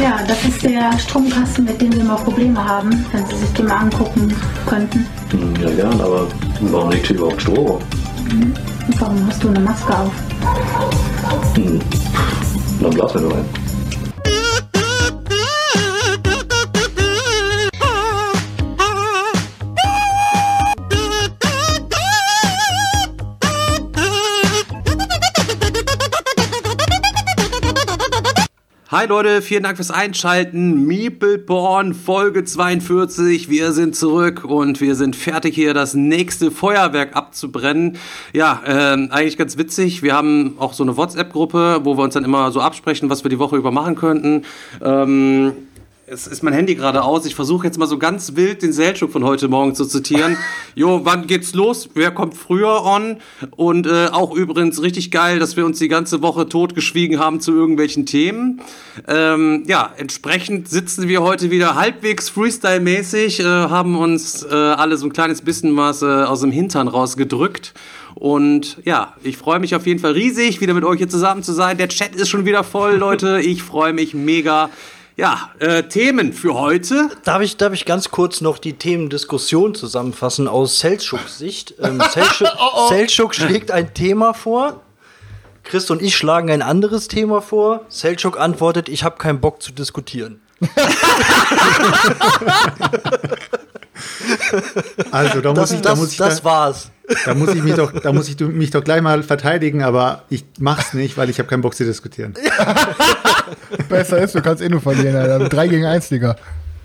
Ja, das ist der Stromkasten, mit dem wir mal Probleme haben, wenn Sie sich den mal angucken könnten. Ja, gern, aber warum liegt hier überhaupt Strom? Und warum hast du eine Maske auf? Dann blasen wir nur ein. Hi Leute, vielen Dank fürs Einschalten. Meepleborn Folge 42. Wir sind zurück und wir sind fertig, hier das nächste Feuerwerk abzubrennen. Ja, eigentlich ganz witzig. Wir haben auch so eine WhatsApp-Gruppe, wo wir uns dann immer so absprechen, was wir die Woche über machen könnten. Es ist mein Handy gerade aus. Ich versuche jetzt mal so ganz wild den Selçuk von heute Morgen zu zitieren. Jo, wann geht's los? Wer kommt früher on? Und auch übrigens richtig geil, dass wir uns die ganze Woche totgeschwiegen haben zu irgendwelchen Themen. Ja, entsprechend sitzen wir heute wieder halbwegs Freestyle-mäßig, haben uns alle so ein kleines bisschen was aus dem Hintern rausgedrückt. Und ja, ich freue mich auf jeden Fall riesig, wieder mit euch hier zusammen zu sein. Der Chat ist schon wieder voll, Leute. Ich freue mich mega. Ja, Themen für heute. Darf ich ganz kurz noch die Themendiskussion zusammenfassen aus Selçuks Sicht? Selçuk schlägt ein Thema vor, Chris und ich schlagen ein anderes Thema vor. Selçuk antwortet, ich habe keinen Bock zu diskutieren. Also, das war's. Da muss ich mich doch gleich mal verteidigen, aber ich mach's nicht, weil ich habe keinen Bock zu diskutieren. Besser ist, du kannst nur verlieren, Alter. 3 gegen 1, Digga.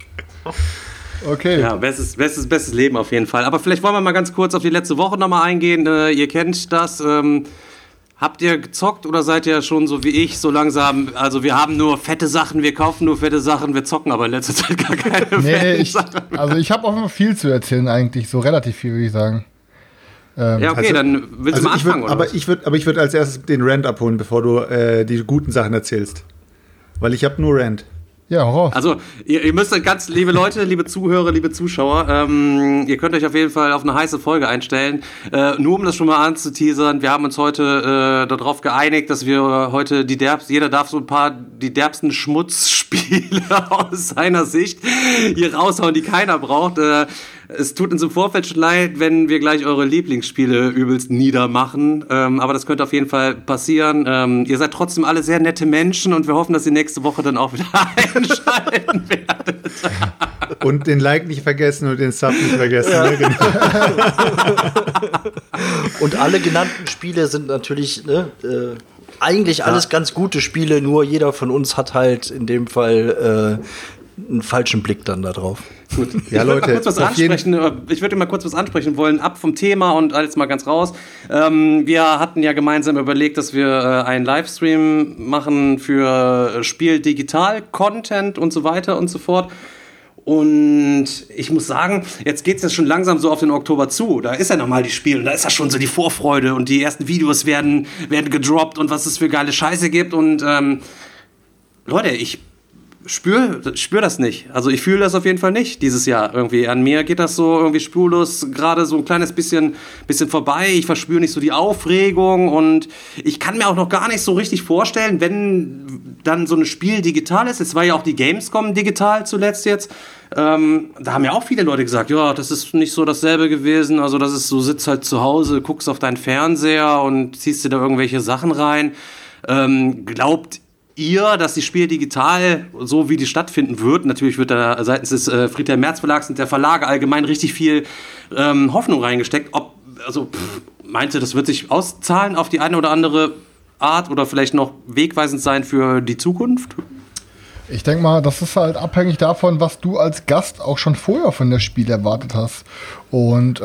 Okay. Ja, bestes Leben auf jeden Fall. Aber vielleicht wollen wir mal ganz kurz auf die letzte Woche nochmal eingehen. Ihr kennt das. Habt ihr gezockt oder seid ihr schon so wie ich, so langsam, also wir haben nur fette Sachen, wir kaufen nur fette Sachen, wir zocken aber in letzter Zeit gar keine fetten Sachen. Also ich habe auch noch viel zu erzählen eigentlich, so relativ viel, würde ich sagen. Ja, okay, dann willst du mal anfangen, oder? Aber ich würd als erstes den Rant abholen, bevor du die guten Sachen erzählst. Weil ich habe nur Rant. Ja, raus. Also, ihr müsst ganz, liebe Leute, liebe Zuhörer, liebe Zuschauer, ihr könnt euch auf jeden Fall auf eine heiße Folge einstellen. Nur um das schon mal anzuteasern, wir haben uns heute darauf geeinigt, dass wir heute jeder darf so ein paar die derbsten Schmutzspiele aus seiner Sicht hier raushauen, die keiner braucht. Es tut uns im Vorfeld schon leid, wenn wir gleich eure Lieblingsspiele übelst niedermachen. Aber das könnte auf jeden Fall passieren. Ihr seid trotzdem alle sehr nette Menschen und wir hoffen, dass ihr nächste Woche dann auch wieder einschalten werdet. Und den Like nicht vergessen und den Sub nicht vergessen. Ja. Ne? Genau. Und alle genannten Spiele sind natürlich eigentlich alles ganz gute Spiele, nur jeder von uns hat halt in dem Fall einen falschen Blick dann da drauf. Gut. Ja, Leute, ich würde mal kurz was ansprechen wollen, ab vom Thema und alles mal ganz raus. Wir hatten ja gemeinsam überlegt, dass wir einen Livestream machen für Spiel-Digital-Content und so weiter und so fort. Und ich muss sagen, jetzt geht es ja schon langsam so auf den Oktober zu. Da ist ja nochmal die Spiel und da ist ja schon so die Vorfreude und die ersten Videos werden gedroppt und was es für geile Scheiße gibt. Und Leute, ich spür das nicht. Also ich fühle das auf jeden Fall nicht dieses Jahr irgendwie. An mir geht das so irgendwie spurlos gerade so ein kleines bisschen vorbei. Ich verspüre nicht so die Aufregung und ich kann mir auch noch gar nicht so richtig vorstellen, wenn dann so ein Spiel digital ist. Es war ja auch die Gamescom digital zuletzt jetzt. Da haben ja auch viele Leute gesagt, ja, das ist nicht so dasselbe gewesen. Also das ist so, sitzt halt zu Hause, guckst auf deinen Fernseher und ziehst dir da irgendwelche Sachen rein. Glaubt ihr, dass die Spiel digital, so wie die stattfinden wird, natürlich wird da seitens des Friedhelm-Merz-Verlags und der Verlage allgemein richtig viel Hoffnung reingesteckt. Meint ihr, das wird sich auszahlen auf die eine oder andere Art oder vielleicht noch wegweisend sein für die Zukunft? Ich denke mal, das ist halt abhängig davon, was du als Gast auch schon vorher von der Spiel erwartet hast. Und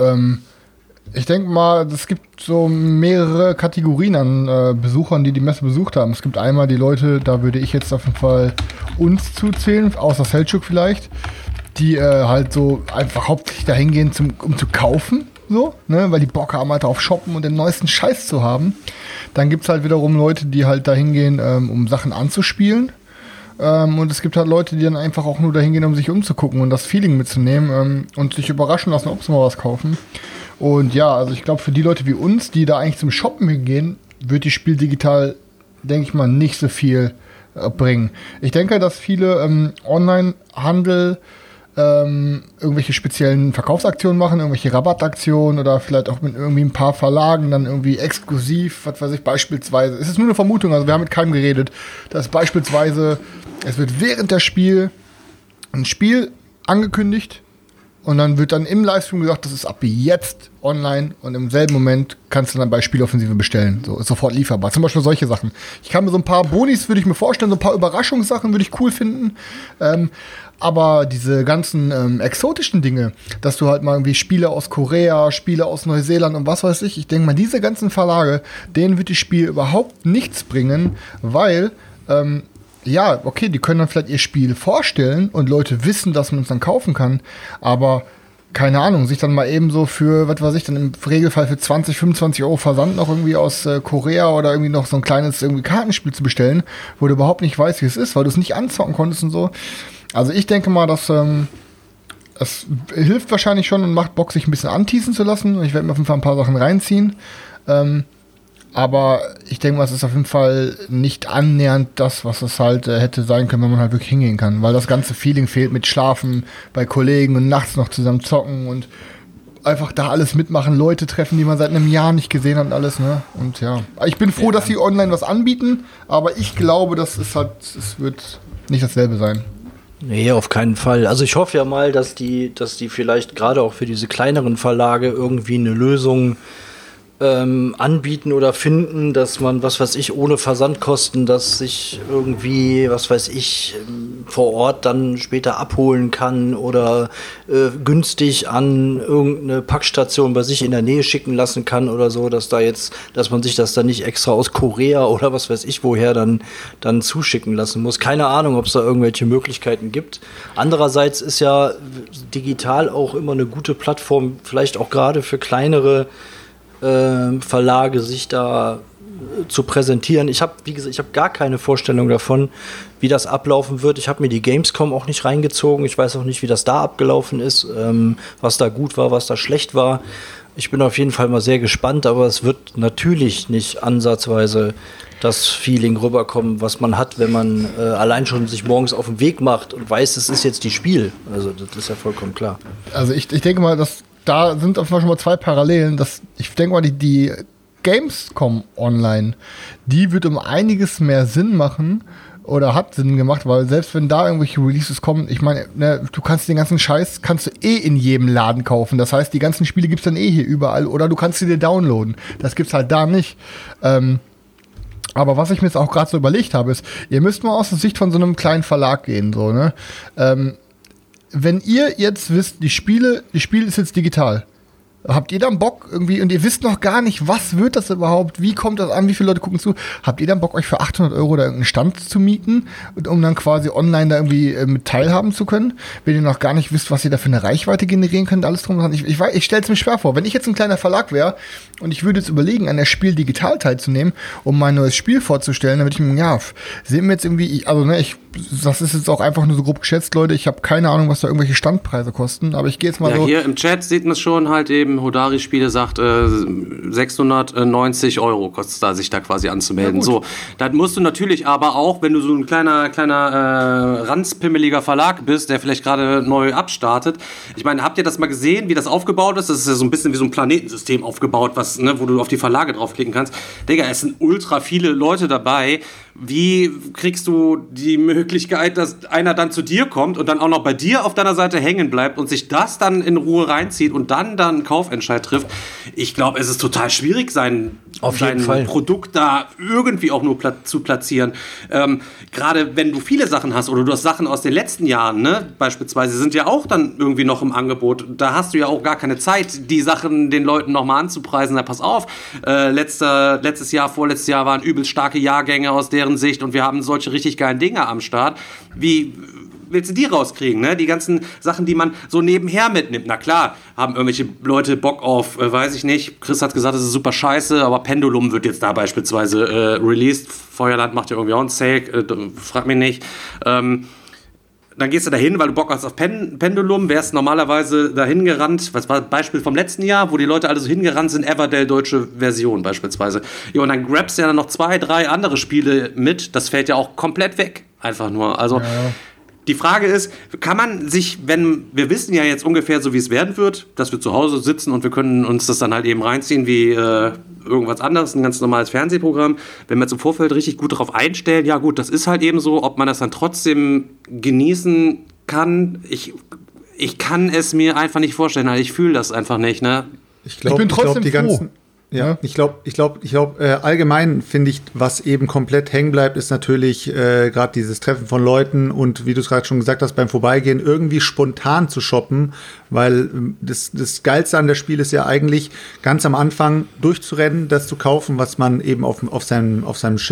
ich denke mal, es gibt so mehrere Kategorien an Besuchern, die Messe besucht haben. Es gibt einmal die Leute, da würde ich jetzt auf jeden Fall uns zuzählen, außer Selçuk vielleicht, die halt so einfach hauptsächlich dahin gehen, um zu kaufen, so, ne, weil die Bock haben halt auf Shoppen und den neuesten Scheiß zu haben. Dann gibt es halt wiederum Leute, die halt dahin gehen, um Sachen anzuspielen. Und es gibt halt Leute, die dann einfach auch nur dahin gehen, um sich umzugucken und das Feeling mitzunehmen und sich überraschen lassen, ob sie mal was kaufen. Und ja, also ich glaube, für die Leute wie uns, die da eigentlich zum Shoppen hingehen, wird die Spiel digital, denke ich mal, nicht so viel bringen. Ich denke, dass viele Online-Handel irgendwelche speziellen Verkaufsaktionen machen, irgendwelche Rabattaktionen oder vielleicht auch mit irgendwie ein paar Verlagen dann irgendwie exklusiv, was weiß ich, beispielsweise, es ist nur eine Vermutung, also wir haben mit keinem geredet, dass beispielsweise, es wird während der Spiel ein Spiel angekündigt und dann wird dann im Livestream gesagt, das ist ab jetzt online und im selben Moment kannst du dann bei Spieloffensive bestellen. So, ist sofort lieferbar. Zum Beispiel solche Sachen. Ich kann mir so ein paar Bonis, würde ich mir vorstellen, so ein paar Überraschungssachen würde ich cool finden. Aber diese ganzen exotischen Dinge, dass du halt mal irgendwie Spiele aus Korea, Spiele aus Neuseeland und was weiß ich denke mal, diese ganzen Verlage, denen wird das Spiel überhaupt nichts bringen, weil ja, okay, die können dann vielleicht ihr Spiel vorstellen und Leute wissen, dass man es dann kaufen kann, aber keine Ahnung, sich dann mal eben so für, was weiß ich, dann im Regelfall für 20, 25 Euro Versand noch irgendwie aus Korea oder irgendwie noch so ein kleines irgendwie Kartenspiel zu bestellen, wo du überhaupt nicht weißt, wie es ist, weil du es nicht anzocken konntest und so. Also ich denke mal, dass es hilft wahrscheinlich schon und macht Bock, sich ein bisschen anteasen zu lassen. Ich werde mir auf jeden Fall ein paar Sachen reinziehen. Aber ich denke mal, es ist auf jeden Fall nicht annähernd das, was es halt hätte sein können, wenn man halt wirklich hingehen kann. Weil das ganze Feeling fehlt mit Schlafen bei Kollegen und nachts noch zusammen zocken und einfach da alles mitmachen, Leute treffen, die man seit einem Jahr nicht gesehen hat und alles, ne? Und ja, ich bin froh, dass sie online was anbieten, aber ich glaube, es wird nicht dasselbe sein. Nee, auf keinen Fall. Also ich hoffe ja mal, dass die vielleicht gerade auch für diese kleineren Verlage irgendwie eine Lösung anbieten oder finden, dass man, was weiß ich, ohne Versandkosten, das sich irgendwie, was weiß ich, vor Ort dann später abholen kann oder günstig an irgendeine Packstation bei sich in der Nähe schicken lassen kann oder so, dass man sich das dann nicht extra aus Korea oder was weiß ich woher dann zuschicken lassen muss. Keine Ahnung, ob es da irgendwelche Möglichkeiten gibt. Andererseits ist ja digital auch immer eine gute Plattform, vielleicht auch gerade für kleinere Verlage, sich da zu präsentieren. Ich habe, wie gesagt, gar keine Vorstellung davon, wie das ablaufen wird. Ich habe mir die Gamescom auch nicht reingezogen. Ich weiß auch nicht, wie das da abgelaufen ist, was da gut war, was da schlecht war. Ich bin auf jeden Fall mal sehr gespannt, aber es wird natürlich nicht ansatzweise das Feeling rüberkommen, was man hat, wenn man allein schon sich morgens auf den Weg macht und weiß, es ist jetzt die Spiel. Also das ist ja vollkommen klar. Also ich denke mal, dass da sind auf jeden Fall schon mal zwei Parallelen. Ich denke mal, die Gamescom online, die wird um einiges mehr Sinn machen oder hat Sinn gemacht, weil selbst wenn da irgendwelche Releases kommen, ich meine, ne, du kannst den ganzen Scheiß, kannst du in jedem Laden kaufen. Das heißt, die ganzen Spiele gibt's dann hier überall oder du kannst sie dir downloaden. Das gibt's halt da nicht. Aber was ich mir jetzt auch gerade so überlegt habe, ist, ihr müsst mal aus der Sicht von so einem kleinen Verlag gehen, so, ne? Wenn ihr jetzt wisst, das Spiel ist jetzt digital, habt ihr dann Bock irgendwie, und ihr wisst noch gar nicht, was wird das überhaupt, wie kommt das an, wie viele Leute gucken zu, habt ihr dann Bock, euch für 800 Euro da irgendeinen Stand zu mieten, um dann quasi online da irgendwie mit teilhaben zu können, wenn ihr noch gar nicht wisst, was ihr da für eine Reichweite generieren könnt, alles drum und dran. Ich stelle es mir schwer vor, wenn ich jetzt ein kleiner Verlag wäre und ich würde jetzt überlegen, an der Spiel digital teilzunehmen, um mein neues Spiel vorzustellen, dann würde ich mir, ja, sehen wir jetzt irgendwie, also ne, das ist jetzt auch einfach nur so grob geschätzt, Leute, ich habe keine Ahnung, was da irgendwelche Standpreise kosten, aber ich gehe jetzt mal so. Hier im Chat sieht man es schon halt eben, Hodari-Spiele sagt, 690 Euro kostet es da, sich da quasi anzumelden. So, dann musst du natürlich aber auch, wenn du so ein kleiner ranzpimmeliger Verlag bist, der vielleicht gerade neu abstartet, ich meine, habt ihr das mal gesehen, wie das aufgebaut ist? Das ist ja so ein bisschen wie so ein Planetensystem aufgebaut, was, ne, wo du auf die Verlage draufklicken kannst. Digga, es sind ultra viele Leute dabei. Wie kriegst du die Möglichkeit, dass einer dann zu dir kommt und dann auch noch bei dir auf deiner Seite hängen bleibt und sich das dann in Ruhe reinzieht und dann einen Kaufentscheid trifft? Ich glaube, es ist total schwierig, sein Produkt da irgendwie auch nur zu platzieren. Gerade wenn du viele Sachen hast oder du hast Sachen aus den letzten Jahren, ne, beispielsweise, sind ja auch dann irgendwie noch im Angebot. Da hast du ja auch gar keine Zeit, die Sachen den Leuten nochmal anzupreisen. Na, pass auf, letztes Jahr, vorletztes Jahr waren übelst starke Jahrgänge aus deren Sicht und wir haben solche richtig geilen Dinge am Start. Wie willst du die rauskriegen, ne? Die ganzen Sachen, die man so nebenher mitnimmt. Na klar, haben irgendwelche Leute Bock auf, weiß ich nicht, Chris hat gesagt, das ist super scheiße, aber Pendulum wird jetzt da beispielsweise released. Feuerland macht ja irgendwie auch einen Sale, frag mich nicht. dann gehst du dahin, weil du Bock hast auf Pendulum, wärst normalerweise dahin gerannt, was war das Beispiel vom letzten Jahr, wo die Leute alle so hingerannt sind, Everdell deutsche Version beispielsweise. Ja, und dann grabst du ja dann noch 2, 3 andere Spiele mit, das fällt ja auch komplett weg, einfach nur. Also die Frage ist, kann man sich, wenn, wir wissen ja jetzt ungefähr so, wie es werden wird, dass wir zu Hause sitzen und wir können uns das dann halt eben reinziehen wie irgendwas anderes, ein ganz normales Fernsehprogramm. Wenn wir jetzt im Vorfeld richtig gut darauf einstellen, ja gut, das ist halt eben so, ob man das dann trotzdem genießen kann, ich kann es mir einfach nicht vorstellen, also ich fühle das einfach nicht, ne? Ich bin trotzdem froh. Ja, ich glaube, allgemein finde ich, was eben komplett hängen bleibt, ist natürlich gerade dieses Treffen von Leuten und wie du es gerade schon gesagt hast, beim Vorbeigehen irgendwie spontan zu shoppen, weil das Geilste an der Spiel ist ja eigentlich ganz am Anfang durchzurennen, das zu kaufen, was man eben auf seinem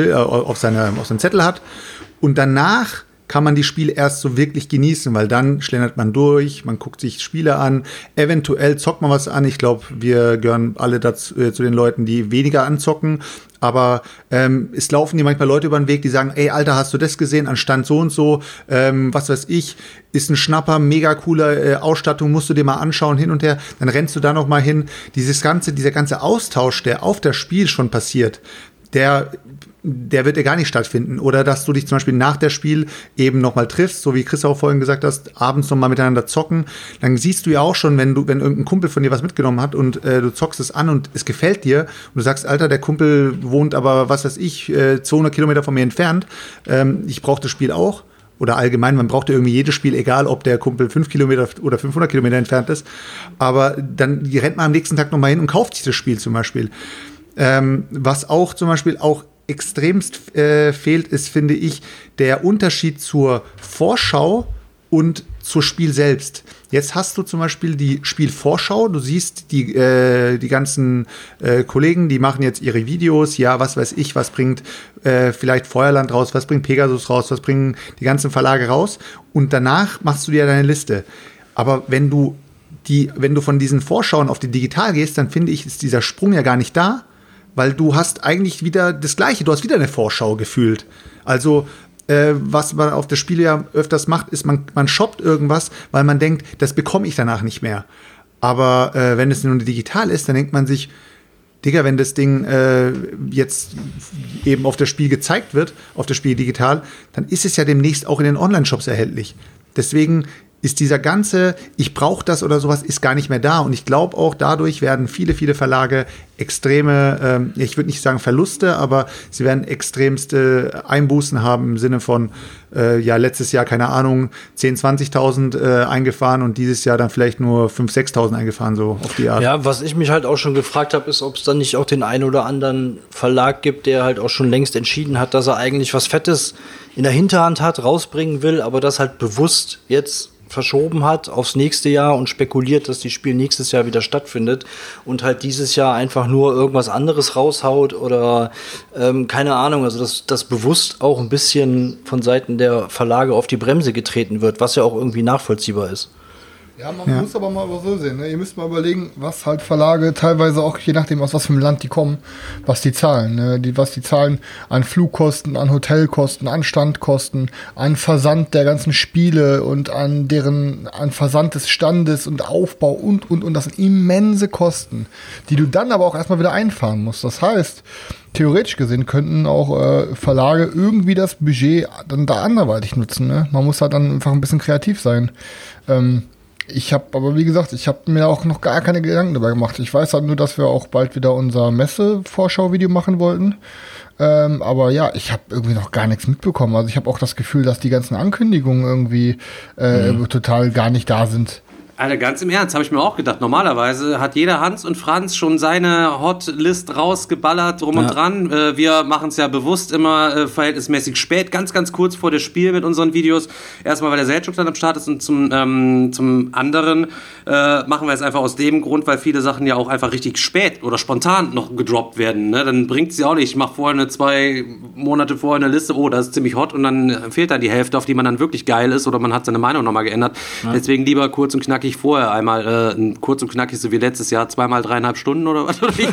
Zettel hat und danach kann man die Spiele erst so wirklich genießen, weil dann schlendert man durch, man guckt sich Spiele an, eventuell zockt man was an. Ich glaube, wir gehören alle dazu, zu den Leuten, die weniger anzocken. Aber es laufen dir manchmal Leute über den Weg, die sagen, ey, Alter, hast du das gesehen? An Stand so und so, was weiß ich, ist ein Schnapper, mega coole Ausstattung, musst du dir mal anschauen, hin und her. Dann rennst du da noch mal hin. Dieser ganze Austausch, der auf das Spiel schon passiert, der wird ja gar nicht stattfinden. Oder dass du dich zum Beispiel nach der Spiel eben noch mal triffst, so wie Chris auch vorhin gesagt hast, abends noch mal miteinander zocken. Dann siehst du ja auch schon, wenn irgendein Kumpel von dir was mitgenommen hat und du zockst es an und es gefällt dir und du sagst, Alter, der Kumpel wohnt aber, was weiß ich, 200 Kilometer von mir entfernt. Ich brauche das Spiel auch. Oder allgemein, man braucht ja irgendwie jedes Spiel, egal ob der Kumpel 5 Kilometer oder 500 Kilometer entfernt ist. Aber dann rennt man am nächsten Tag noch mal hin und kauft sich das Spiel zum Beispiel. Was auch zum Beispiel auch extremst fehlt, ist, finde ich, der Unterschied zur Vorschau und zur Spiel selbst. Jetzt hast du zum Beispiel die Spielvorschau, du siehst die ganzen Kollegen, die machen jetzt ihre Videos, ja, was weiß ich, was bringt vielleicht Feuerland raus, was bringt Pegasus raus, was bringen die ganzen Verlage raus und danach machst du dir deine Liste. Aber wenn du von diesen Vorschauen auf die Digital gehst, dann finde ich, ist dieser Sprung ja gar nicht da, weil du hast eigentlich wieder das Gleiche, du hast wieder eine Vorschau gefühlt. Also, was man auf das Spiel ja öfters macht, ist, man shoppt irgendwas, weil man denkt, das bekomme ich danach nicht mehr. Aber wenn es nur digital ist, dann denkt man sich, Digga, wenn das Ding jetzt eben auf das Spiel gezeigt wird, auf das Spiel digital, dann ist es ja demnächst auch in den Online-Shops erhältlich. Deswegen ist dieser ganze, ich brauche das oder sowas, ist gar nicht mehr da. Und ich glaube auch, dadurch werden viele, viele Verlage extreme, ich würde nicht sagen Verluste, aber sie werden extremste Einbußen haben im Sinne von, letztes Jahr, keine Ahnung, 10.000, 20.000 eingefahren und dieses Jahr dann vielleicht nur 5.000, 6.000 eingefahren, so auf die Art. Ja, was ich mich halt auch schon gefragt habe, ist, ob es dann nicht auch den einen oder anderen Verlag gibt, der halt auch schon längst entschieden hat, dass er eigentlich was Fettes in der Hinterhand hat, rausbringen will, aber das halt bewusst jetzt verschoben hat aufs nächste Jahr und spekuliert, dass das Spiel nächstes Jahr wieder stattfindet und halt dieses Jahr einfach nur irgendwas anderes raushaut oder keine Ahnung, also dass das bewusst auch ein bisschen von Seiten der Verlage auf die Bremse getreten wird, was ja auch irgendwie nachvollziehbar ist. Ja, man muss aber mal so sehen, ne? Ihr müsst mal überlegen, was halt Verlage teilweise auch, je nachdem aus was für einem Land die kommen, was die zahlen. Ne? Was die zahlen an Flugkosten, an Hotelkosten, an Standkosten, an Versand der ganzen Spiele und an Versand des Standes und Aufbau und. Das sind immense Kosten, die du dann aber auch erstmal wieder einfahren musst. Das heißt, theoretisch gesehen könnten auch Verlage irgendwie das Budget dann da anderweitig nutzen. Ne? Man muss halt dann einfach ein bisschen kreativ sein. Aber wie gesagt, ich habe mir auch noch gar keine Gedanken dabei gemacht. Ich weiß halt nur, dass wir auch bald wieder unser Messe-Vorschau-Video machen wollten. Aber ja, ich habe irgendwie noch gar nichts mitbekommen. Also ich habe auch das Gefühl, dass die ganzen Ankündigungen irgendwie total gar nicht da sind. Alter, ganz im Ernst, habe ich mir auch gedacht. Normalerweise hat jeder Hans und Franz schon seine Hotlist rausgeballert, drum und dran. Wir machen es ja bewusst immer verhältnismäßig spät, ganz, ganz kurz vor dem Spiel mit unseren Videos. Erstmal, weil der Selchuk dann am Start ist und zum anderen machen wir es einfach aus dem Grund, weil viele Sachen ja auch einfach richtig spät oder spontan noch gedroppt werden. Ne? Dann bringt es ja auch nicht. Ich mache vorher 2 Monate vorher eine Liste, das ist ziemlich hot und dann fehlt dann die Hälfte, auf die man dann wirklich geil ist oder man hat seine Meinung nochmal geändert. Ja. Deswegen lieber kurz und knackig tatsächlich vorher einmal kurz und knackig, so wie letztes Jahr, 2x3,5 Stunden oder was? Ich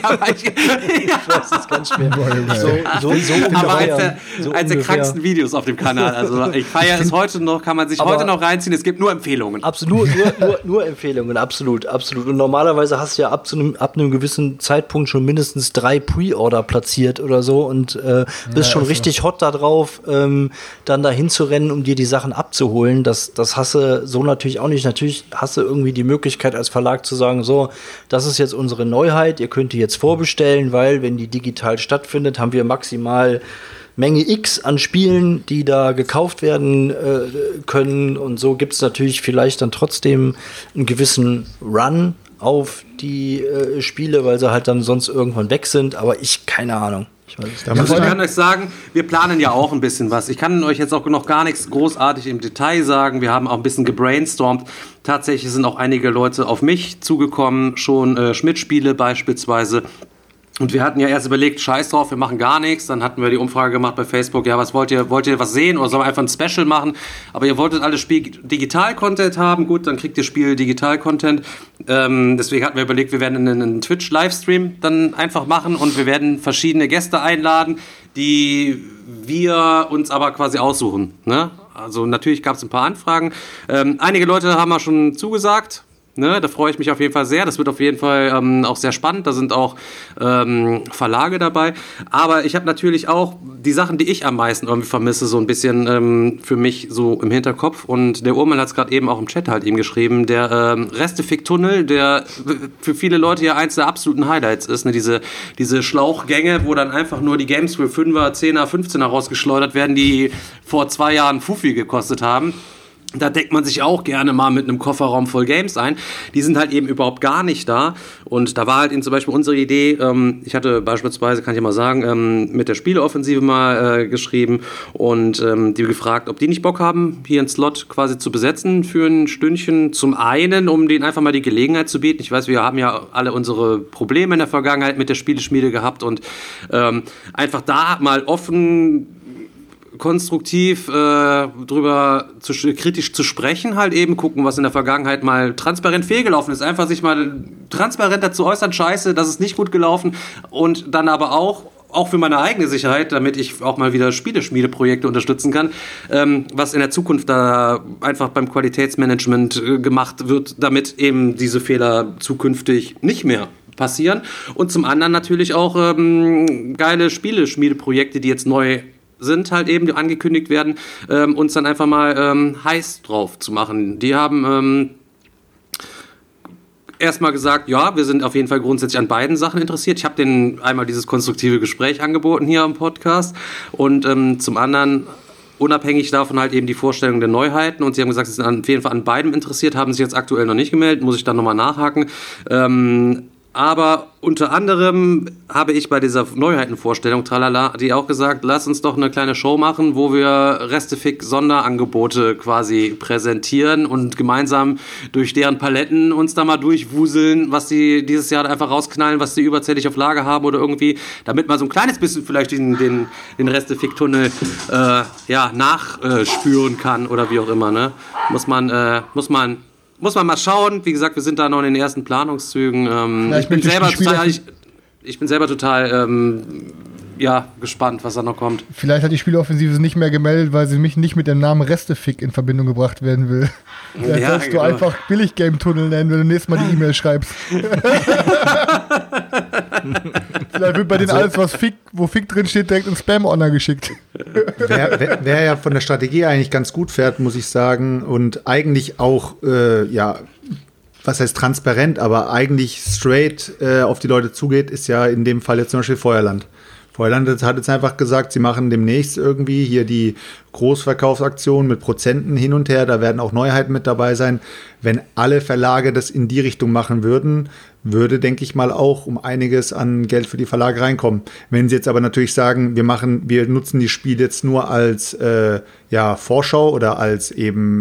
weiß das ganz schwer. So aber eins der kranksten Videos auf dem Kanal. Also ich feiere es heute noch, kann man sich heute noch reinziehen. Es gibt nur Empfehlungen. Absolut, nur Empfehlungen, absolut. Und normalerweise hast du ja ab einem gewissen Zeitpunkt schon mindestens 3 Pre-Order platziert oder so und bist schon richtig hot da drauf, dann dahin zu rennen, um dir die Sachen abzuholen. Das hast du so natürlich auch nicht. Natürlich hast du irgendwie die Möglichkeit als Verlag zu sagen, so, das ist jetzt unsere Neuheit, ihr könnt die jetzt vorbestellen, weil wenn die digital stattfindet, haben wir maximal Menge X an Spielen, die da gekauft werden können. Und so gibt es natürlich vielleicht dann trotzdem einen gewissen Run auf die Spiele, weil sie halt dann sonst irgendwann weg sind. Aber keine Ahnung. Ich kann euch sagen, wir planen ja auch ein bisschen was. Ich kann euch jetzt auch noch gar nichts großartig im Detail sagen. Wir haben auch ein bisschen gebrainstormt. Tatsächlich sind auch einige Leute auf mich zugekommen, schon Schmidt-Spiele beispielsweise. Und wir hatten ja erst überlegt, scheiß drauf, wir machen gar nichts. Dann hatten wir die Umfrage gemacht bei Facebook, ja, was wollt ihr was sehen oder sollen wir einfach ein Special machen? Aber ihr wolltet alle Spiel Digital-Content haben, gut, dann kriegt ihr Spiel Digital-Content. Deswegen hatten wir überlegt, wir werden einen Twitch-Livestream dann einfach machen und wir werden verschiedene Gäste einladen, die wir uns aber quasi aussuchen. Ne? Also natürlich gab es ein paar Anfragen. Einige Leute haben wir schon zugesagt. Ne, da freue ich mich auf jeden Fall sehr. Das wird auf jeden Fall auch sehr spannend. Da sind auch Verlage dabei. Aber ich habe natürlich auch die Sachen, die ich am meisten irgendwie vermisse, so ein bisschen für mich so im Hinterkopf. Und der Urmal hat es gerade eben auch im Chat halt eben geschrieben. Der Restefic-Tunnel, der für viele Leute ja eins der absoluten Highlights ist. Ne? Diese Schlauchgänge, wo dann einfach nur die Games für 5er, 10er, 15er rausgeschleudert werden, die vor 2 Jahren Fuffi gekostet haben. Da deckt man sich auch gerne mal mit einem Kofferraum voll Games ein. Die sind halt eben überhaupt gar nicht da. Und da war halt eben zum Beispiel unsere Idee, ich hatte beispielsweise, kann ich mal sagen, mit der Spieleoffensive mal geschrieben und die gefragt, ob die nicht Bock haben, hier einen Slot quasi zu besetzen für ein Stündchen. Zum einen, um denen einfach mal die Gelegenheit zu bieten. Ich weiß, wir haben ja alle unsere Probleme in der Vergangenheit mit der Spieleschmiede gehabt und einfach da mal offen konstruktiv drüber kritisch zu sprechen, halt eben gucken, was in der Vergangenheit mal transparent fehlgelaufen ist. Einfach sich mal transparent dazu äußern, scheiße, das ist nicht gut gelaufen und dann aber auch für meine eigene Sicherheit, damit ich auch mal wieder Spieleschmiedeprojekte unterstützen kann, was in der Zukunft da einfach beim Qualitätsmanagement gemacht wird, damit eben diese Fehler zukünftig nicht mehr passieren. Und zum anderen natürlich auch geile Spieleschmiedeprojekte, die jetzt neu sind halt eben, die angekündigt werden, uns dann einfach mal heiß drauf zu machen. Die haben erstmal gesagt, ja, wir sind auf jeden Fall grundsätzlich an beiden Sachen interessiert. Ich habe denen einmal dieses konstruktive Gespräch angeboten hier am Podcast und zum anderen unabhängig davon halt eben die Vorstellung der Neuheiten und sie haben gesagt, sie sind auf jeden Fall an beidem interessiert, haben sich jetzt aktuell noch nicht gemeldet, muss ich dann nochmal nachhaken. Aber unter anderem habe ich bei dieser Neuheitenvorstellung, tralala, die auch gesagt, lass uns doch eine kleine Show machen, wo wir Restefic-Sonderangebote quasi präsentieren und gemeinsam durch deren Paletten uns da mal durchwuseln, was die dieses Jahr einfach rausknallen, was die überzählig auf Lager haben oder irgendwie, damit man so ein kleines bisschen vielleicht den Restefic-Tunnel nachspüren kann oder wie auch immer. Ne? Muss man mal schauen. Wie gesagt, wir sind da noch in den ersten Planungszügen. Ich bin selber total gespannt, was da noch kommt. Vielleicht hat die Spieleoffensive nicht mehr gemeldet, weil sie mich nicht mit dem Namen Restefic in Verbindung gebracht werden will. Vielleicht sollst du einfach Billig-Game-Tunnel nennen, wenn du nächstes Mal die E-Mail schreibst. Vielleicht wird bei denen alles, wo Fick drin steht, direkt in Spam-Ordner geschickt. Wer ja von der Strategie eigentlich ganz gut fährt, muss ich sagen, und eigentlich auch, was heißt transparent, aber eigentlich straight auf die Leute zugeht, ist ja in dem Fall jetzt zum Beispiel Feuerland. Feuerland hat jetzt einfach gesagt, sie machen demnächst irgendwie hier die Großverkaufsaktion mit Prozenten hin und her. Da werden auch Neuheiten mit dabei sein. Wenn alle Verlage das in die Richtung machen würden, würde, denke ich mal, auch um einiges an Geld für die Verlage reinkommen. Wenn sie jetzt aber natürlich sagen, wir nutzen die Spiele jetzt nur als Vorschau oder als eben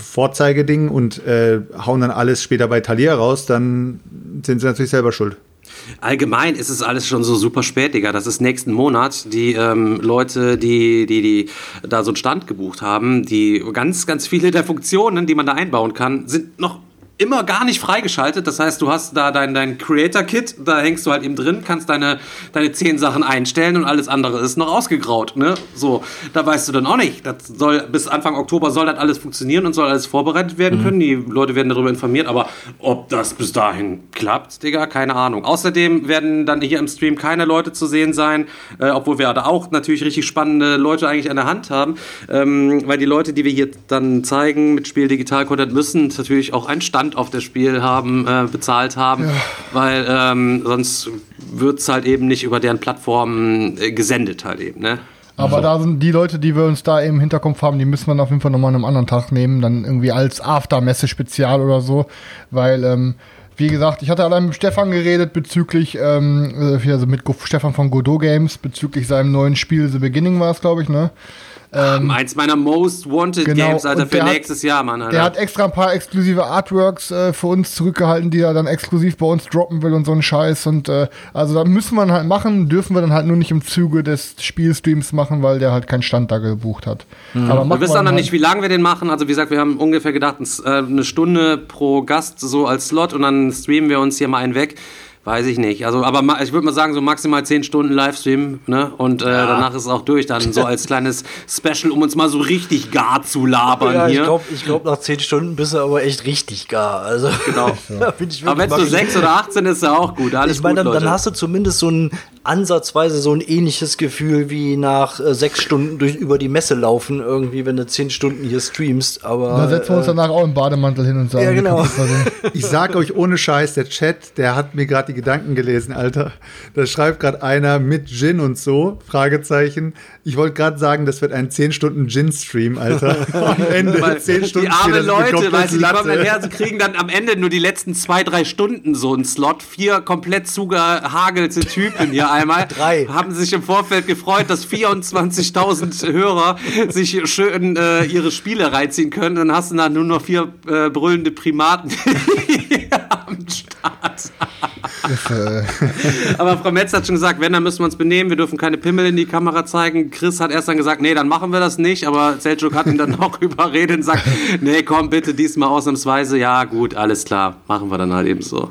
Vorzeigeding und hauen dann alles später bei Thalia raus, dann sind sie natürlich selber schuld. Allgemein ist es alles schon so super spät, Digga. Das ist nächsten Monat. Die Leute, die da so einen Stand gebucht haben, die ganz, ganz viele der Funktionen, die man da einbauen kann, sind noch immer gar nicht freigeschaltet. Das heißt, du hast da dein Creator-Kit, da hängst du halt eben drin, kannst deine 10 Sachen einstellen und alles andere ist noch ausgegraut, ne? So, da weißt du dann auch nicht. Das soll, bis Anfang Oktober soll das alles funktionieren und soll alles vorbereitet werden können. Die Leute werden darüber informiert, aber ob das bis dahin klappt, Digga, keine Ahnung. Außerdem werden dann hier im Stream keine Leute zu sehen sein, obwohl wir da auch natürlich richtig spannende Leute eigentlich an der Hand haben, weil die Leute, die wir hier dann zeigen mit Spiel Digital Content, müssen natürlich auch einen Stand auf das Spiel haben, bezahlt haben, weil sonst wird es halt eben nicht über deren Plattformen gesendet halt eben, ne? Aber da sind die Leute, die wir uns da im Hinterkopf haben, die müssen wir auf jeden Fall nochmal an einem anderen Tag nehmen, dann irgendwie als Aftermesse-Spezial oder so, weil, wie gesagt, ich hatte allein mit Stefan geredet bezüglich, also mit Stefan von Godot Games, bezüglich seinem neuen Spiel, The Beginning war es, glaube ich, ne? Eins meiner Most Wanted Games, Alter, für nächstes Jahr, Mann. Alter. Der hat extra ein paar exklusive Artworks für uns zurückgehalten, die er dann exklusiv bei uns droppen will und so ein Scheiß. Und also da müssen wir halt machen, dürfen wir dann halt nur nicht im Zuge des Spielstreams machen, weil der halt keinen Stand da gebucht hat. Aber wir wissen auch noch nicht, wie lange wir den machen. Also wie gesagt, wir haben ungefähr gedacht, eine Stunde pro Gast so als Slot und dann streamen wir uns hier mal einen weg. Weiß ich nicht. Also, aber ich würde mal sagen, so maximal 10 Stunden Livestream, ne? Und danach ist es auch durch. Dann so als kleines Special, um uns mal so richtig gar zu labern ja, hier. Ich glaube, nach 10 Stunden bist du aber echt richtig gar. Also, genau. Da bin ich aber wenn es nur 6 oder 18 ist, ist ja auch gut. Alles ich meine, gut, dann hast du zumindest so ein ansatzweise so ein ähnliches Gefühl wie nach 6 Stunden über die Messe laufen, irgendwie, wenn du 10 Stunden hier streamst. Aber da setzen wir uns danach auch im Bademantel hin und sagen, ja, genau. Ich sag euch ohne Scheiß, der Chat, der hat mir gerade die Gedanken gelesen, Alter. Da schreibt gerade einer mit Gin und so, Fragezeichen. Ich wollte gerade sagen, das wird ein 10-Stunden-Gin-Stream, Alter. Am Ende 10 Stunden. Die armen Leute, weißt du, die kommen dann her, sie kriegen dann am Ende nur die letzten 2-3 Stunden so einen Slot. 4 komplett zugehagelte Typen hier einmal. 3. Haben sich im Vorfeld gefreut, dass 24.000 Hörer sich schön ihre Spiele reinziehen können. Dann hast du dann nur noch 4 brüllende Primaten am Start. Aber Frau Metz hat schon gesagt, wenn, dann müssen wir uns benehmen, wir dürfen keine Pimmel in die Kamera zeigen. Chris hat erst dann gesagt, nee, dann machen wir das nicht, aber Selçuk hat ihn dann noch überredet und sagt, nee, komm bitte diesmal ausnahmsweise, ja gut, alles klar, machen wir dann halt eben so.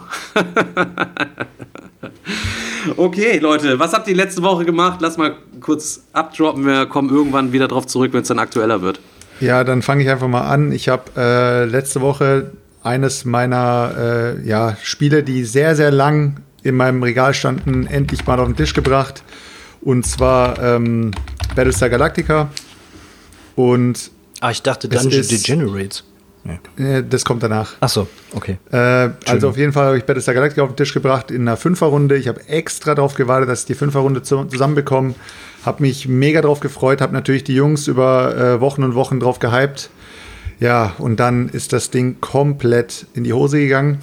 Okay, Leute, was habt ihr letzte Woche gemacht? Lass mal kurz abdroppen, wir kommen irgendwann wieder drauf zurück, wenn es dann aktueller wird. Ja, dann fange ich einfach mal an. Ich habe letzte Woche eines meiner Spiele, die sehr, sehr lang in meinem Regal standen, endlich mal auf den Tisch gebracht. Und zwar Battlestar Galactica. Und ich dachte Dungeon Degenerates. Das kommt danach. Ach so, okay. Also auf jeden Fall habe ich Battlestar Galactica auf den Tisch gebracht in einer 5er-Runde. Ich habe extra darauf gewartet, dass ich die 5er-Runde zusammenbekomme. Habe mich mega drauf gefreut, habe natürlich die Jungs über Wochen und Wochen drauf gehypt. Ja, und dann ist das Ding komplett in die Hose gegangen.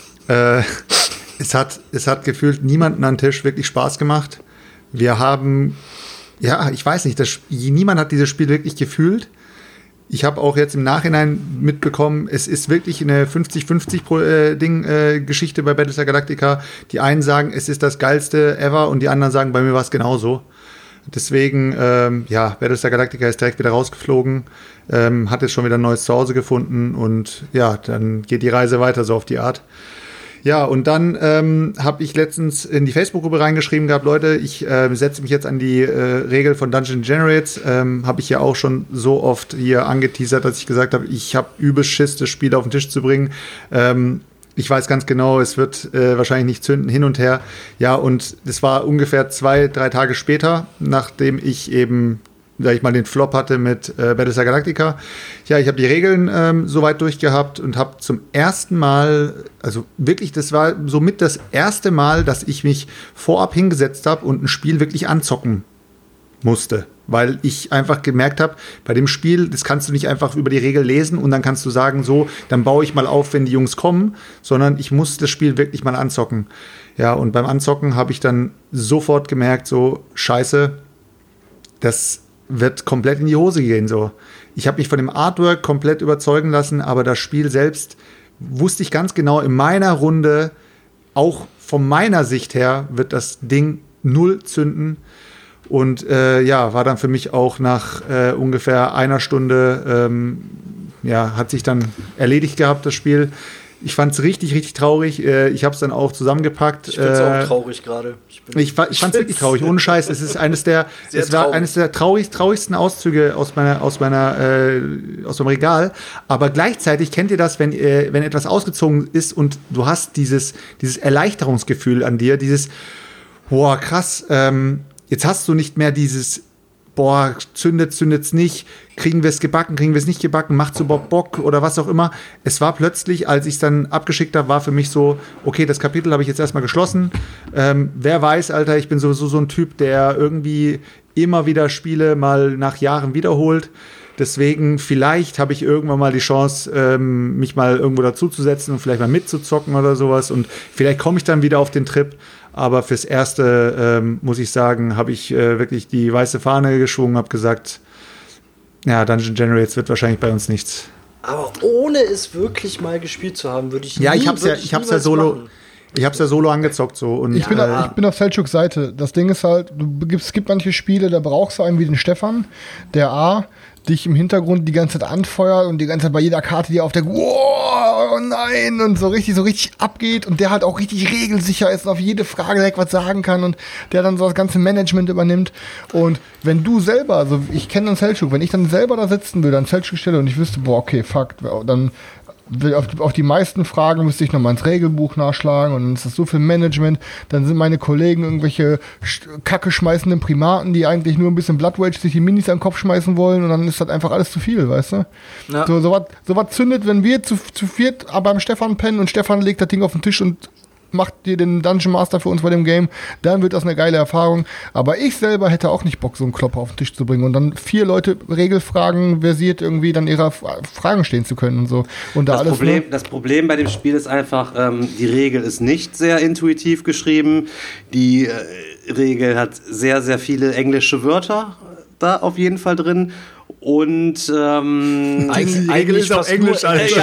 Es hat gefühlt niemanden an Tisch wirklich Spaß gemacht. Wir haben, ich weiß nicht, niemand hat dieses Spiel wirklich gefühlt. Ich habe auch jetzt im Nachhinein mitbekommen, es ist wirklich eine 50-50 Geschichte bei Battlestar Galactica. Die einen sagen, es ist das geilste ever und die anderen sagen, bei mir war es genauso. Deswegen, Battlestar Galactica ist direkt wieder rausgeflogen, hat jetzt schon wieder ein neues Zuhause gefunden und ja, dann geht die Reise weiter so auf die Art. Ja, und dann habe ich letztens in die Facebook-Gruppe reingeschrieben gehabt, Leute, ich setze mich jetzt an die Regel von Dungeon Degenerates. Habe ich ja auch schon so oft hier angeteasert, dass ich gesagt habe, ich habe übelst Schiss, das Spiel auf den Tisch zu bringen. Ich weiß ganz genau, es wird wahrscheinlich nicht zünden, hin und her. Ja, und es war ungefähr 2-3 Tage später, nachdem ich eben, sag ich mal, den Flop hatte mit Battlestar Galactica. Ja, ich habe die Regeln soweit durchgehabt und habe zum ersten Mal, also wirklich, das war somit das erste Mal, dass ich mich vorab hingesetzt habe und ein Spiel wirklich anzocken musste. Weil ich einfach gemerkt habe, bei dem Spiel, das kannst du nicht einfach über die Regel lesen und dann kannst du sagen, so, dann baue ich mal auf, wenn die Jungs kommen, sondern ich muss das Spiel wirklich mal anzocken. Ja, und beim Anzocken habe ich dann sofort gemerkt, so, scheiße, das wird komplett in die Hose gehen, so. Ich habe mich von dem Artwork komplett überzeugen lassen, aber das Spiel selbst wusste ich ganz genau in meiner Runde auch von meiner Sicht her wird das Ding 0 zünden. Und war dann für mich auch nach ungefähr einer Stunde, hat sich dann erledigt gehabt, das Spiel. Ich fand es richtig, richtig traurig. Ich habe es dann auch zusammengepackt. Ich finde es auch traurig gerade. Ich fand es wirklich traurig, ohne Scheiß. Es war eines der traurigsten Auszüge aus meinem Regal. Aber gleichzeitig kennt ihr das, wenn etwas ausgezogen ist und du hast dieses Erleichterungsgefühl an dir, dieses, boah, krass, jetzt hast du nicht mehr dieses, boah, zündet's nicht, kriegen wir es gebacken, kriegen wir es nicht gebacken, macht's überhaupt Bock oder was auch immer. Es war plötzlich, als ich es dann abgeschickt habe, war für mich so, okay, das Kapitel habe ich jetzt erstmal geschlossen. Wer weiß, Alter, ich bin sowieso so ein Typ, der irgendwie immer wieder Spiele mal nach Jahren wiederholt. Deswegen, vielleicht habe ich irgendwann mal die Chance, mich mal irgendwo dazuzusetzen und vielleicht mal mitzuzocken oder sowas. Und vielleicht komme ich dann wieder auf den Trip. Aber fürs Erste, muss ich sagen, habe ich wirklich die weiße Fahne geschwungen, habe gesagt, ja, Dungeon Generates wird wahrscheinlich bei uns nichts. Aber ohne es wirklich mal gespielt zu haben, würde ich ich hab's ja solo angezockt so. Und ich bin auf Selçuks Seite. Das Ding ist halt, es gibt manche Spiele, da brauchst du einen wie den Stefan, der dich im Hintergrund die ganze Zeit anfeuert und die ganze Zeit bei jeder Karte, die auf der oh nein, und so richtig abgeht und der halt auch richtig regelsicher ist und auf jede Frage direkt was sagen kann und der dann so das ganze Management übernimmt. Und wenn du selber, also ich kenne dann Selçuk, wenn ich dann selber da sitzen würde, an Selçuk stelle und ich wüsste, boah, okay, fuck, dann auf die meisten Fragen müsste ich nochmal ins Regelbuch nachschlagen und dann ist das so viel Management, dann sind meine Kollegen irgendwelche Kacke schmeißenden Primaten, die eigentlich nur ein bisschen Blood Rage sich die Minis an den Kopf schmeißen wollen und dann ist das einfach alles zu viel, weißt du? Ja. So was zündet, wenn wir zu viert beim Stefan pennen und Stefan legt das Ding auf den Tisch und macht dir den Dungeon Master für uns bei dem Game, dann wird das eine geile Erfahrung. Aber ich selber hätte auch nicht Bock, so einen Klopper auf den Tisch zu bringen und dann 4 Leute Regelfragen versiert irgendwie dann ihrer Fragen stehen zu können und so. Und da das Problem bei dem Spiel ist einfach, die Regel ist nicht sehr intuitiv geschrieben. Die Regel hat sehr, sehr viele englische Wörter da auf jeden Fall drin. Und eigentlich ist auch Englisch.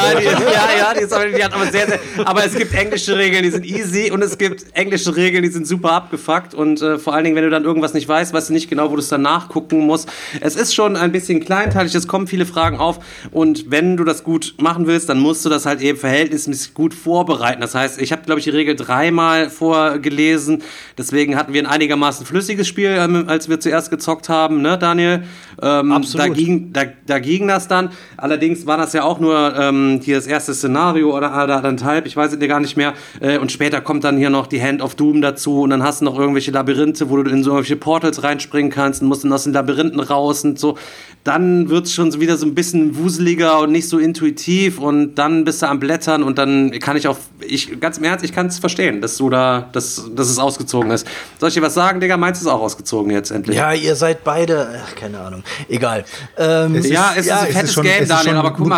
Die hat aber sehr, aber es gibt englische Regeln, die sind easy und es gibt englische Regeln, die sind super abgefuckt und vor allen Dingen, wenn du dann irgendwas nicht weißt, weißt du nicht genau, wo du es dann nachgucken musst. Es ist schon ein bisschen kleinteilig, es kommen viele Fragen auf und wenn du das gut machen willst, dann musst du das halt eben verhältnismäßig gut vorbereiten. Das heißt, ich habe, glaube ich, die Regel 3-mal vorgelesen, deswegen hatten wir ein einigermaßen flüssiges Spiel, als wir zuerst gezockt haben, ne, Daniel? Absolut. Da ging das dann. Allerdings war das ja auch nur hier das erste Szenario oder anderthalb, ich weiß es dir gar nicht mehr. Und später kommt dann hier noch die Hand of Doom dazu und dann hast du noch irgendwelche Labyrinthe, wo du in so irgendwelche Portals reinspringen kannst und musst dann aus den Labyrinthen raus und so. Dann wird es schon wieder so ein bisschen wuseliger und nicht so intuitiv und dann bist du am Blättern und dann kann ganz im Ernst, ich kann es verstehen, dass es ausgezogen ist. Soll ich dir was sagen, Digga? Meinst du es auch ausgezogen jetzt endlich? Ja, ihr seid beide, keine Ahnung, egal. Es ist ein fettes Game, Daniel, aber guck mal,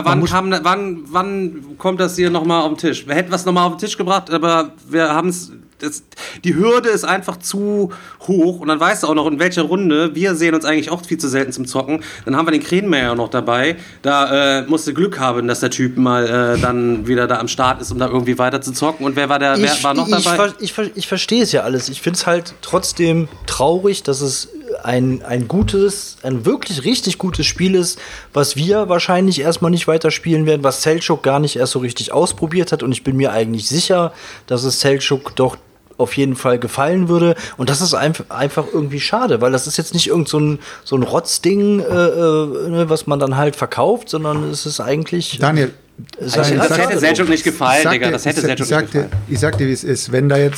wann kommt das hier nochmal auf den Tisch? Wir hätten was nochmal auf den Tisch gebracht, aber wir haben es. Die Hürde ist einfach zu hoch und dann weißt du auch noch, in welcher Runde. Wir sehen uns eigentlich auch viel zu selten zum Zocken. Dann haben wir den Krähenmäher noch dabei. Da musst du Glück haben, dass der Typ mal dann wieder da am Start ist, um da irgendwie weiter zu zocken. Und wer war noch dabei? Ich verstehe es ja alles. Ich finde es halt trotzdem traurig, dass es ein wirklich richtig gutes Spiel ist, was wir wahrscheinlich erstmal nicht weiterspielen werden, was Selçuk gar nicht erst so richtig ausprobiert hat. Und ich bin mir eigentlich sicher, dass es Selçuk doch auf jeden Fall gefallen würde. Und das ist einfach irgendwie schade, weil das ist jetzt nicht irgend so ein Rotzding, was man dann halt verkauft, sondern es ist eigentlich... Daniel, das hätte Selçuk nicht gefallen, Digga. Das hätte Selçuk nicht gefallen. Ich sag dir, wie es ist. Wenn wir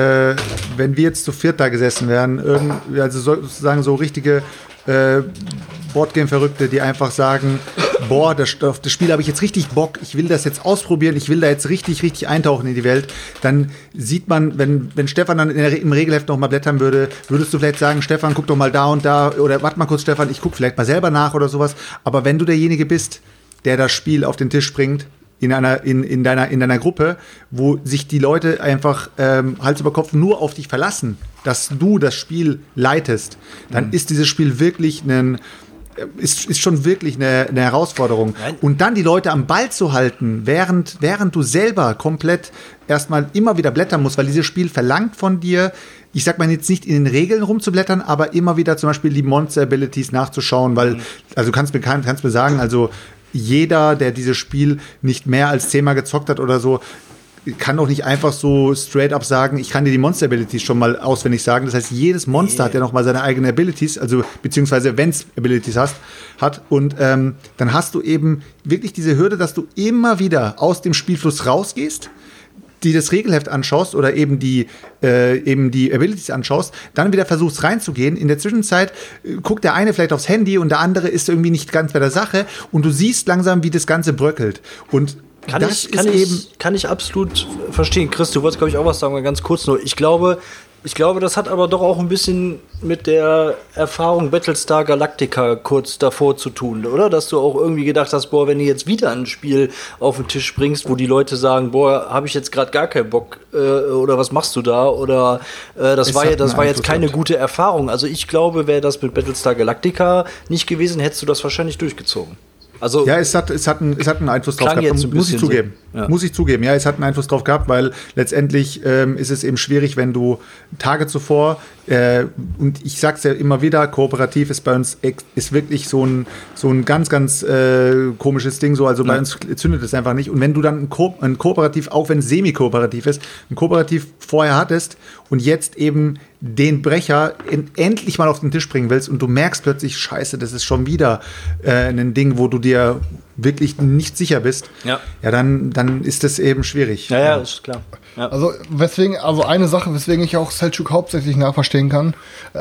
jetzt zu viert da gesessen wären, also sozusagen so richtige Boardgame-Verrückte, die einfach sagen, boah, das Spiel habe ich jetzt richtig Bock, ich will das jetzt ausprobieren, ich will da jetzt richtig, richtig eintauchen in die Welt, dann sieht man, wenn Stefan dann im Regelheft noch mal blättern würde, würdest du vielleicht sagen, Stefan, guck doch mal da und da, oder warte mal kurz, Stefan, ich guck vielleicht mal selber nach oder sowas, aber wenn du derjenige bist, der das Spiel auf den Tisch bringt, in deiner Gruppe, wo sich die Leute einfach Hals über Kopf nur auf dich verlassen, dass du das Spiel leitest, dann ist dieses Spiel wirklich ein ist schon wirklich eine Herausforderung. Nein. Und dann die Leute am Ball zu halten, während du selber komplett erstmal immer wieder blättern musst, weil dieses Spiel verlangt von dir, ich sag mal jetzt nicht in den Regeln rumzublättern, aber immer wieder zum Beispiel die Monster-Abilities nachzuschauen, weil, also du kannst mir sagen, also jeder, der dieses Spiel nicht mehr als 10-mal gezockt hat oder so, kann doch nicht einfach so straight up sagen, ich kann dir die Monster-Abilities schon mal auswendig sagen. Das heißt, jedes Monster hat ja noch mal seine eigenen Abilities, also beziehungsweise wenn es Abilities hat. Und dann hast du eben wirklich diese Hürde, dass du immer wieder aus dem Spielfluss rausgehst, die das Regelheft anschaust oder eben die Abilities anschaust, dann wieder versuchst reinzugehen. In der Zwischenzeit guckt der eine vielleicht aufs Handy und der andere ist irgendwie nicht ganz bei der Sache und du siehst langsam, wie das Ganze bröckelt. Und Kann ich absolut verstehen. Chris, du wolltest, glaube ich, auch was sagen, mal ganz kurz nur. Ich glaube, das hat aber doch auch ein bisschen mit der Erfahrung Battlestar Galactica kurz davor zu tun, oder? Dass du auch irgendwie gedacht hast, boah, wenn du jetzt wieder ein Spiel auf den Tisch bringst, wo die Leute sagen, boah, habe ich jetzt gerade gar keinen Bock, oder was machst du da? Oder das war jetzt keine gute Erfahrung. Also ich glaube, wäre das mit Battlestar Galactica nicht gewesen, hättest du das wahrscheinlich durchgezogen. Also ja, es hat einen Einfluss drauf gehabt, muss ich zugeben. So. Ja. Muss ich zugeben, ja, es hat einen Einfluss drauf gehabt, weil letztendlich ist es eben schwierig, wenn du Tage zuvor, und ich sag's ja immer wieder, kooperativ ist bei uns ist wirklich so ein ganz, ganz komisches Ding, so, also bei uns zündet es einfach nicht. Und wenn du dann ein Kooperativ, auch wenn es semi-kooperativ ist, ein Kooperativ vorher hattest und jetzt eben den Brecher endlich mal auf den Tisch bringen willst und du merkst plötzlich, scheiße, das ist schon wieder ein Ding, wo du dir wirklich nicht sicher bist, dann ist das eben schwierig. Ja, ist klar. Ja. Also eine Sache, weswegen ich auch Selçuk hauptsächlich nachvollziehen kann.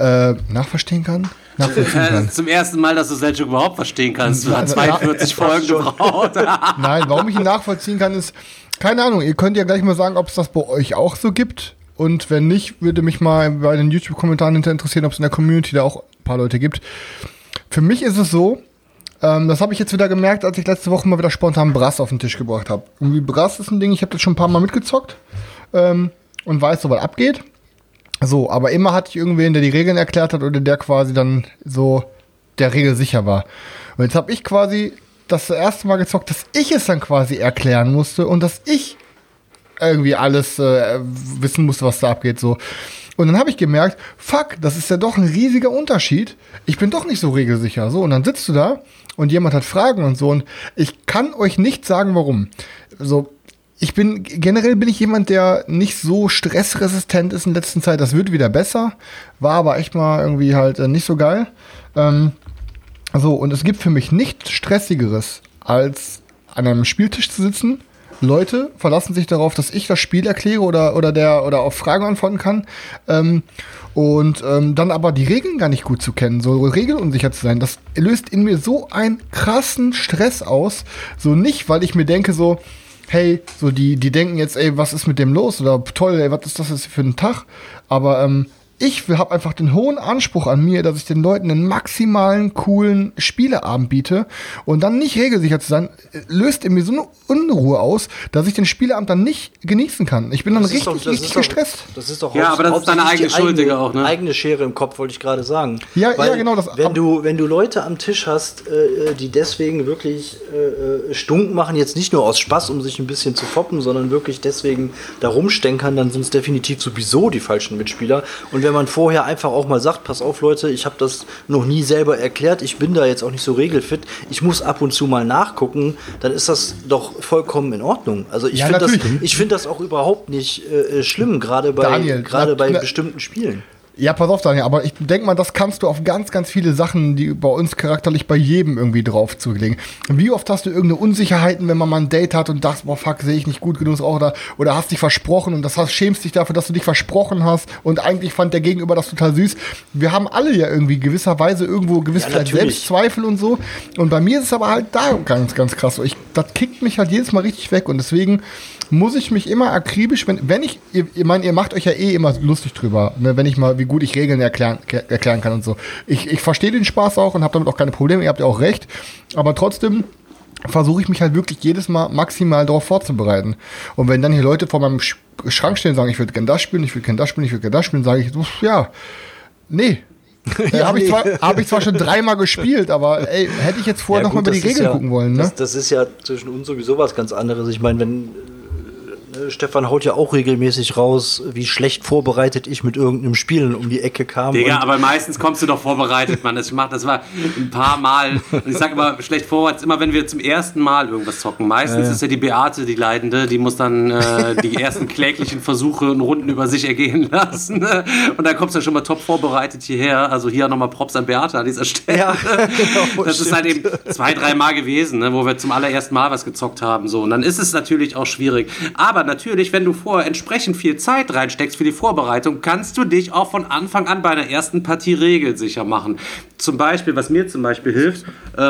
Zum ersten Mal, dass du Selçuk überhaupt verstehen kannst. Du hast 42 Folgen gebraucht. Nein, warum ich ihn nachvollziehen kann, ist, keine Ahnung, ihr könnt ja gleich mal sagen, ob es das bei euch auch so gibt. Und wenn nicht, würde mich mal bei den YouTube-Kommentaren interessieren, ob es in der Community da auch ein paar Leute gibt. Für mich ist es so, das habe ich jetzt wieder gemerkt, als ich letzte Woche mal wieder spontan Brass auf den Tisch gebracht habe. Irgendwie Brass ist ein Ding, ich habe das schon ein paar Mal mitgezockt und weiß, so was abgeht. So, aber immer hatte ich irgendwen, der die Regeln erklärt hat oder der quasi dann so der Regel sicher war. Und jetzt habe ich quasi das erste Mal gezockt, dass ich es dann quasi erklären musste und dass ich irgendwie alles wissen musste, was da abgeht. So. Und dann habe ich gemerkt, fuck, das ist ja doch ein riesiger Unterschied. Ich bin doch nicht so regelsicher. So, und dann sitzt du da und jemand hat Fragen und so. Und ich kann euch nicht sagen, warum. So, generell bin ich jemand, der nicht so stressresistent ist in letzter Zeit. Das wird wieder besser. War aber echt mal irgendwie halt nicht so geil. So, und es gibt für mich nichts Stressigeres, als an einem Spieltisch zu sitzen. Leute verlassen sich darauf, dass ich das Spiel erkläre oder auf Fragen antworten kann. Dann aber die Regeln gar nicht gut zu kennen, so regelunsicher zu sein, das löst in mir so einen krassen Stress aus. So nicht, weil ich mir denke so, hey, so die denken jetzt, ey, was ist mit dem los? Oder toll, ey, was ist das jetzt für ein Tag? Aber ich habe einfach den hohen Anspruch an mir, dass ich den Leuten einen maximalen, coolen Spieleabend biete und dann nicht regelsicher zu sein, löst in mir so eine Unruhe aus, dass ich den Spieleabend dann nicht genießen kann. Ich bin dann richtig gestresst. Das ist doch aber das ist deine eigene Schuld, Digga, auch, ne? Eigene Schere im Kopf, wollte ich gerade sagen. Ja, genau. Wenn du Leute am Tisch hast, die deswegen wirklich stunk machen, jetzt nicht nur aus Spaß, um sich ein bisschen zu foppen, sondern wirklich deswegen da rumstänkern, dann sind es definitiv sowieso die falschen Mitspieler. Und wenn man vorher einfach auch mal sagt, pass auf Leute, ich habe das noch nie selber erklärt, ich bin da jetzt auch nicht so regelfit, ich muss ab und zu mal nachgucken, dann ist das doch vollkommen in Ordnung. Also ich finde das auch überhaupt nicht schlimm, gerade bei bestimmten Spielen. Ja, pass auf, Daniel, aber ich denke mal, das kannst du auf ganz, ganz viele Sachen, die bei uns charakterlich bei jedem irgendwie drauf zulegen. Wie oft hast du irgendeine Unsicherheiten, wenn man mal ein Date hat und dachtest, boah, fuck, sehe ich nicht gut genug oder hast dich versprochen und schämst dich dafür, dass du dich versprochen hast und eigentlich fand der Gegenüber das total süß. Wir haben alle ja irgendwie gewisserweise irgendwo Selbstzweifel und so. Und bei mir ist es aber halt da ganz, ganz krass. Das kickt mich halt jedes Mal richtig weg und deswegen muss ich mich immer akribisch, ihr macht euch ja eh immer lustig drüber, ne, wenn ich mal, wie gut ich Regeln erklären kann und so. Ich verstehe den Spaß auch und habe damit auch keine Probleme, ihr habt ja auch recht, aber trotzdem versuche ich mich halt wirklich jedes Mal maximal darauf vorzubereiten. Und wenn dann hier Leute vor meinem Schrank stehen und sagen, ich würde gerne das spielen, ich würde gerne das spielen, ich würde gerne das spielen, sage ich, ja, nee, Habe ich zwar schon 3-mal gespielt, aber ey, hätte ich jetzt vorher noch mal über die Regeln gucken wollen. Ne? Das ist ja zwischen uns sowieso was ganz anderes. Ich meine, wenn Stefan haut ja auch regelmäßig raus, wie schlecht vorbereitet ich mit irgendeinem Spiel um die Ecke kam. Digga, aber meistens kommst du doch vorbereitet, Mann. Das war ein paar Mal. Und ich sag immer, schlecht vorbereitet, immer wenn wir zum ersten Mal irgendwas zocken. Meistens ist ja die Beate die Leidende, die muss dann die ersten kläglichen Versuche und Runden über sich ergehen lassen. Und dann kommst du schon mal top vorbereitet hierher. Also hier nochmal Props an Beate an dieser Stelle. Ja, genau, das ist halt eben 2-3 Mal gewesen, ne, wo wir zum allerersten Mal was gezockt haben. So. Und dann ist es natürlich auch schwierig. Aber natürlich, wenn du vorher entsprechend viel Zeit reinsteckst für die Vorbereitung, kannst du dich auch von Anfang an bei der ersten Partie regelsicher machen. Zum Beispiel, was mir zum Beispiel hilft,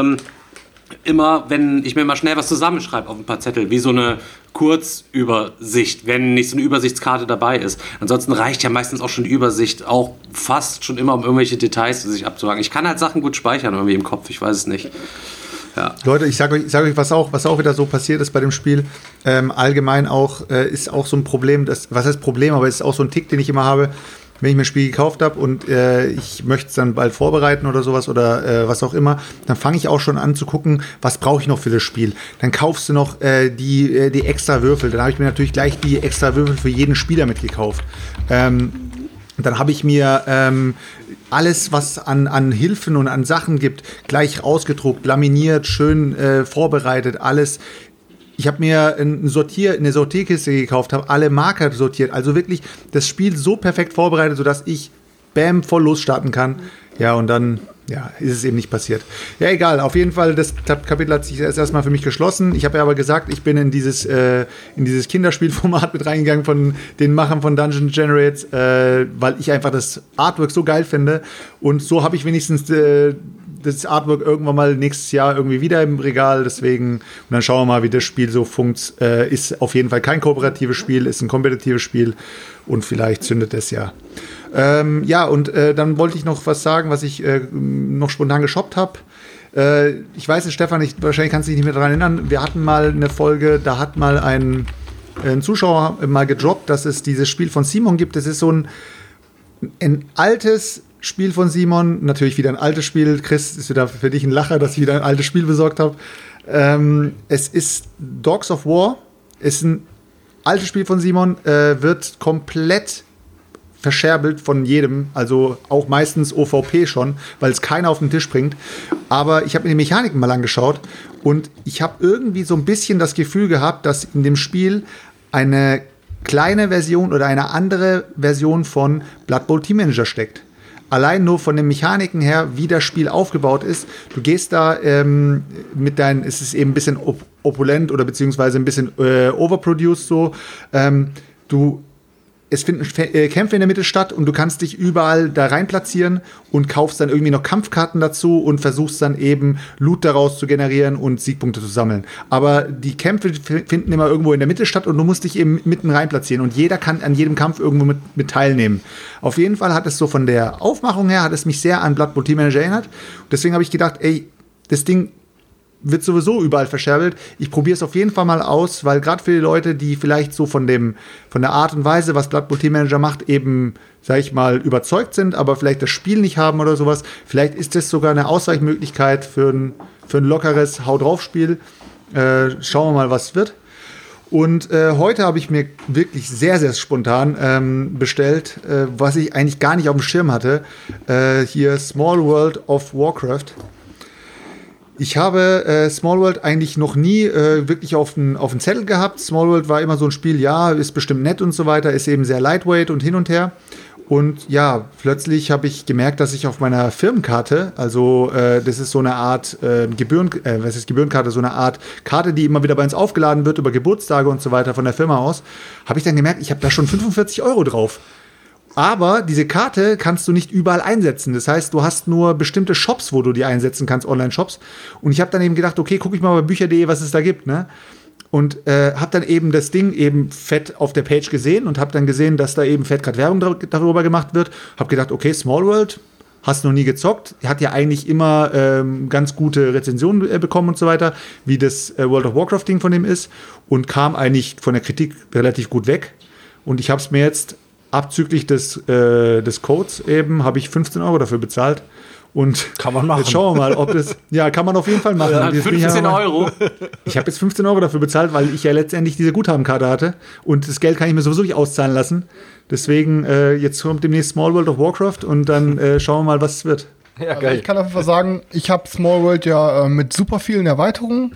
immer, wenn ich mir mal schnell was zusammenschreibe auf ein paar Zettel, wie so eine Kurzübersicht, wenn nicht so eine Übersichtskarte dabei ist. Ansonsten reicht ja meistens auch schon die Übersicht, auch fast schon immer, um irgendwelche Details sich abzuhaken. Ich kann halt Sachen gut speichern irgendwie im Kopf, ich weiß es nicht. Ja. Leute, ich sag euch, was auch wieder so passiert ist bei dem Spiel. Allgemein auch ist auch so ein Problem, was heißt Problem, aber es ist auch so ein Tick, den ich immer habe, wenn ich mir ein Spiel gekauft habe und ich möchte es dann bald vorbereiten oder sowas oder was auch immer, dann fange ich auch schon an zu gucken, was brauche ich noch für das Spiel. Dann kaufst du noch die extra Würfel. Dann habe ich mir natürlich gleich die extra Würfel für jeden Spieler mitgekauft. Dann habe ich mir alles, was an Hilfen und an Sachen gibt, gleich ausgedruckt, laminiert, schön vorbereitet, alles. Ich habe mir eine Sortierkiste gekauft, habe alle Marker sortiert. Also wirklich das Spiel so perfekt vorbereitet, sodass ich voll losstarten kann. Ja, und dann ist es eben nicht passiert. Ja, egal. Auf jeden Fall, das Kapitel hat sich erstmal für mich geschlossen. Ich habe ja aber gesagt, ich bin in dieses Kinderspielformat mit reingegangen von den Machern von Dungeon Generates, weil ich einfach das Artwork so geil finde. Und so habe ich wenigstens das Artwork irgendwann mal nächstes Jahr irgendwie wieder im Regal. Deswegen, und dann schauen wir mal, wie das Spiel so funktioniert. Ist auf jeden Fall kein kooperatives Spiel, ist ein kompetitives Spiel. Und vielleicht zündet es ja. Dann wollte ich noch was sagen, was ich noch spontan geshoppt habe. Ich weiß es, Stefan, wahrscheinlich kannst du dich nicht mehr daran erinnern. Wir hatten mal eine Folge, da hat mal ein Zuschauer mal gedroppt, dass es dieses Spiel von Simon gibt. Das ist so ein altes Spiel von Simon. Natürlich wieder ein altes Spiel. Chris, ist wieder für dich ein Lacher, dass ich wieder ein altes Spiel besorgt habe. Es ist Dogs of War. Ist ein altes Spiel von Simon. Wird komplett verscherbelt von jedem, also auch meistens OVP schon, weil es keiner auf den Tisch bringt. Aber ich habe mir die Mechaniken mal angeschaut und ich habe irgendwie so ein bisschen das Gefühl gehabt, dass in dem Spiel eine kleine Version oder eine andere Version von Blood Bowl Team Manager steckt. Allein nur von den Mechaniken her, wie das Spiel aufgebaut ist. Du gehst da es ist eben ein bisschen opulent oder beziehungsweise ein bisschen overproduced so. Es finden Kämpfe in der Mitte statt und du kannst dich überall da rein platzieren und kaufst dann irgendwie noch Kampfkarten dazu und versuchst dann eben Loot daraus zu generieren und Siegpunkte zu sammeln. Aber die Kämpfe finden immer irgendwo in der Mitte statt und du musst dich eben mitten rein platzieren und jeder kann an jedem Kampf irgendwo mit teilnehmen. Auf jeden Fall hat es so von der Aufmachung her, hat es mich sehr an Blood Bowl Team Manager erinnert. Deswegen habe ich gedacht, das Ding wird sowieso überall verscherbelt. Ich probiere es auf jeden Fall mal aus, weil gerade für die Leute, die vielleicht so von der Art und Weise, was Blood Bowl Team Manager macht, eben, sag ich mal, überzeugt sind, aber vielleicht das Spiel nicht haben oder sowas, vielleicht ist das sogar eine Ausweichmöglichkeit für ein lockeres Hau-drauf-Spiel. Schauen wir mal, was wird. Und heute habe ich mir wirklich sehr, sehr spontan bestellt, was ich eigentlich gar nicht auf dem Schirm hatte. Hier Small World of Warcraft. Ich habe Small World eigentlich noch nie wirklich auf den Zettel gehabt. Small World war immer so ein Spiel, ja, ist bestimmt nett und so weiter, ist eben sehr lightweight und hin und her. Und ja, plötzlich habe ich gemerkt, dass ich auf meiner Firmenkarte, also das ist so eine Art Gebührenkarte, so eine Art Karte, die immer wieder bei uns aufgeladen wird über Geburtstage und so weiter von der Firma aus, habe ich dann gemerkt, ich habe da schon 45 € drauf. Aber diese Karte kannst du nicht überall einsetzen. Das heißt, du hast nur bestimmte Shops, wo du die einsetzen kannst, Online-Shops. Und ich habe dann eben gedacht, okay, gucke ich mal bei Bücher.de, was es da gibt, ne? Und habe dann eben das Ding eben fett auf der Page gesehen und habe dann gesehen, dass da eben fett gerade Werbung darüber gemacht wird. Habe gedacht, okay, Small World, hast du noch nie gezockt. Hat ja eigentlich immer ganz gute Rezensionen bekommen und so weiter, wie das World of Warcraft Ding von dem ist. Und kam eigentlich von der Kritik relativ gut weg. Und ich habe es mir jetzt abzüglich des Codes eben, habe ich 15 € dafür bezahlt. Und kann man machen. Jetzt schauen wir mal, ob das. Ja, kann man auf jeden Fall machen. Ja, 15 €. Ich habe jetzt 15 € dafür bezahlt, weil ich ja letztendlich diese Guthabenkarte hatte. Und das Geld kann ich mir sowieso nicht auszahlen lassen. Deswegen, jetzt kommt demnächst Small World of Warcraft und dann schauen wir mal, was es wird. Ja, also ich kann auf jeden Fall sagen, ich habe Small World ja mit super vielen Erweiterungen.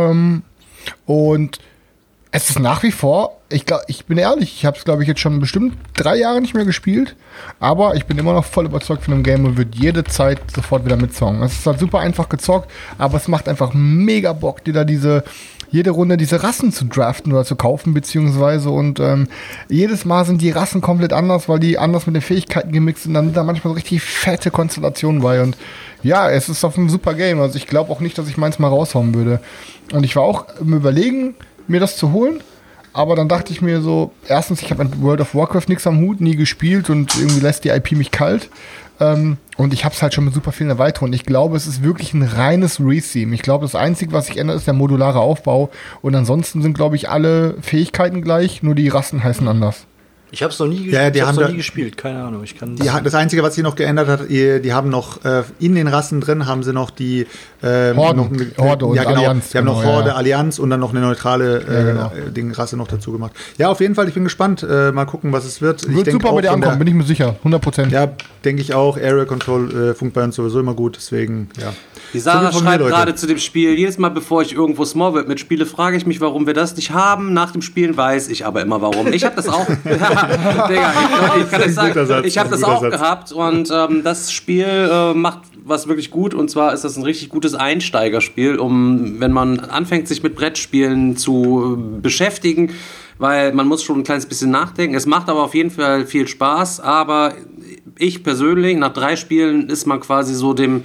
Und es ist nach wie vor, ich bin ehrlich, ich habe es, glaube ich, jetzt schon bestimmt 3 Jahre nicht mehr gespielt, aber ich bin immer noch voll überzeugt von dem Game und würde jede Zeit sofort wieder mitzocken. Es ist halt super einfach gezockt, aber es macht einfach mega Bock, dir da jede Runde diese Rassen zu draften oder zu kaufen, beziehungsweise und jedes Mal sind die Rassen komplett anders, weil die anders mit den Fähigkeiten gemixt sind, dann sind da manchmal so richtig fette Konstellationen bei und ja, es ist auf ein super Game, also ich glaube auch nicht, dass ich meins mal raushauen würde. Und ich war auch im Überlegen, mir das zu holen, aber dann dachte ich mir so, erstens, ich habe mit World of Warcraft nichts am Hut, nie gespielt und irgendwie lässt die IP mich kalt. Und ich habe es halt schon mit super vielen Erweiterungen. Ich glaube, es ist wirklich ein reines Retheme. Ich glaube, das Einzige, was sich ändert, ist der modulare Aufbau. Und ansonsten sind, glaube ich, alle Fähigkeiten gleich, nur die Rassen heißen anders. Ich habe es noch nie gespielt, keine Ahnung. Das Einzige, was sich noch geändert hat, die haben noch in den Rassen drin, haben sie noch die Horde und Allianz. Die haben noch Horde, Allianz und dann noch eine neutrale Rasse noch dazu gemacht. Ja, auf jeden Fall, ich bin gespannt. Mal gucken, was es wird. Wird super bei dir ankommen, bin ich mir sicher, 100%. Ja, denke ich auch. Area Control funkt bei uns sowieso immer gut, deswegen, ja. Die Sarah schreibt gerade zu dem Spiel, jedes Mal, bevor ich irgendwo Small World mitspiele, frage ich mich, warum wir das nicht haben. Nach dem Spielen weiß ich aber immer, warum. Ich habe das auch. Digga, ich kann das sagen. Ich habe das auch gehabt und das Spiel macht was wirklich gut und zwar ist das ein richtig gutes Einsteigerspiel, wenn man anfängt, sich mit Brettspielen zu beschäftigen, weil man muss schon ein kleines bisschen nachdenken. Es macht aber auf jeden Fall viel Spaß, aber ich persönlich, nach 3 Spielen ist man quasi so dem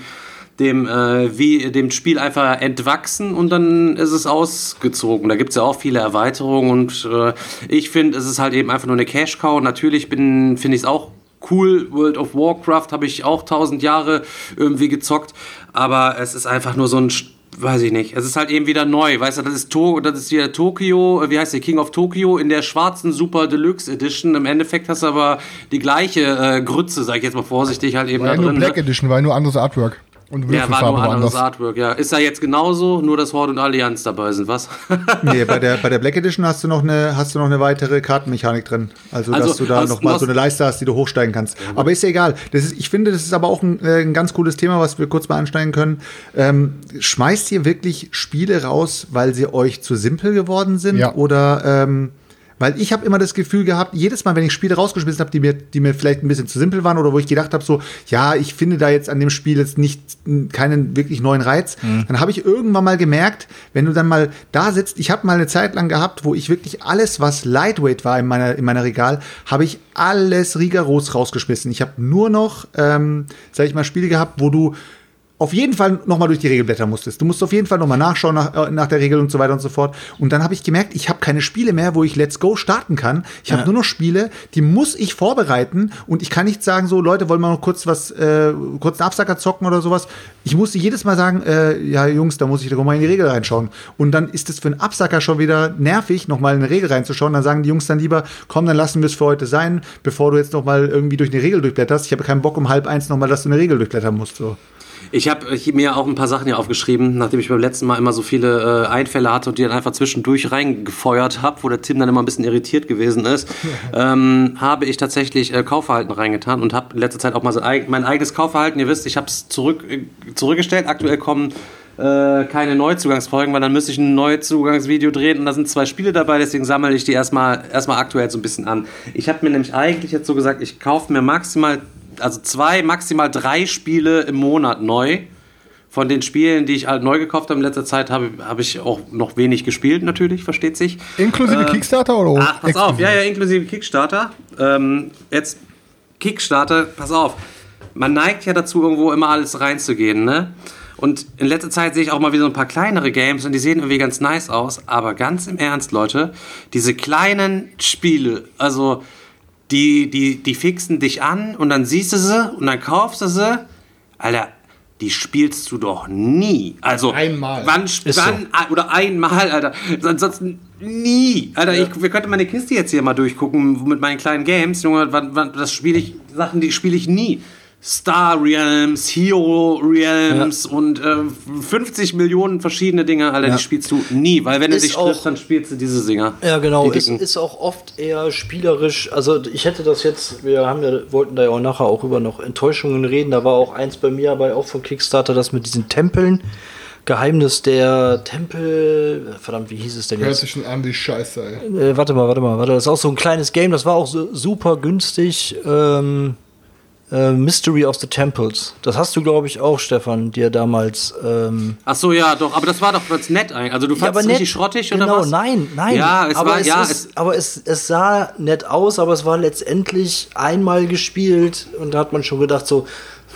Spiel einfach entwachsen und dann ist es ausgezogen. Da gibt es ja auch viele Erweiterungen und ich finde, es ist halt eben einfach nur eine Cash-Cow. Natürlich finde ich es auch cool. World of Warcraft habe ich auch 1000 Jahre irgendwie gezockt, aber es ist einfach nur so ein, weiß ich nicht, es ist halt eben wieder neu, weißt du, das ist wieder Tokio, wie heißt der, King of Tokyo in der schwarzen Super Deluxe Edition. Im Endeffekt hast du aber die gleiche Grütze, sag ich jetzt mal vorsichtig, halt eben da drin. Nur Black Edition, war nur anderes Artwork. Und ja, war nur anderes Artwork, ja. Ist ja jetzt genauso, nur dass Horde und Allianz dabei sind, was? Nee, bei der Black Edition hast du noch eine weitere Kartenmechanik drin. Also dass du da nochmal so eine Leiste hast, die du hochsteigen kannst. Ja, aber ist ja egal. Ich finde, das ist aber auch ein ganz cooles Thema, was wir kurz mal ansteigen können. Schmeißt ihr wirklich Spiele raus, weil sie euch zu simpel geworden sind? Ja. Oder weil ich habe immer das Gefühl gehabt, jedes Mal, wenn ich Spiele rausgeschmissen habe, die mir vielleicht ein bisschen zu simpel waren oder wo ich gedacht habe, so, ja, ich finde da jetzt an dem Spiel jetzt keinen wirklich neuen Reiz, dann habe ich irgendwann mal gemerkt, wenn du dann mal da sitzt, ich habe mal eine Zeit lang gehabt, wo ich wirklich alles, was Lightweight war in meiner Regal, habe ich alles rigoros rausgeschmissen. Ich habe nur noch, sag ich mal, Spiele gehabt, wo du auf jeden Fall nochmal durch die Regel blättern musstest. Du musst auf jeden Fall nochmal nachschauen nach der Regel und so weiter und so fort. Und dann habe ich gemerkt, ich habe keine Spiele mehr, wo ich Let's Go starten kann. Ich habe nur noch Spiele, die muss ich vorbereiten. Und ich kann nicht sagen, so, Leute, wollen wir noch kurz einen Absacker zocken oder sowas. Ich musste jedes Mal sagen, ja, Jungs, da muss ich doch mal in die Regel reinschauen. Und dann ist es für einen Absacker schon wieder nervig, nochmal in eine Regel reinzuschauen. Dann sagen die Jungs dann lieber, komm, dann lassen wir es für heute sein, bevor du jetzt nochmal irgendwie durch eine Regel durchblätterst. Ich habe keinen Bock um 12:30 nochmal, dass du eine Regel durchblättern musst, so. Ich habe mir auch ein paar Sachen hier aufgeschrieben, nachdem ich beim letzten Mal immer so viele Einfälle hatte und die dann einfach zwischendurch reingefeuert habe, wo der Tim dann immer ein bisschen irritiert gewesen ist, habe ich tatsächlich Kaufverhalten reingetan und habe in letzter Zeit auch mal mein eigenes Kaufverhalten, ihr wisst, ich habe es zurückgestellt, aktuell kommen keine Neuzugangsfolgen, weil dann müsste ich ein Neuzugangsvideo drehen und da sind 2 Spiele dabei, deswegen sammle ich die erstmal aktuell so ein bisschen an. Ich habe mir nämlich eigentlich jetzt so gesagt, ich kaufe mir maximal 2, maximal 3 Spiele im Monat neu. Von den Spielen, die ich halt neu gekauft habe in letzter Zeit, habe ich auch noch wenig gespielt, natürlich, versteht sich. Inklusive Kickstarter oder? Ach, pass auf, ja, inklusive Kickstarter. Jetzt Kickstarter, pass auf. Man neigt ja dazu, irgendwo immer alles reinzugehen, ne? Und in letzter Zeit sehe ich auch mal wieder so ein paar kleinere Games und die sehen irgendwie ganz nice aus. Aber ganz im Ernst, Leute, diese kleinen Spiele, also die fixen dich an und dann siehst du sie und dann kaufst du sie. Alter, die spielst du doch nie. Also Einmal. Wann oder einmal, Alter. Ansonsten nie. Alter, wir könnten meine Kiste jetzt hier mal durchgucken mit meinen kleinen Games. Junge, das spiele ich, Sachen, die spiele ich nie. Star Realms, Hero Realms und 50 Millionen verschiedene Dinge, Alter, die spielst du nie, weil wenn du dich triffst, dann spielst du diese Dinger. Ja, genau, ist auch oft eher spielerisch, also ich hätte das jetzt, wollten da ja auch nachher auch über noch Enttäuschungen reden, da war auch eins bei mir, aber auch von Kickstarter, das mit diesen Tempeln, Geheimnis der Tempel, verdammt, wie hieß es denn jetzt? Hört sich schon an, die Scheiße, ey. Warte mal, das ist auch so ein kleines Game, das war auch so super günstig, Mystery of the Temples. Das hast du, glaube ich, auch, Stefan, dir damals. Ach so, ja, doch. Aber das war doch ganz nett eigentlich. Also du fandest es richtig schrottig oder was? Nein. Ja, es sah nett aus, aber es war letztendlich einmal gespielt und da hat man schon gedacht so,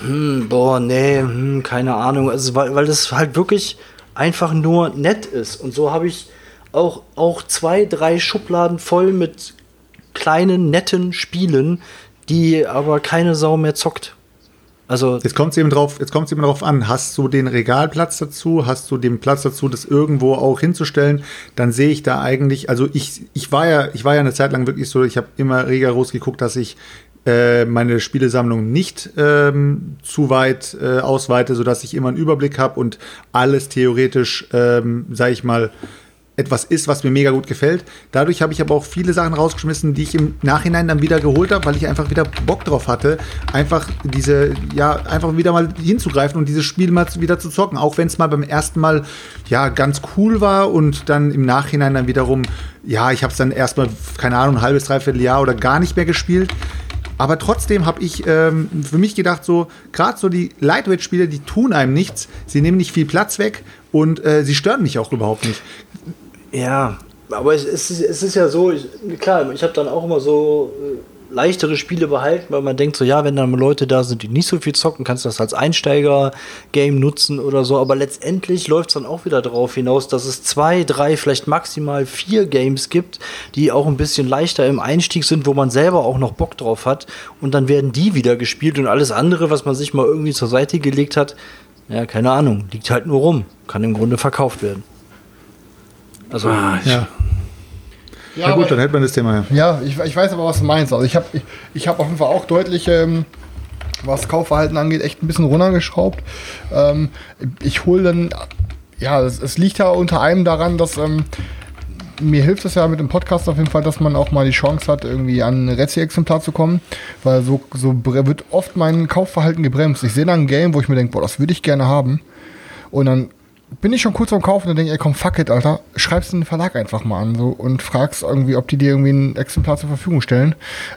keine Ahnung. Also, weil das halt wirklich einfach nur nett ist. Und so habe ich auch 2, 3 Schubladen voll mit kleinen, netten Spielen, die aber keine Sau mehr zockt. Also jetzt kommt es eben drauf an, hast du den Regalplatz dazu, hast du den Platz dazu, das irgendwo auch hinzustellen, dann sehe ich da eigentlich, also ich war ja eine Zeit lang wirklich so, ich habe immer rigoros geguckt, dass ich meine Spielesammlung nicht zu weit ausweite, sodass ich immer einen Überblick habe und alles theoretisch, sage ich mal, etwas ist, was mir mega gut gefällt. Dadurch habe ich aber auch viele Sachen rausgeschmissen, die ich im Nachhinein dann wieder geholt habe, weil ich einfach wieder Bock drauf hatte, einfach wieder mal hinzugreifen und dieses Spiel mal wieder zu zocken, auch wenn es mal beim ersten Mal ganz cool war und dann im Nachhinein dann wiederum, ich habe es dann erstmal, keine Ahnung, ein halbes, dreiviertel Jahr oder gar nicht mehr gespielt. Aber trotzdem habe ich für mich gedacht, so gerade so die Lightweight-Spiele, die tun einem nichts, sie nehmen nicht viel Platz weg und sie stören mich auch überhaupt nicht. Ja, aber es ist ja so, ich habe dann auch immer so leichtere Spiele behalten, weil man denkt so, wenn dann Leute da sind, die nicht so viel zocken, kannst du das als Einsteiger-Game nutzen oder so, aber letztendlich läuft es dann auch wieder darauf hinaus, dass es 2, 3, vielleicht maximal 4 Games gibt, die auch ein bisschen leichter im Einstieg sind, wo man selber auch noch Bock drauf hat und dann werden die wieder gespielt und alles andere, was man sich mal irgendwie zur Seite gelegt hat, keine Ahnung, liegt halt nur rum, kann im Grunde verkauft werden. Also, Ja gut, dann hält man das Thema. Ja, ich weiß aber, was du meinst. Also ich hab auf jeden Fall auch deutlich, was Kaufverhalten angeht, echt ein bisschen runtergeschraubt. Ich hole dann, es liegt ja unter einem daran, dass mir hilft es ja mit dem Podcast auf jeden Fall, dass man auch mal die Chance hat, irgendwie an ein Rezi-Exemplar zu kommen, weil so wird oft mein Kaufverhalten gebremst. Ich sehe dann ein Game, wo ich mir denke, das würde ich gerne haben und dann bin ich schon kurz am Kaufen und denke, komm, fuck it, Alter, schreibst den Verlag einfach mal an so, und fragst irgendwie, ob die dir irgendwie ein Exemplar zur Verfügung stellen.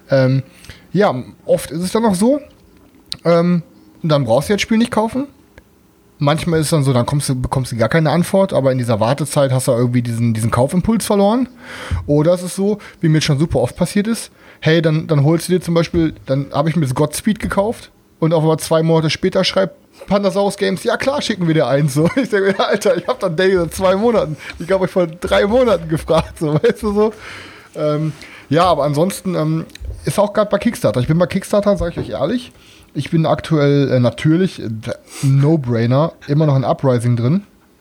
Oft ist es dann noch so, dann brauchst du das Spiel nicht kaufen. Manchmal ist es dann so, dann bekommst du gar keine Antwort, aber in dieser Wartezeit hast du irgendwie diesen Kaufimpuls verloren. Oder es ist so, wie mir schon super oft passiert ist, hey, dann holst du dir zum Beispiel, dann habe ich mir das Godspeed gekauft und auf einmal 2 Monate später schreibt Pandasaurus Games, ja klar, schicken wir dir eins. So. Ich denke mir, Alter, ich hab dann Daily seit 2 Monaten. Ich habe euch vor 3 Monaten gefragt, so, weißt du so. Aber ansonsten ist auch gerade bei Kickstarter. Ich bin bei Kickstarter, sage ich euch ehrlich. Ich bin aktuell natürlich, No-Brainer, immer noch in Uprising drin.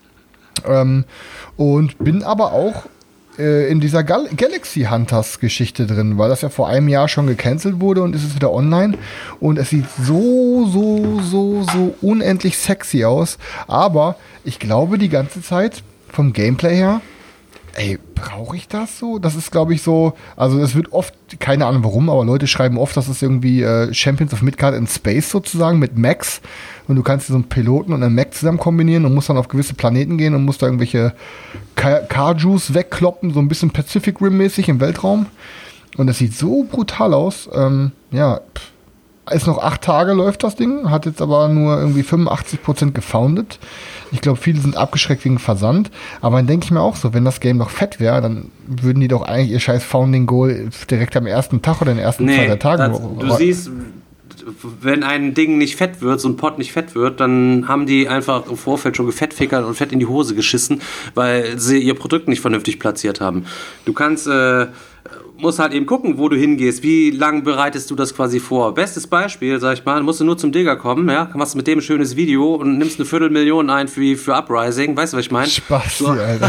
Und bin aber auch in dieser Galaxy Hunters Geschichte drin, weil das ja vor einem Jahr schon gecancelt wurde und ist es wieder online und es sieht so unendlich sexy aus, aber ich glaube die ganze Zeit vom Gameplay her, brauche ich das so? Das ist, glaube ich, so, also es wird oft, keine Ahnung warum, aber Leute schreiben oft, dass es irgendwie Champions of Midgard in Space sozusagen mit Mechs und du kannst so einen Piloten und einen Mech zusammen kombinieren und musst dann auf gewisse Planeten gehen und musst da irgendwelche Kajus wegkloppen, so ein bisschen Pacific Rim mäßig im Weltraum und das sieht so brutal aus, ist noch 8 Tage läuft das Ding, hat jetzt aber nur irgendwie 85% gefoundet. Ich glaube, viele sind abgeschreckt wegen Versand. Aber dann denke ich mir auch so, wenn das Game noch fett wäre, dann würden die doch eigentlich ihr scheiß Founding Goal direkt am ersten Tag oder in den ersten 2, 3 Tagen. Du siehst, wenn ein Ding nicht fett wird, so ein Pot nicht fett wird, dann haben die einfach im Vorfeld schon gefettfickert und fett in die Hose geschissen, weil sie ihr Produkt nicht vernünftig platziert haben. Du kannst musst halt eben gucken, wo du hingehst. Wie lange bereitest du das quasi vor? Bestes Beispiel, sag ich mal, musst du nur zum Digger kommen, ja, machst mit dem ein schönes Video und nimmst 250.000 ein für Uprising. Weißt du, was ich meine? Spaß, so. Alter.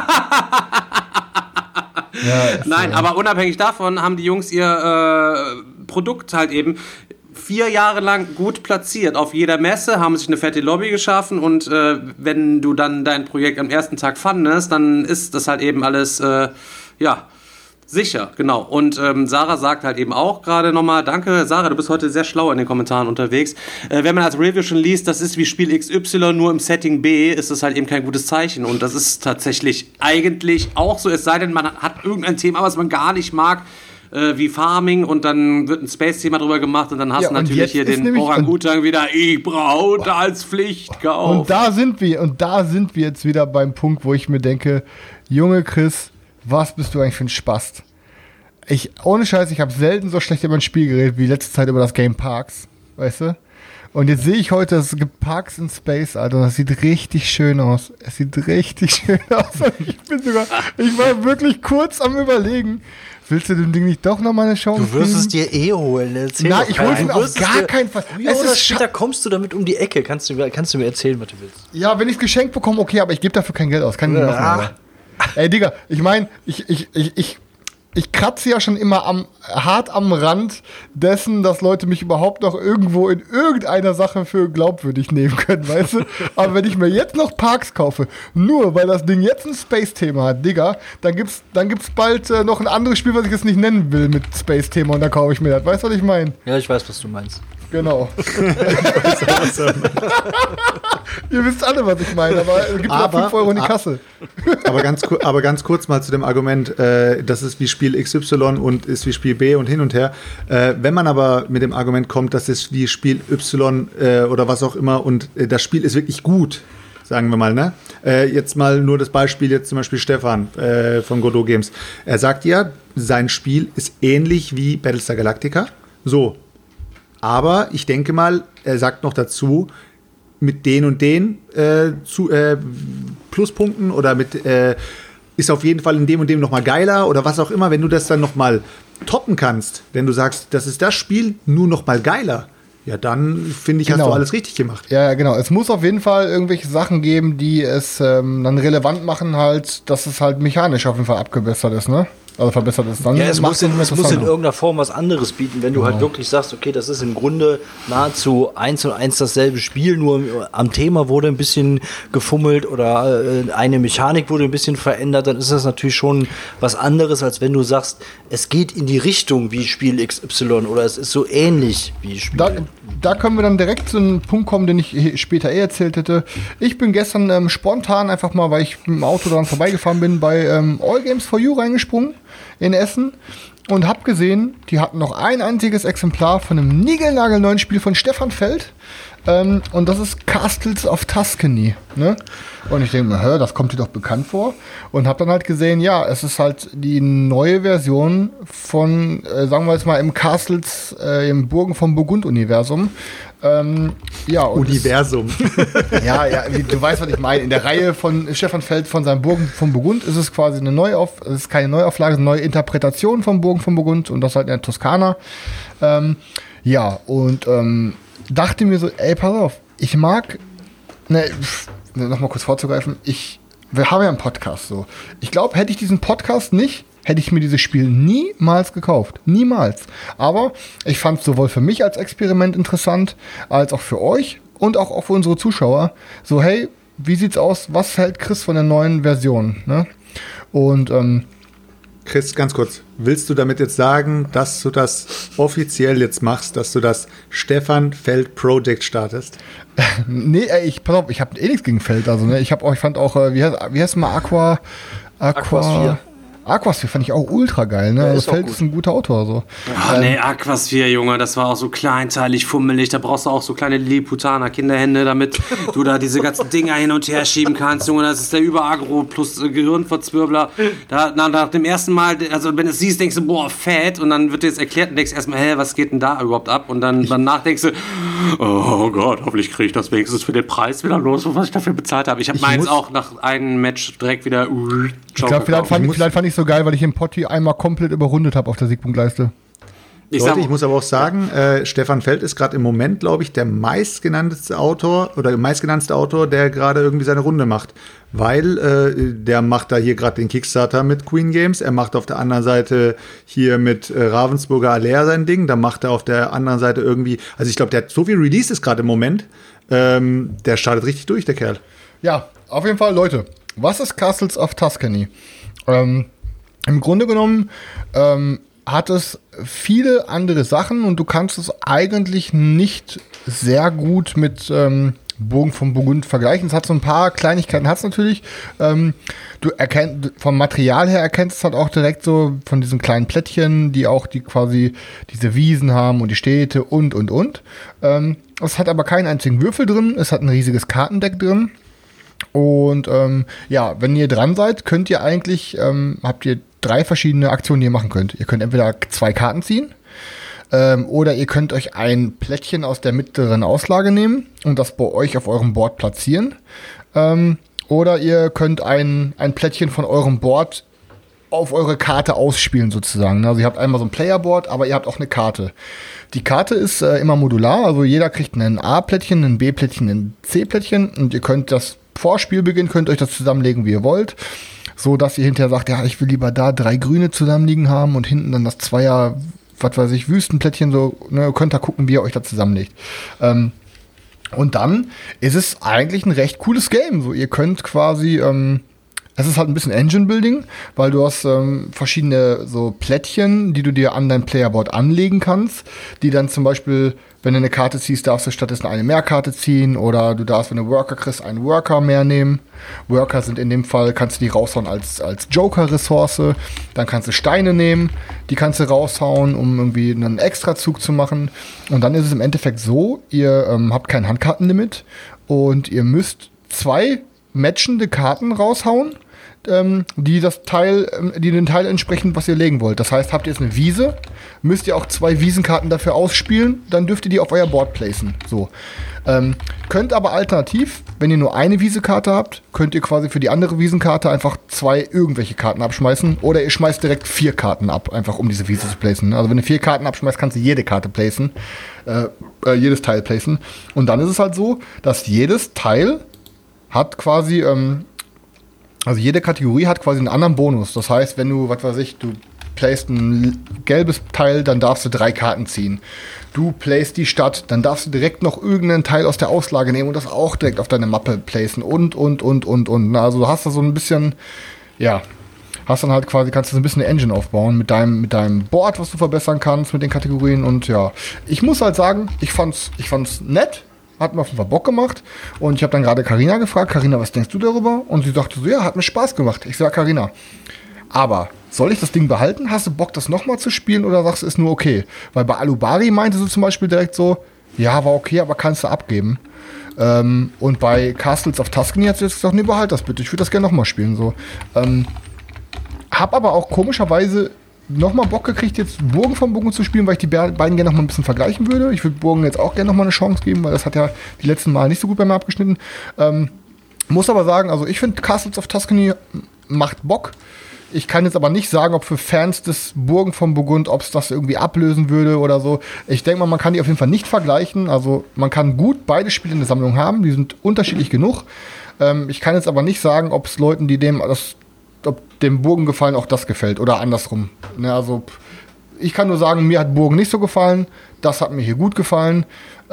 Ja, nein, aber unabhängig davon haben die Jungs ihr Produkt halt eben 4 Jahre lang gut platziert. Auf jeder Messe haben sich eine fette Lobby geschaffen und wenn du dann dein Projekt am ersten Tag fandest, dann ist das halt eben alles, sicher, genau. Und Sarah sagt halt eben auch gerade nochmal, danke Sarah, du bist heute sehr schlau in den Kommentaren unterwegs. Wenn man als Review schon liest, das ist wie Spiel XY, nur im Setting B, ist das halt eben kein gutes Zeichen. Und das ist tatsächlich eigentlich auch so, es sei denn, man hat irgendein Thema, was man gar nicht mag, wie Farming, und dann wird ein Space-Thema drüber gemacht und dann hast du natürlich hier den Orang-Utan wieder, ich brauche das als Pflichtkauf. Und da sind wir jetzt wieder beim Punkt, wo ich mir denke, Junge Chris, was bist du eigentlich für ein Spast? Ohne Scheiß, ich habe selten so schlecht über ein Spiel geredet wie letzte Zeit über das Game Parks, weißt du? Und jetzt sehe ich heute, es gibt Parks in Space, Alter, und das sieht richtig schön aus. Es sieht richtig schön aus. Ich war wirklich kurz am Überlegen, willst du dem Ding nicht doch nochmal eine Chance geben? Du wirst es dir holen. Erzähl. Nein, ich hole es mir auf gar keinen Fall. Früher oder später kommst du damit um die Ecke. Kannst du mir erzählen, was du willst. Ja, wenn ich es geschenkt bekomme, okay, aber ich gebe dafür kein Geld aus. Kann ich nicht machen, Alter. Ey, Digga, ich meine, ich kratze ja schon immer hart am Rand dessen, dass Leute mich überhaupt noch irgendwo in irgendeiner Sache für glaubwürdig nehmen können, weißt du? Aber wenn ich mir jetzt noch Parks kaufe, nur weil das Ding jetzt ein Space-Thema hat, Digga, dann gibt's bald noch ein anderes Spiel, was ich jetzt nicht nennen will mit Space-Thema, und da kaufe ich mir das. Weißt du, was ich meine? Ja, ich weiß, was du meinst. Genau. Ihr wisst alle, was ich meine, aber es gibt noch 5 Euro in die Kasse. Aber ganz kurz mal zu dem Argument, das ist wie Spiel XY und ist wie Spiel B und hin und her. Wenn man aber mit dem Argument kommt, das ist wie Spiel Y oder was auch immer und das Spiel ist wirklich gut, sagen wir mal, ne? Jetzt mal nur das Beispiel, jetzt zum Beispiel Stefan von Godot Games. Er sagt ja, sein Spiel ist ähnlich wie Battlestar Galactica. So. Aber ich denke mal, er sagt noch dazu, mit den und den Pluspunkten oder mit ist auf jeden Fall in dem und dem nochmal geiler oder was auch immer, wenn du das dann nochmal toppen kannst, wenn du sagst, das ist das Spiel nur nochmal geiler, ja dann finde ich, hast du alles richtig gemacht. Ja, genau. Es muss auf jeden Fall irgendwelche Sachen geben, die es dann relevant machen halt, dass es halt mechanisch auf jeden Fall abgebessert ist, ne? Also verbessert ist dann. Ja, es muss in irgendeiner Form was anderes bieten, wenn du halt wirklich sagst, okay, das ist im Grunde nahezu 1:1 dasselbe Spiel, nur am Thema wurde ein bisschen gefummelt oder eine Mechanik wurde ein bisschen verändert, dann ist das natürlich schon was anderes, als wenn du sagst, es geht in die Richtung wie Spiel XY oder es ist so ähnlich wie Spiel. Da können wir dann direkt zu einem Punkt kommen, den ich später erzählt hätte. Ich bin gestern spontan einfach mal, weil ich mit dem Auto daran vorbeigefahren bin, bei All Games for You reingesprungen in Essen und hab gesehen, die hatten noch ein einziges Exemplar von einem niegelnagelneuen Spiel von Stefan Feld. Und das ist Castles of Tuscany. Ne? Und ich denke mir, das kommt dir doch bekannt vor. Und habe dann halt gesehen, ja, es ist halt die neue Version von, sagen wir jetzt mal, im Castles, im Burgen vom Burgund-Universum. Universum. Ja, du weißt, was ich meine. In der Reihe von Stefan Feld von seinem Burgen vom Burgund ist es quasi es ist keine Neuauflage, es ist eine neue Interpretation vom Burgen vom Burgund und das halt in der Toskana. Dachte mir so, ey, pass auf, ich mag, nochmal kurz vorzugreifen, wir haben ja einen Podcast so. Ich glaube, hätte ich diesen Podcast nicht, hätte ich mir dieses Spiel niemals gekauft. Niemals. Aber ich fand es sowohl für mich als Experiment interessant, als auch für euch und auch für unsere Zuschauer. So, hey, wie sieht's aus? Was hält Chris von der neuen Version? Ne? Und, Chris, ganz kurz, willst du damit jetzt sagen, dass du das offiziell jetzt machst, dass du das Stefan Feld Project startest? Nee, pass auf, ich habe nichts gegen Feld. Also, ne, ich fand auch, wie heißt mal Aquasphere. Aquasphere fand ich auch ultra geil, ne? Ja, also Feld ist ein guter Autor. So. Aquasphere, Junge, das war auch so kleinteilig, fummelig. Da brauchst du auch so kleine Lilliputaner Kinderhände, damit du da diese ganzen Dinger hin und her schieben kannst, Junge. Das ist der Überagro plus Gehirnverzwirbler. Nach dem ersten Mal, also wenn du es siehst, denkst du, boah, fett. Und dann wird dir das erklärt und denkst erstmal, was geht denn da überhaupt ab? Und dann danach denkst du, oh Gott, hoffentlich kriege ich das wenigstens für den Preis wieder los, was ich dafür bezahlt habe. Ich habe meins auch nach einem Match direkt wieder Ich glaube, vielleicht fand ich so geil, weil ich den Potti einmal komplett überrundet habe auf der Siegpunktleiste. Ich muss aber auch sagen, Stefan Feld ist gerade im Moment, glaube ich, der meistgenannteste Autor, der gerade irgendwie seine Runde macht. Weil der macht da hier gerade den Kickstarter mit Queen Games, er macht auf der anderen Seite hier mit Ravensburger Alea sein Ding, da macht er auf der anderen Seite irgendwie, also ich glaube, der hat so viel Releases gerade im Moment, der startet richtig durch, der Kerl. Ja, auf jeden Fall, Leute, was ist Castles of Tuscany? Im Grunde genommen hat es viele andere Sachen und du kannst es eigentlich nicht sehr gut mit Burgen von Burgund vergleichen. Es hat so ein paar Kleinigkeiten, hat es natürlich. Du erkennst, vom Material her erkennst es halt auch direkt so von diesen kleinen Plättchen, die auch quasi diese Wiesen haben und die Städte und. Es hat aber keinen einzigen Würfel drin, es hat ein riesiges Kartendeck drin. Und wenn ihr dran seid, könnt ihr eigentlich, habt ihr 3 verschiedene Aktionen, die ihr machen könnt. Ihr könnt entweder 2 Karten ziehen oder ihr könnt euch ein Plättchen aus der mittleren Auslage nehmen und das bei euch auf eurem Board platzieren. Oder ihr könnt ein Plättchen von eurem Board auf eure Karte ausspielen sozusagen. Also ihr habt einmal so ein Playerboard, aber ihr habt auch eine Karte. Die Karte ist immer modular, also jeder kriegt ein A-Plättchen, ein B-Plättchen, ein C-Plättchen und ihr könnt das vor Spielbeginn könnt euch das zusammenlegen, wie ihr wollt. So, dass ihr hinterher sagt, ja, ich will lieber da 3 Grüne zusammenliegen haben und hinten dann das Zweier, was weiß ich, Wüstenplättchen, so, ne, könnt da gucken, wie ihr euch da zusammenlegt. Und dann ist es eigentlich ein recht cooles Game. So, ihr könnt quasi, es ist halt ein bisschen Engine-Building, weil du hast verschiedene so Plättchen, die du dir an dein Playerboard anlegen kannst, die dann zum Beispiel, wenn du eine Karte ziehst, darfst du stattdessen eine Mehrkarte ziehen oder du darfst, wenn du Worker kriegst, einen Worker mehr nehmen. Worker sind in dem Fall, kannst du die raushauen als Joker-Ressource. Dann kannst du Steine nehmen, die kannst du raushauen, um irgendwie einen Extrazug zu machen. Und dann ist es im Endeffekt so, ihr habt kein Handkartenlimit und ihr müsst 2 matchende Karten raushauen, die den Teil entsprechen, was ihr legen wollt. Das heißt, habt ihr jetzt eine Wiese, müsst ihr auch 2 Wiesenkarten dafür ausspielen, dann dürft ihr die auf euer Board placen. So. Könnt aber alternativ, wenn ihr nur eine Wiesenkarte habt, könnt ihr quasi für die andere Wiesenkarte einfach 2 irgendwelche Karten abschmeißen oder ihr schmeißt direkt 4 Karten ab, einfach um diese Wiese zu placen. Also wenn du 4 Karten abschmeißt, kannst du jede Karte placen, jedes Teil placen. Und dann ist es halt so, dass jedes Teil hat quasi, also jede Kategorie hat quasi einen anderen Bonus. Das heißt, wenn du, was weiß ich, du playst ein gelbes Teil, dann darfst du 3 Karten ziehen. Du playst die Stadt, dann darfst du direkt noch irgendeinen Teil aus der Auslage nehmen und das auch direkt auf deine Mappe placen und. Also du hast da so ein bisschen, ja, hast dann halt quasi, kannst du so ein bisschen eine Engine aufbauen mit deinem Board, was du verbessern kannst, mit den Kategorien und ja. Ich muss halt sagen, ich fand's nett. Hat mir auf jeden Fall Bock gemacht. Und ich habe dann gerade Carina gefragt, Carina, was denkst du darüber? Und sie sagte so, ja, hat mir Spaß gemacht. Ich sage, Carina, aber soll ich das Ding behalten? Hast du Bock, das nochmal zu spielen oder sagst du, ist nur okay? Weil bei Alubari meinte sie zum Beispiel direkt so, ja, war okay, aber kannst du abgeben. Und bei Castles of Tuscany hat sie jetzt gesagt, nee, behalt das bitte. Ich würde das gerne nochmal spielen. So. Hab aber auch komischerweise nochmal Bock gekriegt, jetzt Burgen von Burgund zu spielen, weil ich die beiden gerne noch mal ein bisschen vergleichen würde. Ich würde Burgen jetzt auch gerne noch mal eine Chance geben, weil das hat ja die letzten Mal nicht so gut bei mir abgeschnitten. Muss aber sagen, also ich finde Castles of Tuscany macht Bock. Ich kann jetzt aber nicht sagen, ob für Fans des Burgen von Burgund, ob es das irgendwie ablösen würde oder so. Ich denke mal, man kann die auf jeden Fall nicht vergleichen. Also man kann gut beide Spiele in der Sammlung haben. Die sind unterschiedlich genug. Ich kann jetzt aber nicht sagen, ob es Leuten, die ob dem Burgen gefallen, auch das gefällt oder andersrum. Ne, also ich kann nur sagen, mir hat Burgen nicht so gefallen, das hat mir hier gut gefallen.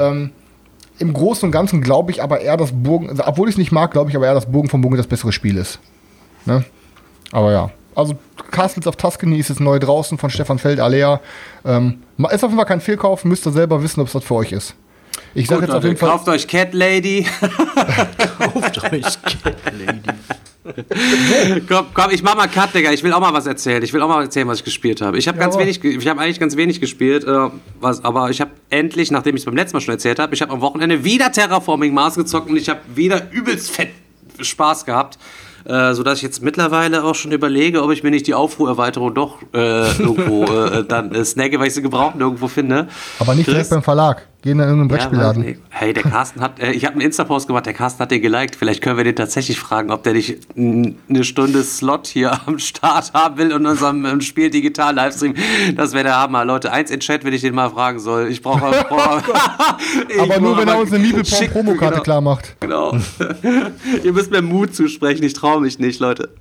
Im Großen und Ganzen glaube ich aber eher, dass Burgen, also, obwohl ich es nicht mag, glaube ich aber eher, dass Burgen von Burgen das bessere Spiel ist. Ne? Aber ja, also Castles of Tuscany ist jetzt neu draußen von Stefan Feld, Alea. Ist auf jeden Fall kein Fehlkauf, müsst ihr selber wissen, ob es das für euch ist. Ich sage jetzt auf jeden Fall. Kauft euch Cat Lady. Kauft euch Cat Lady. Komm, ich mach mal Cut, Digga. Ich will auch mal was erzählen. Was ich gespielt habe. Ich habe eigentlich ganz wenig gespielt, aber ich habe endlich, nachdem ich es beim letzten Mal schon erzählt habe, ich habe am Wochenende wieder Terraforming Mars gezockt und ich habe wieder übelst fett Spaß gehabt. Sodass ich jetzt mittlerweile auch schon überlege, ob ich mir nicht die Aufruhrerweiterung doch irgendwo dann snagge, weil ich sie gebraucht nirgendwo finde. Aber nicht direkt beim Verlag. Gehen dann in irgendeinen Brettspielladen. Ja, hey, der Carsten hat, ich habe einen Insta-Post gemacht, der Carsten hat den geliked. Vielleicht können wir den tatsächlich fragen, ob der nicht eine Stunde Slot hier am Start haben will in unserem Spiel digital Livestream. Das wäre der Hammer. Leute, eins in Chat, wenn ich den mal fragen soll. Ich brauche aber nur, wenn er uns eine Meeple-Promokarte klar macht. Genau. Ihr müsst mir Mut zusprechen, ich traue mich nicht, Leute.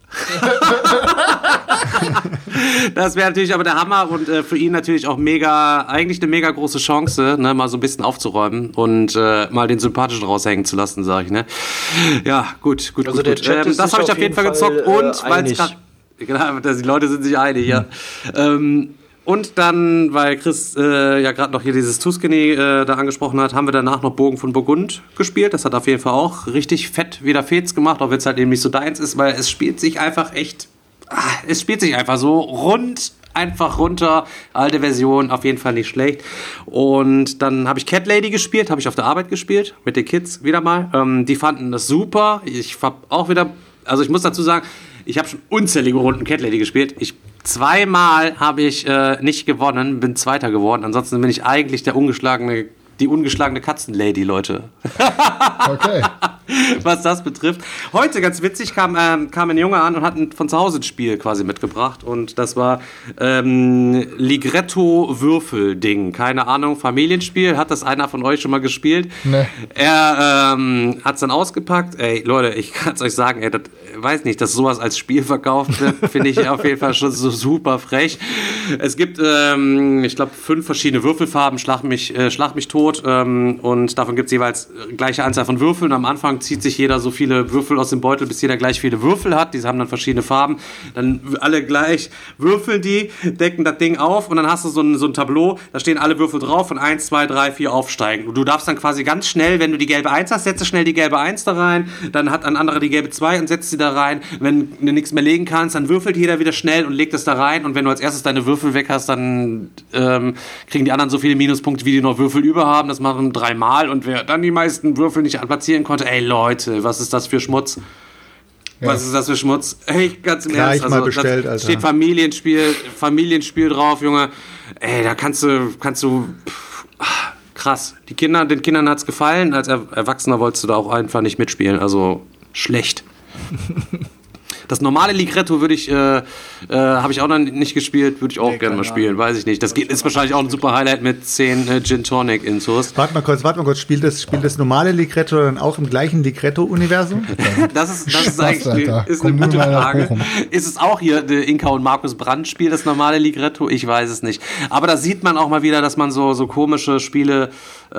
Das wäre natürlich aber der Hammer und für ihn natürlich auch eigentlich eine mega große Chance, ne, mal so ein bisschen aufzuräumen und mal den Sympathischen raushängen zu lassen, sage ich, ne? Ja, gut. Also der Chat ist das habe ich auf jeden Fall gezockt und weil es gerade, genau, die Leute sind sich einig, ja. Und dann, weil Chris ja gerade noch hier dieses Tuscany da angesprochen hat, haben wir danach noch Burgen von Burgund gespielt. Das hat auf jeden Fall auch richtig fett wieder Fets gemacht, auch wenn es halt eben nicht so deins ist, weil es spielt sich einfach so rund, einfach runter. Alte Version, auf jeden Fall nicht schlecht. Und dann habe ich Cat Lady gespielt, habe ich auf der Arbeit gespielt, mit den Kids wieder mal. Die fanden das super. Ich habe auch wieder, also ich muss dazu sagen, ich habe schon unzählige Runden Cat Lady gespielt. Zweimal habe ich nicht gewonnen, bin Zweiter geworden. Ansonsten bin ich eigentlich die ungeschlagene Katzenlady, Leute. Okay. Was das betrifft. Heute, ganz witzig, kam ein Junge an und hat von zu Hause ein Spiel quasi mitgebracht. Und das war Ligretto-Würfel-Ding. Keine Ahnung, Familienspiel. Hat das einer von euch schon mal gespielt? Nee. Er hat es dann ausgepackt. Ey, Leute, ich kann es euch sagen, ey, weiß nicht, dass sowas als Spiel verkauft wird, finde ich auf jeden Fall schon so super frech. Es gibt, ich glaube, 5 verschiedene Würfelfarben, Schlag mich tot. Und davon gibt es jeweils gleiche Anzahl von Würfeln. Am Anfang zieht sich jeder so viele Würfel aus dem Beutel, bis jeder gleich viele Würfel hat. Die haben dann verschiedene Farben. Dann alle gleich würfeln die, decken das Ding auf und dann hast du so ein Tableau, da stehen alle Würfel drauf und 1, 2, 3, 4 aufsteigen. Und du darfst dann quasi ganz schnell, wenn du die gelbe 1 hast, setze schnell die gelbe 1 da rein, dann hat ein anderer die gelbe 2 und setzt sie da rein. Wenn du nichts mehr legen kannst, dann würfelt jeder wieder schnell und legt es da rein und wenn du als erstes deine Würfel weg hast, dann kriegen die anderen so viele Minuspunkte, wie die noch Würfel über haben. Das machen 3 Mal und wer dann die meisten Würfel nicht platzieren konnte, ey Leute, was ist das für Schmutz? Ja. Was ist das für Schmutz? Ey, ganz im Ernst, mal bestellt, da steht Familienspiel drauf, Junge. Ey, da kannst du krass. Den Kindern hat's gefallen, als Erwachsener wolltest du da auch einfach nicht mitspielen, also schlecht. Das normale Ligretto habe ich auch noch nicht gespielt, würde ich auch gerne mal spielen, weiß ich nicht. Das ist wahrscheinlich auch ein super Highlight mit 10 Gin Tonic Intos. Warte mal kurz, spielt das normale Ligretto dann auch im gleichen Ligretto-Universum? Das ist eigentlich eine gute Frage. Ist es auch hier der Inka und Markus Brandt Spiel, das normale Ligretto? Ich weiß es nicht. Aber da sieht man auch mal wieder, dass man so komische Spiele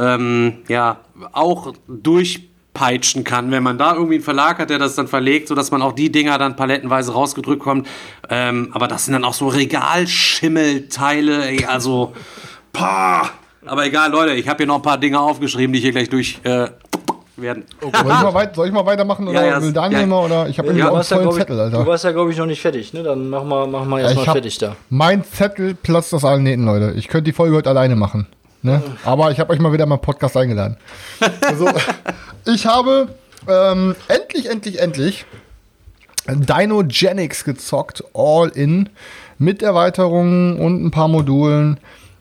auch durchpeitschen kann, wenn man da irgendwie einen Verlag hat, der das dann verlegt, sodass man auch die Dinger dann palettenweise rausgedrückt kommt. Aber das sind dann auch so Regalschimmelteile, ey, also aber egal, Leute, ich habe hier noch ein paar Dinge aufgeschrieben, die hier gleich durch werden. Okay. Soll ich mal weitermachen oder will Daniel mal? Oder? Ich habe einen vollen Zettel, Alter. Du warst ja, glaube ich, noch nicht fertig, ne? Dann mach mal erstmal fertig da. Mein Zettel platzt aus allen Nähten, Leute. Ich könnte die Folge heute alleine machen. Ne? Aber ich habe euch mal wieder in meinen Podcast eingeladen. Also, ich habe endlich Dinogenics gezockt, all in, mit Erweiterungen und ein paar Modulen.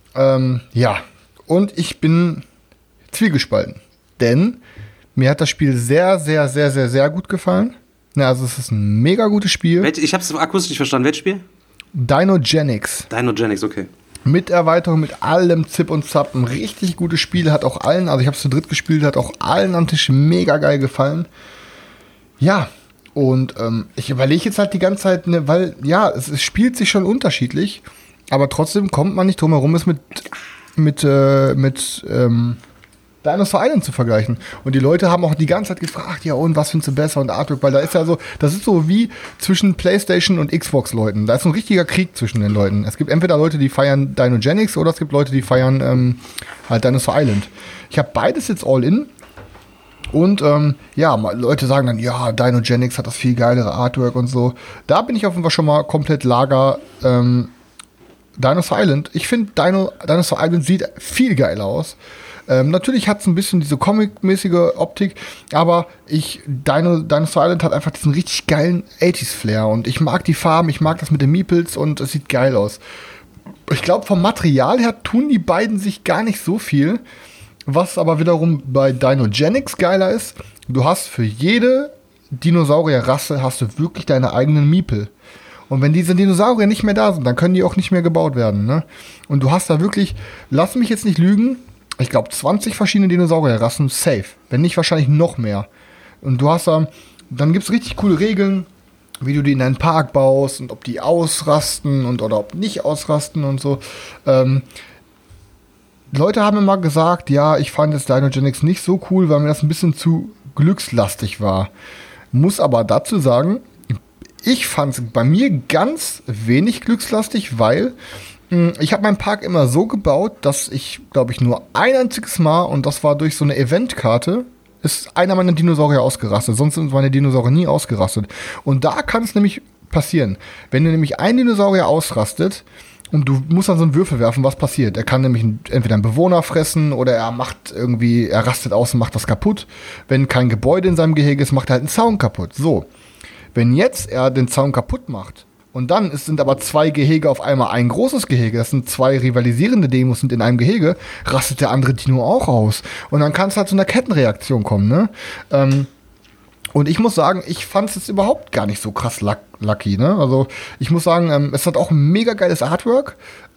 Und ich bin zwiegespalten, denn mir hat das Spiel sehr, sehr, sehr, sehr, sehr gut gefallen. Also es ist ein mega gutes Spiel. Ich habe es akustisch nicht verstanden. Welches Spiel? Dinogenics, okay. Mit Erweiterung, mit allem Zip und Zap. Ein richtig gutes Spiel, hat auch allen, also ich habe es zu dritt gespielt, hat auch allen am Tisch mega geil gefallen. Ja, und ich überlege jetzt halt die ganze Zeit, ne, weil, ja, es spielt sich schon unterschiedlich, aber trotzdem kommt man nicht drum herum, es mit Dinosaur Island zu vergleichen. Und die Leute haben auch die ganze Zeit gefragt, ja und, was findest du besser und Artwork, weil da ist ja so, das ist so wie zwischen PlayStation und Xbox-Leuten. Da ist ein richtiger Krieg zwischen den Leuten. Es gibt entweder Leute, die feiern Dinogenics oder es gibt Leute, die feiern halt Dinosaur Island. Ich habe beides jetzt all in. Und Leute sagen dann, ja, Dinogenics hat das viel geilere Artwork und so. Da bin ich auf jeden Fall schon mal komplett Lager Dinosaur Island. Ich finde, Dinosaur Island sieht viel geiler aus. Natürlich hat es ein bisschen diese Comic-mäßige Optik, aber Dinosaur Island hat einfach diesen richtig geilen 80s-Flair und ich mag die Farben, ich mag das mit den Meeples und es sieht geil aus. Ich glaube, vom Material her tun die beiden sich gar nicht so viel. Was aber wiederum bei Dinogenics geiler ist, du hast für jede Dinosaurierrasse hast du wirklich deine eigenen Miepel. Und wenn diese Dinosaurier nicht mehr da sind, dann können die auch nicht mehr gebaut werden. Ne? Und du hast da wirklich, lass mich jetzt nicht lügen, ich glaube 20 verschiedene Dinosaurierrassen safe. Wenn nicht, wahrscheinlich noch mehr. Und du hast da, dann gibt es richtig coole Regeln, wie du die in deinen Park baust und ob die ausrasten oder ob nicht ausrasten und so. Leute haben immer gesagt, ja, ich fand das Dinogenics nicht so cool, weil mir das ein bisschen zu glückslastig war. Muss aber dazu sagen, ich fand es bei mir ganz wenig glückslastig, weil ich habe meinen Park immer so gebaut, dass ich, glaube ich, nur ein einziges Mal, und das war durch so eine Eventkarte, ist einer meiner Dinosaurier ausgerastet. Sonst sind meine Dinosaurier nie ausgerastet. Und da kann es nämlich passieren. Wenn du nämlich ein Dinosaurier ausrastet und du musst dann so einen Würfel werfen, was passiert? Er kann nämlich entweder einen Bewohner fressen oder er rastet aus und macht das kaputt. Wenn kein Gebäude in seinem Gehege ist, macht er halt einen Zaun kaputt. So. Wenn jetzt er den Zaun kaputt macht und dann sind aber 2 Gehege auf einmal ein großes Gehege, das sind 2 rivalisierende Demos sind in einem Gehege, rastet der andere Dino auch aus. Und dann kann es halt zu einer Kettenreaktion kommen, ne? Und ich muss sagen, ich fand es jetzt überhaupt gar nicht so krass lucky, ne? Also ich muss sagen, es hat auch ein mega geiles Artwork.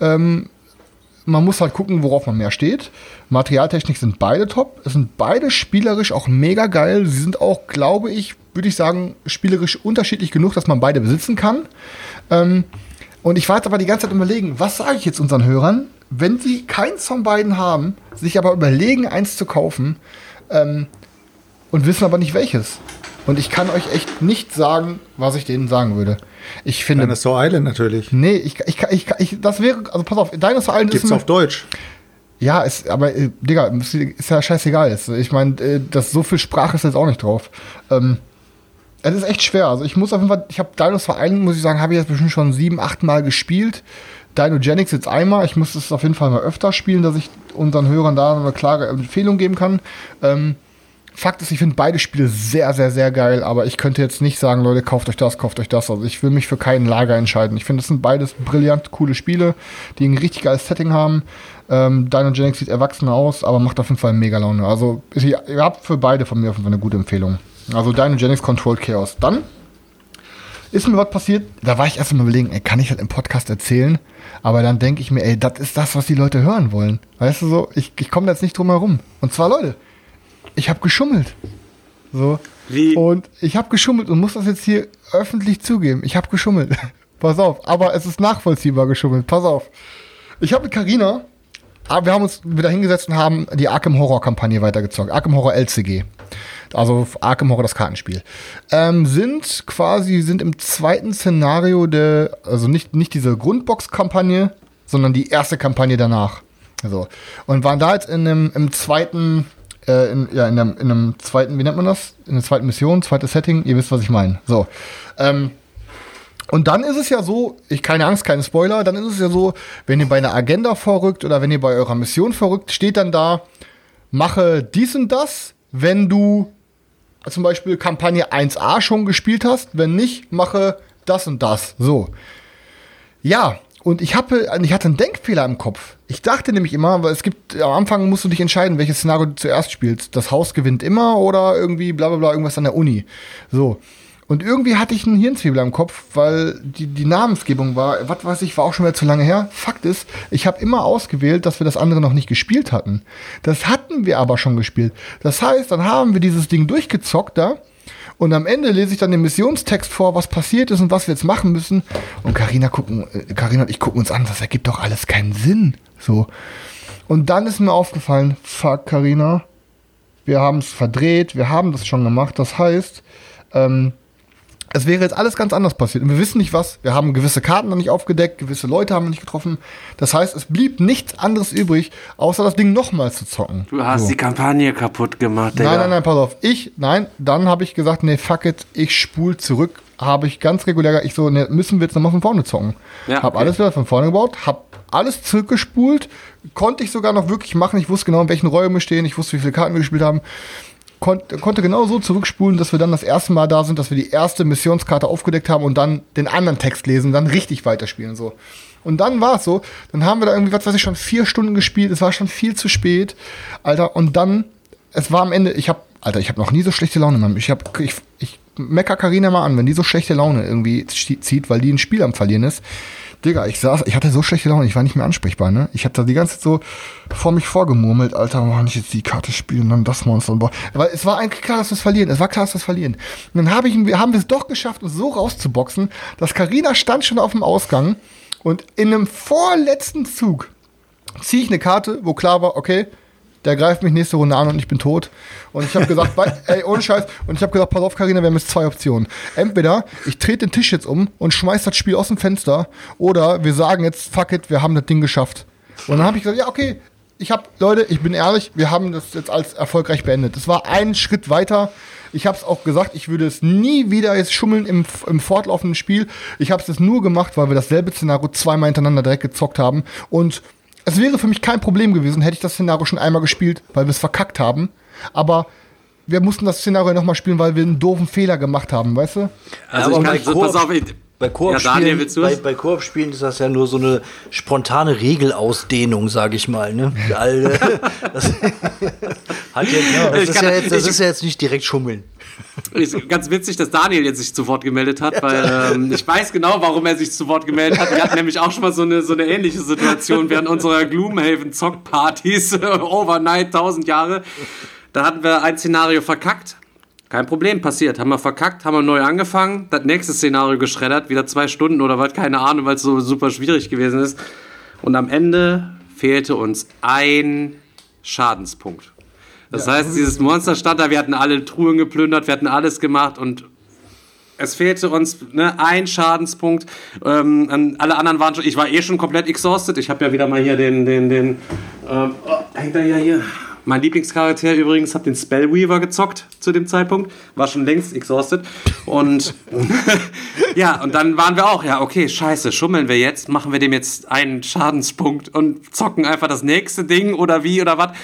Man muss halt gucken, worauf man mehr steht. Materialtechnik sind beide top. Es sind beide spielerisch auch mega geil. Sie sind auch, glaube ich, würde ich sagen, spielerisch unterschiedlich genug, dass man beide besitzen kann. Und ich war jetzt aber die ganze Zeit überlegen, was sage ich jetzt unseren Hörern, wenn sie keins von beiden haben, sich aber überlegen, eins zu kaufen und wissen aber nicht welches. Und ich kann euch echt nicht sagen, was ich denen sagen würde. Ich finde. Dinosaur Island natürlich. Nee, das wäre, also pass auf, Dinosaur Island gibt's auf Deutsch. Ja, aber, Digga, ist ja scheißegal. Ich meine, so viel Sprache ist jetzt auch nicht drauf. Es ist echt schwer. Also ich muss auf jeden Fall, ich habe Dinosaur Island, muss ich sagen, habe ich jetzt bestimmt schon 7-8 Mal gespielt. Dinogenics jetzt einmal. Ich muss es auf jeden Fall mal öfter spielen, dass ich unseren Hörern da eine klare Empfehlung geben kann. Fakt ist, ich finde beide Spiele sehr, sehr, sehr geil, aber ich könnte jetzt nicht sagen, Leute, kauft euch das. Also ich will mich für kein Lager entscheiden. Ich finde, das sind beides brillant coole Spiele, die ein richtig geiles Setting haben. Dinogenics sieht erwachsen aus, aber macht auf jeden Fall mega Laune. Also ihr habt für beide von mir auf jeden Fall eine gute Empfehlung. Also Dinogenics Controlled Chaos. Dann ist mir was passiert, da war ich erst mal überlegen, kann ich das im Podcast erzählen? Aber dann denke ich mir, das ist das, was die Leute hören wollen. Weißt du so, ich komme da jetzt nicht drum herum. Und zwar, Leute, ich habe geschummelt. So. Wie? Und ich habe geschummelt und muss das jetzt hier öffentlich zugeben. Ich habe geschummelt. Pass auf. Aber es ist nachvollziehbar geschummelt. Pass auf. Ich habe mit Carina, wir haben uns wieder hingesetzt und haben die Arkham Horror Kampagne weitergezockt. Arkham Horror LCG. Also Arkham Horror, das Kartenspiel. Sind im zweiten Szenario also nicht diese Grundbox-Kampagne, sondern die erste Kampagne danach. So. Und waren da jetzt in einem zweiten in einem zweiten, wie nennt man das? In der zweiten Mission, zweites Setting, ihr wisst, was ich meine. So. Und dann ist es ja so, keine Angst, keine Spoiler, dann ist es ja so, wenn ihr bei einer Agenda vorrückt oder wenn ihr bei eurer Mission vorrückt, steht dann da, mache dies und das, wenn du zum Beispiel Kampagne 1a schon gespielt hast, wenn nicht, mache das und das. So. Ja, und ich hatte einen Denkfehler im Kopf. Ich dachte nämlich immer, weil am Anfang musst du dich entscheiden, welches Szenario du zuerst spielst. Das Haus gewinnt immer oder irgendwie bla bla bla, irgendwas an der Uni. So. Und irgendwie hatte ich einen Hirnzwiebel im Kopf, weil die Namensgebung war, was weiß ich, war auch schon wieder zu lange her. Fakt ist, ich habe immer ausgewählt, dass wir das andere noch nicht gespielt hatten. Das hatten wir aber schon gespielt. Das heißt, dann haben wir dieses Ding durchgezockt da. Und am Ende lese ich dann den Missionstext vor, was passiert ist und was wir jetzt machen müssen. Und Carina und ich gucken uns an, das ergibt doch alles keinen Sinn. So. Und dann ist mir aufgefallen, fuck, Carina, wir haben es verdreht, wir haben das schon gemacht. Das heißt, es wäre jetzt alles ganz anders passiert. Und wir wissen nicht was. Wir haben gewisse Karten noch nicht aufgedeckt, gewisse Leute haben wir nicht getroffen. Das heißt, es blieb nichts anderes übrig, außer das Ding nochmal zu zocken. Du hast die Kampagne kaputt gemacht, Digga. Nein, pass auf. Dann habe ich gesagt, nee, fuck it, ich spul zurück. Habe ich ganz regulär, müssen wir jetzt nochmal von vorne zocken. Ja, hab alles wieder von vorne gebaut, hab alles zurückgespult, konnte ich sogar noch wirklich machen. Ich wusste genau, in welchen Räumen wir stehen, ich wusste, wie viele Karten wir gespielt haben. konnte genau so zurückspulen, dass wir dann das erste Mal da sind, dass wir die erste Missionskarte aufgedeckt haben und dann den anderen Text lesen, dann richtig weiterspielen, so. Und dann war es so, dann haben wir da irgendwie, schon 4 Stunden gespielt, es war schon viel zu spät, Alter, und dann, es war am Ende, ich hab noch nie so schlechte Laune, Mann. Ich mecker Carina mal an, wenn die so schlechte Laune irgendwie zieht, weil die ein Spiel am Verlieren ist. Digga, ich hatte so schlechte Laune, ich war nicht mehr ansprechbar, ne? Ich hab da die ganze Zeit so vor mich vorgemurmelt, Alter, kann ich jetzt die Karte spielen und dann das Monster und boah. Weil es war eigentlich klar, dass wir es verlieren. Es war klar, dass wir es verlieren. Und dann haben wir es doch geschafft, uns so rauszuboxen, dass Carina stand schon auf dem Ausgang und in einem vorletzten Zug ziehe ich eine Karte, wo klar war, okay, der greift mich nächste Runde an und ich bin tot. Und ich habe gesagt, ohne Scheiß. Und ich habe gesagt, pass auf, Carina, wir haben jetzt 2 Optionen. Entweder ich trete den Tisch jetzt um und schmeiß das Spiel aus dem Fenster, oder wir sagen jetzt, fuck it, wir haben das Ding geschafft. Und dann habe ich gesagt, ja, okay, Leute, ich bin ehrlich, wir haben das jetzt als erfolgreich beendet. Das war ein Schritt weiter. Ich habe es auch gesagt, ich würde es nie wieder jetzt schummeln im fortlaufenden Spiel. Ich habe es jetzt nur gemacht, weil wir dasselbe Szenario 2-mal hintereinander direkt gezockt haben. Und es wäre für mich kein Problem gewesen, hätte ich das Szenario schon einmal gespielt, weil wir es verkackt haben. Aber wir mussten das Szenario nochmal spielen, weil wir einen doofen Fehler gemacht haben, weißt du? Also ich kann, pass auf, bei Koop-Spielen ist das ja nur so eine spontane Regelausdehnung, sage ich mal. Ne? Das ist ja jetzt nicht direkt Schummeln. Ist ganz witzig, dass Daniel jetzt sich zu Wort gemeldet hat, weil ich weiß genau, warum er sich zu Wort gemeldet hat. Wir hatten nämlich auch schon mal so eine ähnliche Situation während unserer Gloomhaven-Zock-Partys, Overnight, 1000 Jahre. Da hatten wir ein Szenario verkackt. Kein Problem, passiert. Haben wir verkackt, haben wir neu angefangen, das nächste Szenario geschreddert, wieder 2 Stunden oder was, keine Ahnung, weil es so super schwierig gewesen ist. Und am Ende fehlte uns ein Schadenspunkt. Das heißt, dieses Monster stand da, wir hatten alle Truhen geplündert, wir hatten alles gemacht und es fehlte uns ein Schadenspunkt. Alle anderen waren schon, ich war schon komplett exhausted. Ich habe ja wieder mal hier hängt er ja hier. Mein Lieblingscharakter übrigens, hat den Spellweaver gezockt zu dem Zeitpunkt, war schon längst exhausted und ja, und dann waren wir auch, ja okay, scheiße, schummeln wir jetzt, machen wir dem jetzt einen Schadenspunkt und zocken einfach das nächste Ding oder wie oder was.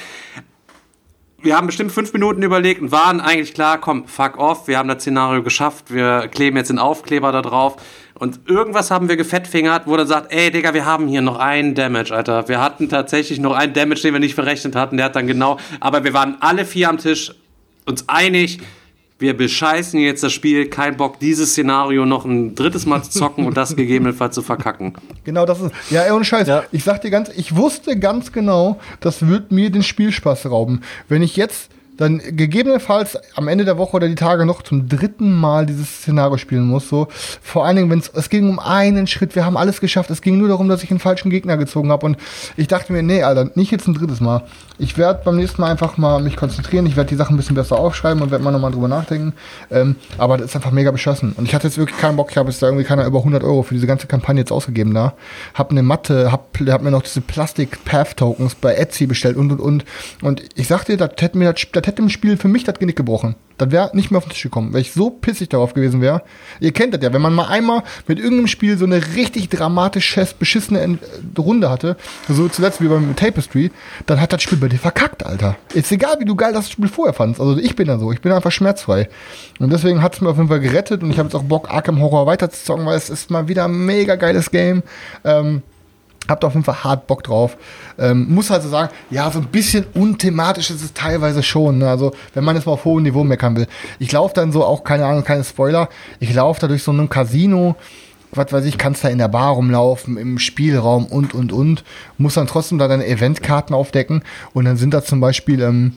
Wir haben bestimmt 5 Minuten überlegt und waren eigentlich klar, komm, fuck off, wir haben das Szenario geschafft, wir kleben jetzt den Aufkleber da drauf. Und irgendwas haben wir gefettfingert, wo dann sagt, ey, Digga, wir haben hier noch einen Damage, Alter. Wir hatten tatsächlich noch einen Damage, den wir nicht verrechnet hatten. Der hat dann genau, aber wir waren alle 4 am Tisch, uns einig, wir bescheißen jetzt das Spiel, kein Bock, dieses Szenario noch ein 3. Mal zu zocken und das gegebenenfalls zu verkacken. Genau, das ist, ja, ey, ohne Scheiß. Ja. Ich sag dir ich wusste ganz genau, das wird mir den Spielspaß rauben. Wenn ich jetzt dann gegebenenfalls am Ende der Woche oder die Tage noch zum 3. Mal dieses Szenario spielen muss. So. Vor allen Dingen, es ging um einen Schritt, wir haben alles geschafft. Es ging nur darum, dass ich einen falschen Gegner gezogen habe. Und ich dachte mir, nee, Alter, nicht jetzt ein 3. Mal. Ich werde beim nächsten Mal einfach mal mich konzentrieren. Ich werde die Sachen ein bisschen besser aufschreiben und werde mal nochmal drüber nachdenken. Aber das ist einfach mega beschossen. Und ich hatte jetzt wirklich keinen Bock. Ich habe jetzt da irgendwie über 100 € für diese ganze Kampagne jetzt ausgegeben da. Hab eine Matte, hab mir noch diese Plastik-Path-Tokens bei Etsy bestellt und. Und ich sag dir, das hätte im Spiel für mich das Genick gebrochen. Das wäre nicht mehr auf den Tisch gekommen, weil ich so pissig darauf gewesen wäre. Ihr kennt das ja, wenn man mal einmal mit irgendeinem Spiel so eine richtig dramatisch beschissene Runde hatte, so zuletzt wie beim Tapestry, dann hat das Spiel bei dir verkackt, Alter. Ist egal, wie du geil das Spiel vorher fandst. Also ich bin da so, ich bin einfach schmerzfrei. Und deswegen hat es mir auf jeden Fall gerettet und ich habe jetzt auch Bock, Arkham Horror weiterzuzocken, weil es ist mal wieder ein mega geiles Game. Habt auf jeden Fall hart Bock drauf. Muss halt so sagen, ja, so ein bisschen unthematisch ist es teilweise schon. Ne? Also, wenn man jetzt mal auf hohem Niveau meckern will. Ich laufe dann so, auch keine Ahnung, keine Spoiler, ich laufe da durch so ein Casino, was weiß ich, kannst da in der Bar rumlaufen, im Spielraum und. Muss dann trotzdem da deine Eventkarten aufdecken. Und dann sind da zum Beispiel,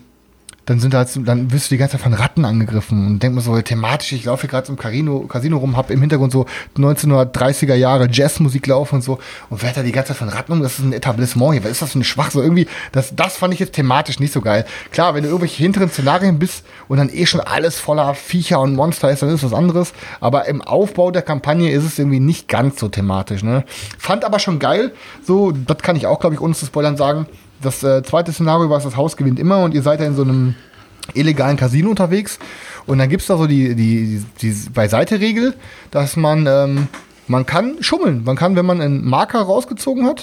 dann wirst du die ganze Zeit von Ratten angegriffen und denk mir so, thematisch, ich laufe hier gerade zum Casino rum, hab im Hintergrund so 1930er Jahre Jazzmusik laufen und so und werde da die ganze Zeit von Ratten um, das ist ein Etablissement hier, was ist das für ein Schwach, so irgendwie, das fand ich jetzt thematisch nicht so geil. Klar, wenn du irgendwelche hinteren Szenarien bist und dann schon alles voller Viecher und Monster ist, dann ist was anderes, aber im Aufbau der Kampagne ist es irgendwie nicht ganz so thematisch, ne. Fand aber schon geil, so, das kann ich auch, glaube ich, ohne zu spoilern sagen. Das zweite Szenario war, das Haus gewinnt immer und ihr seid ja in so einem illegalen Casino unterwegs und dann gibt's da so die Beiseite-Regel, dass man kann schummeln. Man kann, wenn man einen Marker rausgezogen hat,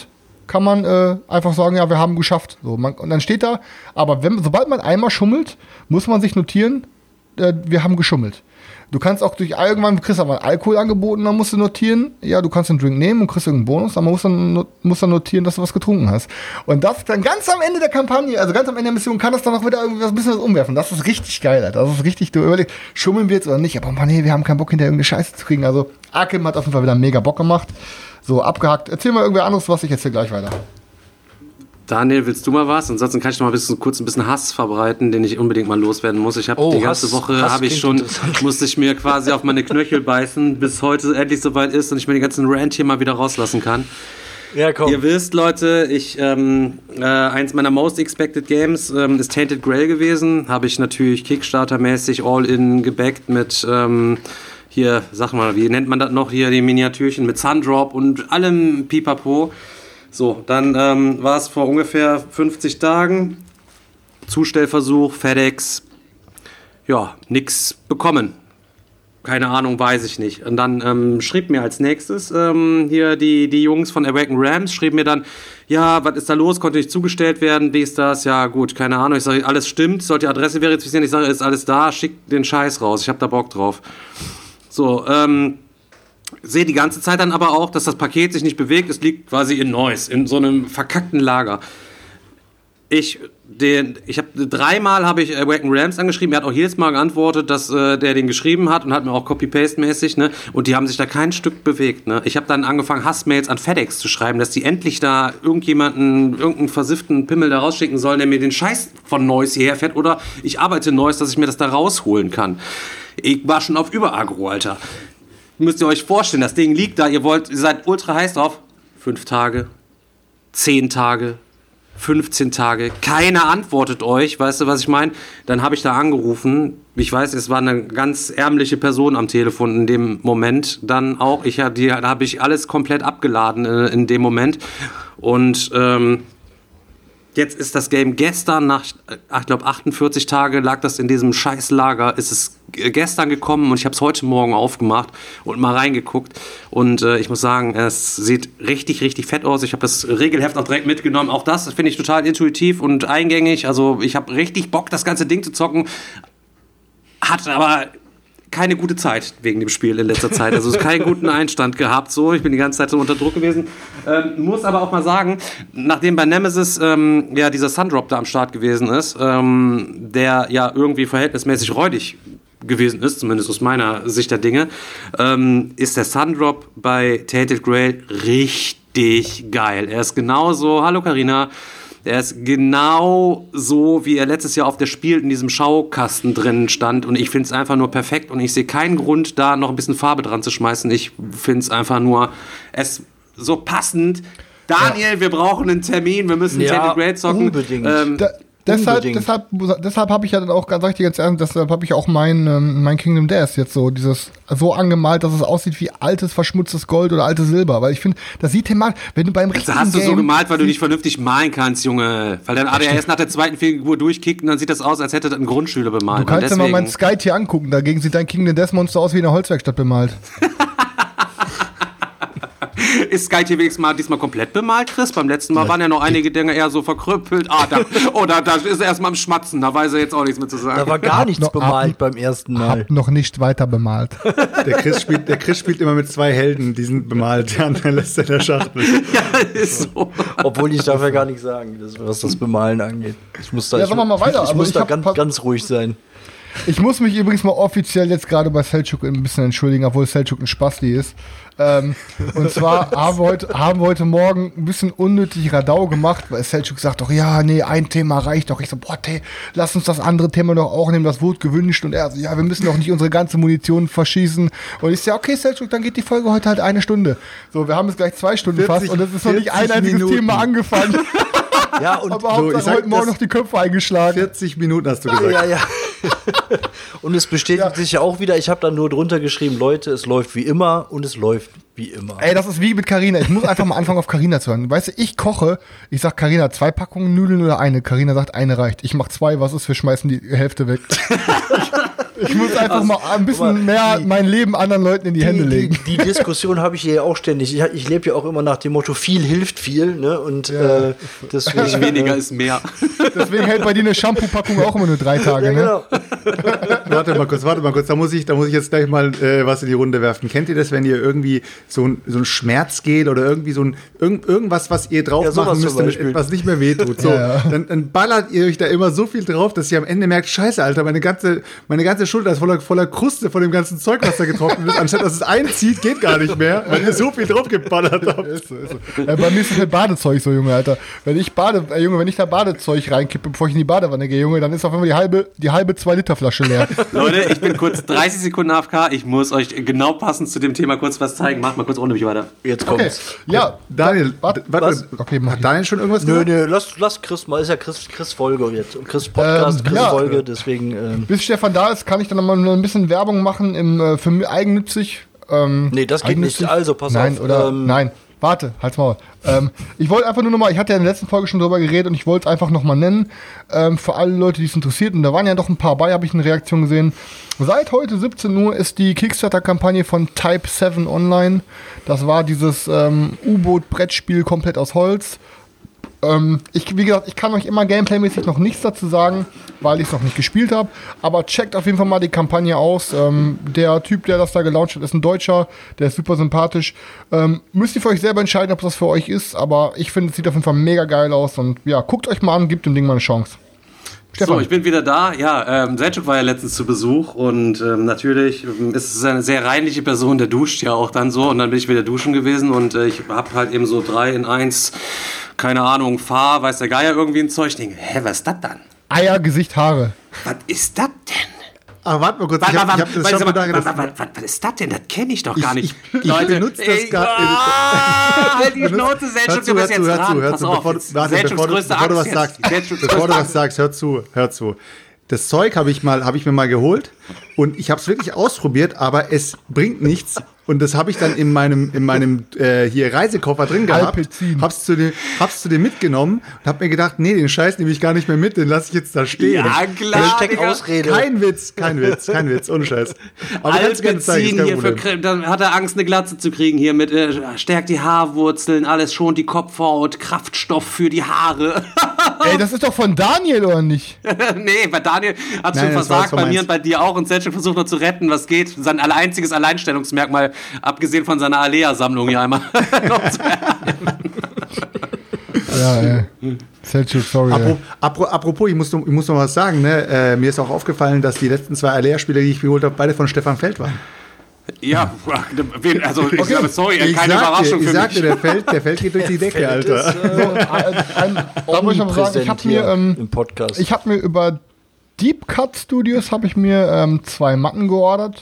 kann man einfach sagen, ja, wir haben geschafft. So, und dann steht da, aber sobald man einmal schummelt, muss man sich notieren, wir haben geschummelt. Du kannst auch irgendwann kriegst du aber Alkohol angeboten, dann musst du notieren, ja, du kannst einen Drink nehmen und kriegst irgendeinen Bonus, aber man muss dann notieren, dass du was getrunken hast. Und das dann ganz am Ende der Kampagne, also ganz am Ende der Mission, kann das dann auch wieder irgendwie ein bisschen was umwerfen. Das ist richtig geil, Alter. Das ist richtig, du überlegst, schummeln wir jetzt oder nicht? Aber Mann, nee, wir haben keinen Bock, hinter irgendeine Scheiße zu kriegen. Also Arkham hat auf jeden Fall wieder mega Bock gemacht. So, abgehakt. Erzähl mal irgendwer anderes, was ich erzähl gleich weiter. Daniel, willst du mal was? Ansonsten kann ich noch mal kurz ein bisschen Hass verbreiten, den ich unbedingt mal loswerden muss. Ich habe die ganze Woche musste ich mir quasi auf meine Knöchel beißen, bis heute endlich soweit ist und ich mir den ganzen Rant hier mal wieder rauslassen kann. Ja, komm. Ihr wisst, Leute, eins meiner Most Expected Games ist Tainted Grail gewesen. Habe ich natürlich Kickstarter-mäßig all-in gebackt mit hier, sag mal, wie nennt man das noch hier, die Miniatürchen mit Sundrop und allem Pipapo. So, dann war es vor ungefähr 50 Tagen. Zustellversuch, FedEx. Ja, nix bekommen. Keine Ahnung, weiß ich nicht. Und dann schrieb mir als nächstes hier die Jungs von Awaken Rams, schrieben mir dann, ja, was ist da los, konnte nicht zugestellt werden, wie ist das? Ja gut, keine Ahnung. Ich sage, alles stimmt, sollt die Adresse verifizieren. Ich sage, ist alles da, schickt den Scheiß raus, ich hab da Bock drauf. So, sehe die ganze Zeit dann aber auch, dass das Paket sich nicht bewegt. Es liegt quasi in Neuss, in so einem verkackten Lager. Ich habe dreimal Awaken Rams angeschrieben. Er hat auch jedes Mal geantwortet, dass der den geschrieben hat und hat mir auch Copy-Paste-mäßig, ne? Und die haben sich da kein Stück bewegt, ne? Ich habe dann angefangen, Hassmails an FedEx zu schreiben, dass die endlich da irgendeinen versifften Pimmel da rausschicken sollen, der mir den Scheiß von Neuss hierher fährt. Oder ich arbeite in Neuss, dass ich mir das da rausholen kann. Ich war schon auf Überagro, Alter. Müsst ihr euch vorstellen, das Ding liegt da, ihr seid ultra heiß drauf. 5 Tage, 10 Tage, 15 Tage, keiner antwortet euch, weißt du, was ich meine? Dann habe ich da angerufen, ich weiß, es war eine ganz ärmliche Person am Telefon in dem Moment dann auch, da habe ich alles komplett abgeladen in dem Moment und jetzt ist das Game gestern, nach, ich glaube 48 Tage lag das in diesem scheiß Lager, ist es gestern gekommen und ich habe es heute Morgen aufgemacht und mal reingeguckt und ich muss sagen, es sieht richtig, richtig fett aus. Ich habe das Regelheft auch direkt mitgenommen. Auch das finde ich total intuitiv und eingängig. Also ich habe richtig Bock, das ganze Ding zu zocken. Hat aber keine gute Zeit wegen dem Spiel in letzter Zeit. Also keinen guten Einstand gehabt. So, ich bin die ganze Zeit so unter Druck gewesen. Muss aber auch mal sagen, nachdem bei Nemesis ja dieser Sundrop da am Start gewesen ist, der ja irgendwie verhältnismäßig räudig gewesen ist, zumindest aus meiner Sicht der Dinge, ist der Sundrop bei Tainted Grail richtig geil. Er ist genauso, hallo Carina, er ist genau so, wie er letztes Jahr auf der Spiel in diesem Schaukasten drin stand und ich finde es einfach nur perfekt und ich sehe keinen Grund, da noch ein bisschen Farbe dran zu schmeißen. Ich finde es einfach nur so passend. Daniel, wir brauchen einen Termin, wir müssen Tainted Grail zocken. Unbedingt. Deshalb habe ich ja dann auch, sag ich dir ganz ehrlich, deshalb habe ich auch mein Kingdom Death jetzt so angemalt, dass es aussieht wie altes, verschmutztes Gold oder altes Silber. Weil ich finde, das sieht thematisch, wenn du beim richtigen hast du so gemalt, weil du nicht vernünftig malen kannst, Junge. Weil dein ADHS nach der zweiten Figur durchkickt und dann sieht das aus, als hätte das ein Grundschüler bemalt. Du kannst dir mal mein Skytier angucken, dagegen sieht dein Kingdom Death Monster aus wie eine Holzwerkstatt bemalt. Ist Skytier wenigstens mal diesmal komplett bemalt, Chris? Beim letzten Mal waren ja noch einige Dinge eher so verkrüppelt. Da ist er erstmal am Schmatzen, da weiß er jetzt auch nichts mehr zu sagen. Da war gar nichts bemalt beim ersten Mal. Hab noch nicht weiter bemalt. Der Chris spielt immer mit 2 Helden, die sind bemalt, der andere lässt er in der Schachtel. Ja, ist so. Obwohl ich darf ja gar nicht sagen, was das Bemalen angeht. Ich muss da, sagen wir mal weiter. Ich muss da ganz ruhig sein. Ich muss mich übrigens mal offiziell jetzt gerade bei Selçuk ein bisschen entschuldigen, obwohl Selçuk ein Spasti ist. Und zwar haben wir heute Morgen ein bisschen unnötig Radau gemacht, weil Selçuk sagt doch, ja, nee, ein Thema reicht doch. Ich so, boah, lass uns das andere Thema doch auch nehmen, das wurde gewünscht. Und er so, ja, wir müssen doch nicht unsere ganze Munition verschießen. Und ich so, okay, Selçuk, dann geht die Folge heute halt 1 Stunde. So, wir haben jetzt gleich 2 Stunden fast und es ist noch nicht ein einziges Thema angefangen. Ja, und aber Hauptsache heute Morgen noch die Köpfe eingeschlagen. 40 Minuten hast du gesagt. Ja. Und es bestätigt sich ja auch wieder, ich habe da nur drunter geschrieben, Leute, es läuft wie immer und es läuft wie immer. Ey, das ist wie mit Carina. Ich muss einfach mal anfangen, auf Carina zu hören. Weißt du, ich koche, ich sag Carina, 2 Packungen Nudeln oder eine. Carina sagt, eine reicht. Ich mach 2, was ist, wir schmeißen die Hälfte weg. Ich muss einfach mal ein bisschen mehr mein Leben anderen Leuten in die Hände legen. Die Diskussion habe ich hier auch ständig. Ich lebe ja auch immer nach dem Motto, viel hilft viel. Ne? Und deswegen, weniger ist mehr. Deswegen hält bei dir eine Shampoo-Packung auch immer nur 3 Tage. Ja, Ne? genau. Warte mal kurz. Da muss ich jetzt gleich mal was in die Runde werfen. Kennt ihr das, wenn ihr irgendwie so ein Schmerzgel oder irgendwie irgendwas, was ihr drauf machen müsst, damit etwas nicht mehr wehtut? So, Dann ballert ihr euch da immer so viel drauf, dass ihr am Ende merkt, scheiße, Alter, meine ganze Schulter ist voller Kruste von dem ganzen Zeug, was da getroffen ist. Anstatt dass es einzieht, geht gar nicht mehr, weil ihr so viel drauf geballert habt. Ist so. Bei mir ist das mit Badezeug so, Junge, Alter. Wenn ich da Badezeug reinkippe, bevor ich in die Badewanne gehe, Junge, dann ist auf einmal die halbe 2-Liter-Flasche leer. Leute, ich bin kurz 30 Sekunden AFK. Ich muss euch genau passend zu dem Thema kurz was zeigen. Macht mal kurz ohne mich weiter. Jetzt kommt's. Okay. Ja, Daniel, warte. Okay, hat Daniel schon irgendwas gesagt? Nö, lass Chris mal. Ist ja Chris Folge jetzt. Und Chris Podcast, Chris Folge, deswegen. Bis Stefan da ist, kann ich dann noch mal ein bisschen Werbung machen für mich eigennützig. Nee, das geht nicht. Also, pass auf. Nein, warte, halt's Maul. Ich wollte einfach nur noch mal, ich hatte ja in der letzten Folge schon drüber geredet und ich wollte es einfach noch mal nennen, für alle Leute, die es interessiert. Und da waren ja doch ein paar bei, habe ich eine Reaktion gesehen. Seit heute 17 Uhr ist die Kickstarter-Kampagne von Type 7 online. Das war dieses U-Boot-Brettspiel komplett aus Holz. Wie gesagt, ich kann euch immer gameplaymäßig noch nichts dazu sagen, weil ich es noch nicht gespielt habe. Aber checkt auf jeden Fall mal die Kampagne aus. Der Typ, der das da gelauncht hat, ist ein Deutscher. Der ist super sympathisch. Müsst ihr für euch selber entscheiden, ob das für euch ist. Aber ich finde, es sieht auf jeden Fall mega geil aus. Und ja, guckt euch mal an, gebt dem Ding mal eine Chance. Stefan. So, ich bin wieder da. Ja, Selchuk war ja letztens zu Besuch und natürlich ist es eine sehr reinliche Person, der duscht ja auch dann so und dann bin ich wieder duschen gewesen und ich habe halt eben so 3 in 1, keine Ahnung, weiß der Geier irgendwie ein Zeug. Ich denke, was ist das dann? Eier, Gesicht, Haare. Was ist das denn? Ach, warte mal kurz. Was ist das denn? Das kenne ich doch gar nicht. Ich benutze das gar nicht. Halt die Schnauze, Selchuk, du bist jetzt dran. Hör zu, bevor du was sagst, hör zu. Das Zeug habe ich mir mal geholt und ich habe es wirklich ausprobiert, aber es bringt nichts. Und das habe ich dann in meinem hier Reisekoffer drin gehabt. Hab's zu dir mitgenommen und habe mir gedacht, nee, den Scheiß nehme ich gar nicht mehr mit, den lasse ich jetzt da stehen. Ja, klar. Ausrede. Kein Witz, ohne Scheiß. Aber Alpezin hier, dann hat er Angst, eine Glatze zu kriegen hier mit, stärkt die Haarwurzeln, alles schont die Kopfhaut, Kraftstoff für die Haare. Ey, das ist doch von Daniel, oder nicht? Nee, bei Daniel hat es schon versagt, bei mir und bei dir auch. Und Selchuk versucht noch zu retten, was geht. Sein einziges Alleinstellungsmerkmal, abgesehen von seiner Alea-Sammlung hier einmal. Ja. Selchuk, sorry. Apropos, ich muss noch was sagen. Ne? Mir ist auch aufgefallen, dass die letzten 2 Alea-Spiele, die ich geholt habe, beide von Stefan Feld waren. Ja, also okay. Sorry, keine Überraschung für mich. Ich sagte, der Feld geht durch die Decke, Alter. Da muss ich noch sagen, ich habe mir über Deep Cut Studios habe ich mir 2 Matten geordert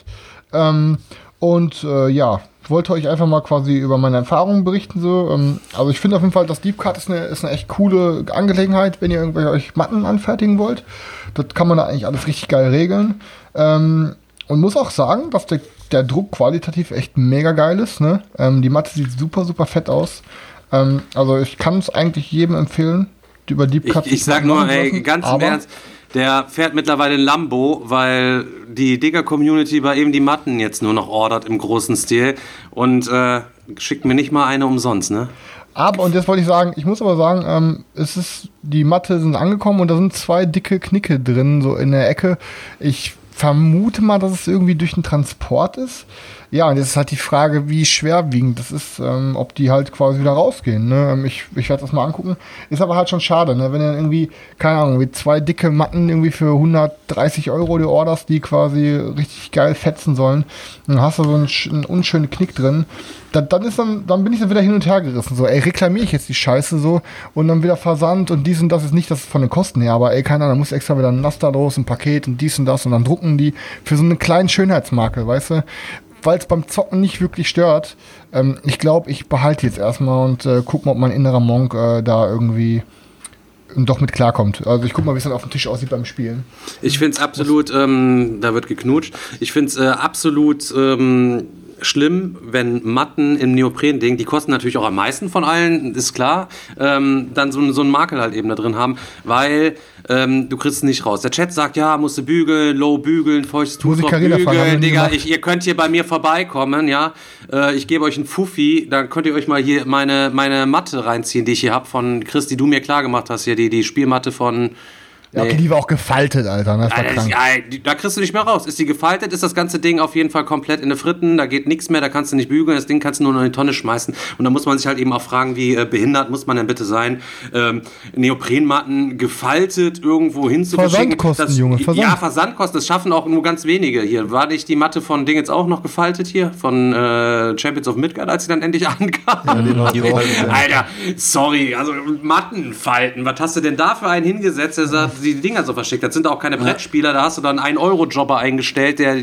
wollte euch einfach mal quasi über meine Erfahrungen berichten. So. Also ich finde auf jeden Fall, das Deep Cut ist eine echt coole Angelegenheit, wenn ihr irgendwelche euch Matten anfertigen wollt. Das kann man da eigentlich alles richtig geil regeln. Und muss auch sagen, dass der Druck qualitativ echt mega geil ist. Ne? Die Matte sieht super, super fett aus. Also ich kann es eigentlich jedem empfehlen, über Deep Cut. Ich sag nur, ganz im Ernst, der fährt mittlerweile ein Lambo, weil die Digger-Community bei ihm die Matten jetzt nur noch ordert im großen Stil und schickt mir nicht mal eine umsonst, ne? Und jetzt wollte ich sagen, die Matte sind angekommen und da sind 2 dicke Knicke drin, so in der Ecke. Ich vermute mal, dass es irgendwie durch den Transport ist. Ja, und jetzt ist halt die Frage, wie schwerwiegend das ist, ob die halt quasi wieder rausgehen. Ne? Ich werde das mal angucken. Ist aber halt schon schade, ne? Wenn du dann irgendwie, keine Ahnung, wie 2 dicke Matten irgendwie für 130 € die orderst, die quasi richtig geil fetzen sollen. Dann hast du so einen unschönen Knick drin. Dann bin ich dann wieder hin und her gerissen. So, reklamiere ich jetzt die Scheiße so und dann wieder Versand und dies und das ist nicht das von den Kosten her, aber keine Ahnung, da muss extra wieder ein Laster los, ein Paket und dies und das und dann drucken die für so einen kleinen Schönheitsmakel, weißt du? Weil es beim Zocken nicht wirklich stört. Ich glaube, ich behalte jetzt erstmal und gucke mal, ob mein innerer Monk da irgendwie doch mit klarkommt. Also ich guck mal, wie es dann auf dem Tisch aussieht beim Spielen. Ich finde es absolut, da wird geknutscht, ich finde es absolut schlimm, wenn Matten im Neopren-Ding, die kosten natürlich auch am meisten von allen, ist klar, dann so einen Makel halt eben da drin haben, weil du kriegst es nicht raus. Der Chat sagt, ja, musst du bügeln, low bügeln, feuchtes Tuch bügeln, Digga, ihr könnt hier bei mir vorbeikommen, ja, ich gebe euch einen Fuffi, dann könnt ihr euch mal hier meine Matte reinziehen, die ich hier hab von Chris, die du mir klar gemacht hast, hier die Spielmatte von... Ja, okay, die war auch gefaltet, Alter. Das war krank. Da kriegst du nicht mehr raus. Ist die gefaltet, ist das ganze Ding auf jeden Fall komplett in den Fritten. Da geht nichts mehr, da kannst du nicht bügeln. Das Ding kannst du nur noch in die Tonne schmeißen. Und da muss man sich halt eben auch fragen, wie behindert muss man denn bitte sein, Neoprenmatten gefaltet irgendwo hinzuschicken. Versandkosten, Junge. Ja, Versandkosten. Das schaffen auch nur ganz wenige hier. War nicht die Matte von Ding jetzt auch noch gefaltet hier? Von Champions of Midgard, als sie dann endlich ankam? Ja, Alter, sorry. Also Matten falten. Was hast du denn da für einen hingesetzt, der sagt, die Dinger so verschickt. Das sind auch keine Brettspieler, da hast du dann einen 1-Euro-Jobber eingestellt, der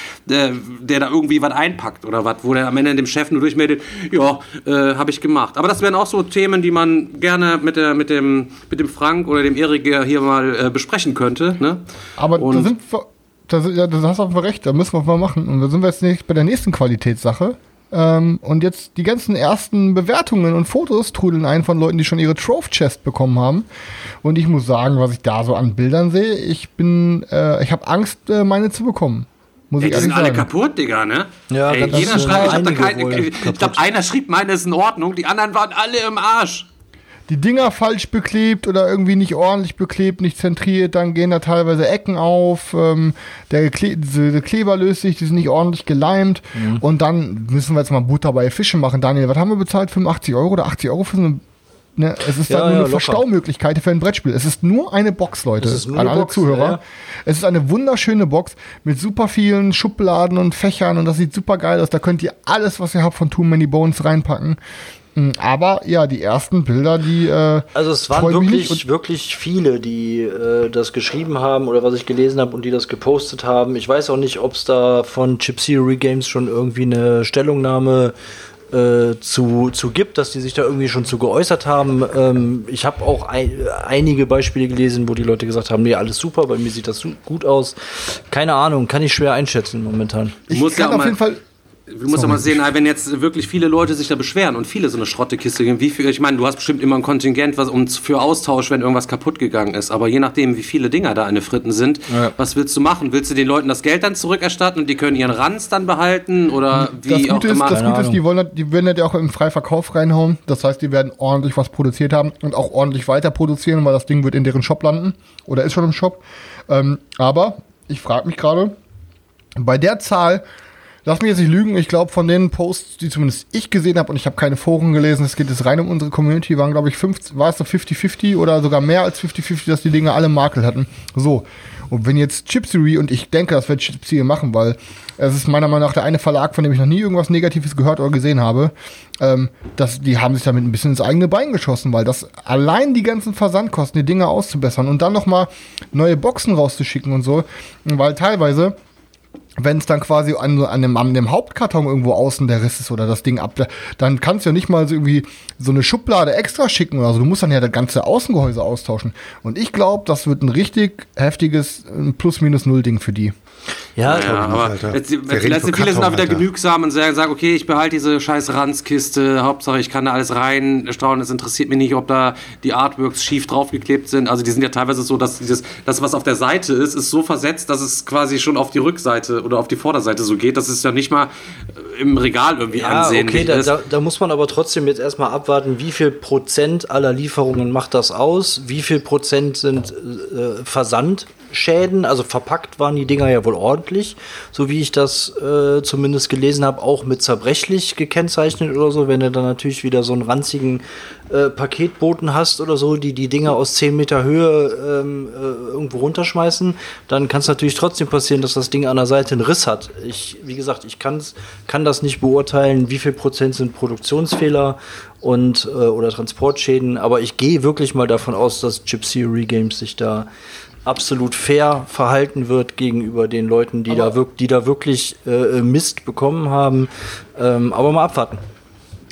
da irgendwie was einpackt oder was, wo der am Ende dem Chef nur durchmeldet, ja, habe ich gemacht. Aber das wären auch so Themen, die man gerne mit dem Frank oder dem Erik hier mal besprechen könnte. Ne? Aber da hast du auch recht, da müssen wir mal machen. Und da sind wir jetzt nicht bei der nächsten Qualitätssache. Und jetzt die ganzen ersten Bewertungen und Fotos trudeln ein von Leuten, die schon ihre Trophy-Chest bekommen haben. Und ich muss sagen, was ich da so an Bildern sehe, ich habe Angst, meine zu bekommen. Die sind alle kaputt, Digga, ne? Ja, jeder schreibt, ich glaube, einer schrieb, meine ist in Ordnung, die anderen waren alle im Arsch. Die Dinger falsch beklebt oder irgendwie nicht ordentlich beklebt, nicht zentriert, dann gehen da teilweise Ecken auf, der Kleber löst sich, die sind nicht ordentlich geleimt und dann müssen wir jetzt mal Butter bei Fischen machen. Daniel, was haben wir bezahlt? 85 Euro oder 80 Euro für so eine... Ne, es ist dann nur eine Verstaumöglichkeit für ein Brettspiel. Es ist nur eine Box, Leute, an alle Zuhörer. Ja. Es ist eine wunderschöne Box mit super vielen Schubladen und Fächern und das sieht super geil aus. Da könnt ihr alles, was ihr habt von Too Many Bones reinpacken. Aber ja, die ersten Bilder, die also es waren wirklich viele, die das geschrieben haben oder was ich gelesen habe und die das gepostet haben. Ich weiß auch nicht, ob es da von Chip Theory Games schon irgendwie eine Stellungnahme zu gibt, dass die sich da irgendwie schon zu geäußert haben. Ich habe auch einige Beispiele gelesen, wo die Leute gesagt haben, nee, alles super, bei mir sieht das gut aus. Keine Ahnung, kann ich schwer einschätzen momentan. Ich kann auf jeden Fall... Du musst doch mal sehen, wenn jetzt wirklich viele Leute sich da beschweren und viele so eine Schrottekiste geben, wie viel, ich meine, du hast bestimmt immer ein Kontingent für Austausch, wenn irgendwas kaputt gegangen ist, aber je nachdem, wie viele Dinger da in den Fritten sind, was willst du machen? Willst du den Leuten das Geld dann zurückerstatten und die können ihren Ranz dann behalten oder wie auch immer? Das Gute ist, die werden das ja auch im Freiverkauf reinhauen, das heißt, die werden ordentlich was produziert haben und auch ordentlich weiter produzieren, weil das Ding wird in deren Shop landen oder ist schon im Shop, aber ich frage mich gerade, bei der Zahl, lass mich jetzt nicht lügen, ich glaube von den Posts, die zumindest ich gesehen habe und ich habe keine Foren gelesen, es geht jetzt rein um unsere Community, waren glaube ich war es so 50-50 oder sogar mehr als 50-50, dass die Dinge alle Makel hatten. So, und wenn jetzt Chip Theory, und ich denke, das wird Chip Theory machen, weil es ist meiner Meinung nach der eine Verlag, von dem ich noch nie irgendwas Negatives gehört oder gesehen habe, die haben sich damit ein bisschen ins eigene Bein geschossen, weil das allein die ganzen Versandkosten, die Dinge auszubessern und dann nochmal neue Boxen rauszuschicken und so, weil teilweise wenn es dann quasi an dem Hauptkarton irgendwo außen der Riss ist oder das Ding dann kannst du ja nicht mal so irgendwie so eine Schublade extra schicken oder so. Du musst dann ja das ganze Außengehäuse austauschen. Und ich glaube, das wird ein richtig heftiges Plus-Minus-Null-Ding für die. Ja, aber viele sind auch wieder genügsam und sagen, okay, ich behalte diese scheiß Ranzkiste, Hauptsache ich kann da alles reinstauen, es interessiert mich nicht, ob da die Artworks schief draufgeklebt sind, also die sind ja teilweise so, dass das, was auf der Seite ist so versetzt, dass es quasi schon auf die Rückseite oder auf die Vorderseite so geht, dass es ja nicht mal im Regal irgendwie ansehnlich ist. Da muss man aber trotzdem jetzt erstmal abwarten, wie viel Prozent aller Lieferungen macht das aus, wie viel Prozent sind Versandschäden, also verpackt waren die Dinger ja wohl ordentlich, so wie ich das zumindest gelesen habe, auch mit zerbrechlich gekennzeichnet oder so, wenn du dann natürlich wieder so einen ranzigen Paketboten hast oder so, die Dinger aus 10 Meter Höhe irgendwo runterschmeißen, dann kann es natürlich trotzdem passieren, dass das Ding an der Seite einen Riss hat. Wie gesagt, ich kann das nicht beurteilen, wie viel Prozent sind Produktionsfehler und oder Transportschäden, aber ich gehe wirklich mal davon aus, dass Chip Theory Games sich da absolut fair verhalten wird gegenüber den Leuten, die da wirklich Mist bekommen haben. Aber mal abwarten.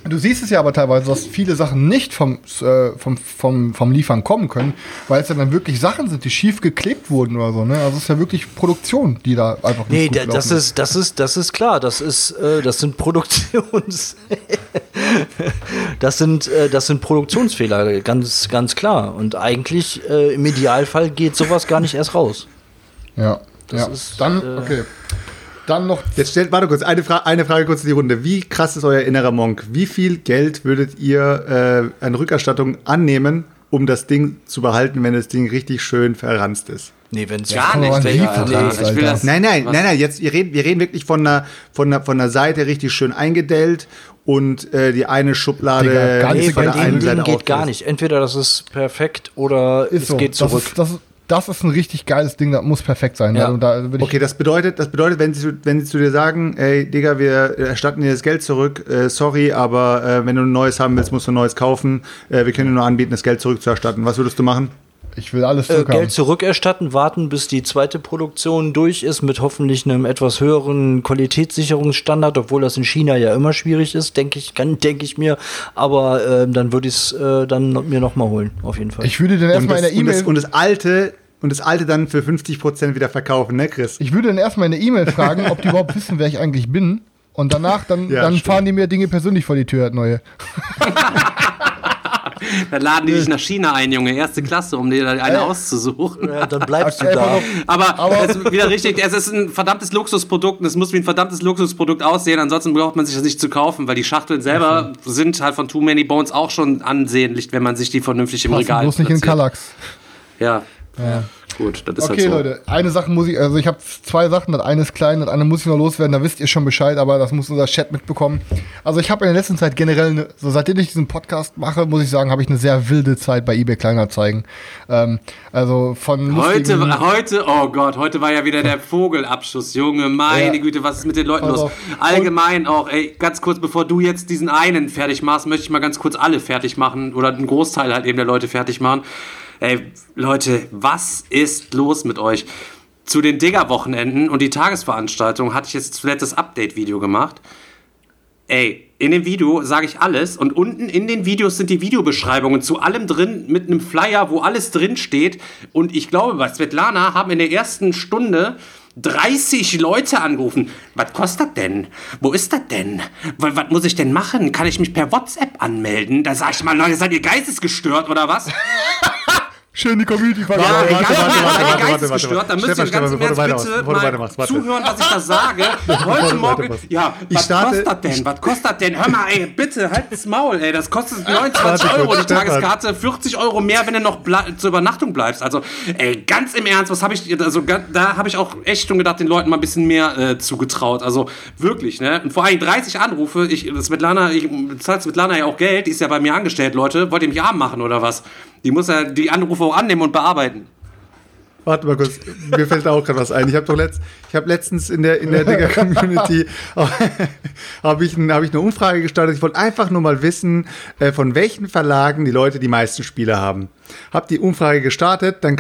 Du siehst es ja aber teilweise, dass viele Sachen nicht vom Liefern kommen können, weil es dann wirklich Sachen sind, die schief geklebt wurden oder so. Ne? Also es ist ja wirklich Produktion, die da einfach nicht gut das ist klar. Das sind Produktions das sind Produktionsfehler, ganz, ganz klar. Und eigentlich im Idealfall geht sowas gar nicht erst raus. Ja, das ist dann okay. Dann noch. Jetzt warte kurz, eine Frage kurz in die Runde. Wie krass ist euer innerer Monk? Wie viel Geld würdet ihr an Rückerstattung annehmen, um das Ding zu behalten, wenn das Ding richtig schön verranzt ist? Nee, wenn es gar nicht. Nein, jetzt, wir reden wirklich von einer Seite richtig schön eingedellt und die eine Schublade von der einen Seite geht gar nicht. Entweder das ist perfekt oder es geht zurück. Das ist ein richtig geiles Ding, das muss perfekt sein. Ja. Okay, das bedeutet, wenn sie zu dir sagen, ey, Digga, wir erstatten dir das Geld zurück, sorry, aber wenn du ein neues haben willst, musst du ein neues kaufen, wir können dir nur anbieten, das Geld zurückzuerstatten. Was würdest du machen? Ich will alles zurückhaben. Geld zurückerstatten, warten, bis die zweite Produktion durch ist, mit hoffentlich einem etwas höheren Qualitätssicherungsstandard, obwohl das in China ja immer schwierig ist, denke ich mir. Aber dann würde ich es dann mir nochmal holen, auf jeden Fall. Ich würde dann erstmal in der E-Mail... Und das alte dann für 50% wieder verkaufen, ne, Chris? Ich würde dann erstmal in der E-Mail fragen, ob die überhaupt wissen, wer ich eigentlich bin. Und danach, dann fahren die mir Dinge persönlich vor die Tür, neue. Dann laden die dich nach China ein, Junge, erste Klasse, um dir eine auszusuchen. Ja, dann bleibst du da. Aber es ist wieder richtig, es ist ein verdammtes Luxusprodukt und es muss wie ein verdammtes Luxusprodukt aussehen, ansonsten braucht man sich das nicht zu kaufen, weil die Schachteln selber sind halt von Too Many Bones auch schon ansehnlich, wenn man sich die vernünftig im Regal bloß nicht in Kallax. Ja. Gut, das ist okay, halt so. Leute, eine Sache muss ich, also ich habe 2 Sachen, das eine ist klein, das eine muss ich noch loswerden, da wisst ihr schon Bescheid, aber das muss unser Chat mitbekommen. Also ich habe in der letzten Zeit generell, seitdem ich diesen Podcast mache, muss ich sagen, habe ich eine sehr wilde Zeit bei eBay Kleinanzeigen. Also von heute, oh Gott, heute war ja wieder der Vogelabschuss, Junge, meine Güte, was ist mit den Leuten los? Allgemein auch, ey, ganz kurz, bevor du jetzt diesen einen fertig machst, möchte ich mal ganz kurz alle fertig machen oder einen Großteil halt eben der Leute fertig machen. Ey, Leute, was ist los mit euch? Zu den Digger-Wochenenden und die Tagesveranstaltung hatte ich jetzt zuletzt das Update-Video gemacht. Ey, in dem Video sage ich alles und unten in den Videos sind die Videobeschreibungen zu allem drin mit einem Flyer, wo alles drin steht. Und ich glaube, bei Svetlana haben in der ersten Stunde 30 Leute angerufen. Was kostet das denn? Wo ist das denn? Was muss ich denn machen? Kann ich mich per WhatsApp anmelden? Da sag ich mal, Leute, seid ihr geistesgestört oder was? Schön die Community verraten. Geistesgestört. Da müsst ihr ganz im Ernst bitte mal zuhören, was ich da sage. Heute Morgen, was kostet das denn? Was kostet das denn? Hör mal, ey, bitte, halt das Maul, ey. Das kostet 29 € die Tageskarte, 40 € mehr, wenn du noch zur Übernachtung bleibst. Also, ey, ganz im Ernst, was habe ich, also da habe ich auch echt schon gedacht, den Leuten mal ein bisschen mehr zugetraut. Also, wirklich, ne? Und vor allem 30 Anrufe, ich bezahle Svetlana ja auch Geld, die ist ja bei mir angestellt, Leute. Wollt ihr mich arm machen oder was? Die muss ja die Anrufe auch annehmen und bearbeiten. Warte mal kurz, mir fällt da auch gerade was ein. Ich habe letztens in der Digger-Community habe ich eine Umfrage gestartet. Ich wollte einfach nur mal wissen, von welchen Verlagen die Leute die meisten Spiele haben. Hab die Umfrage gestartet, dann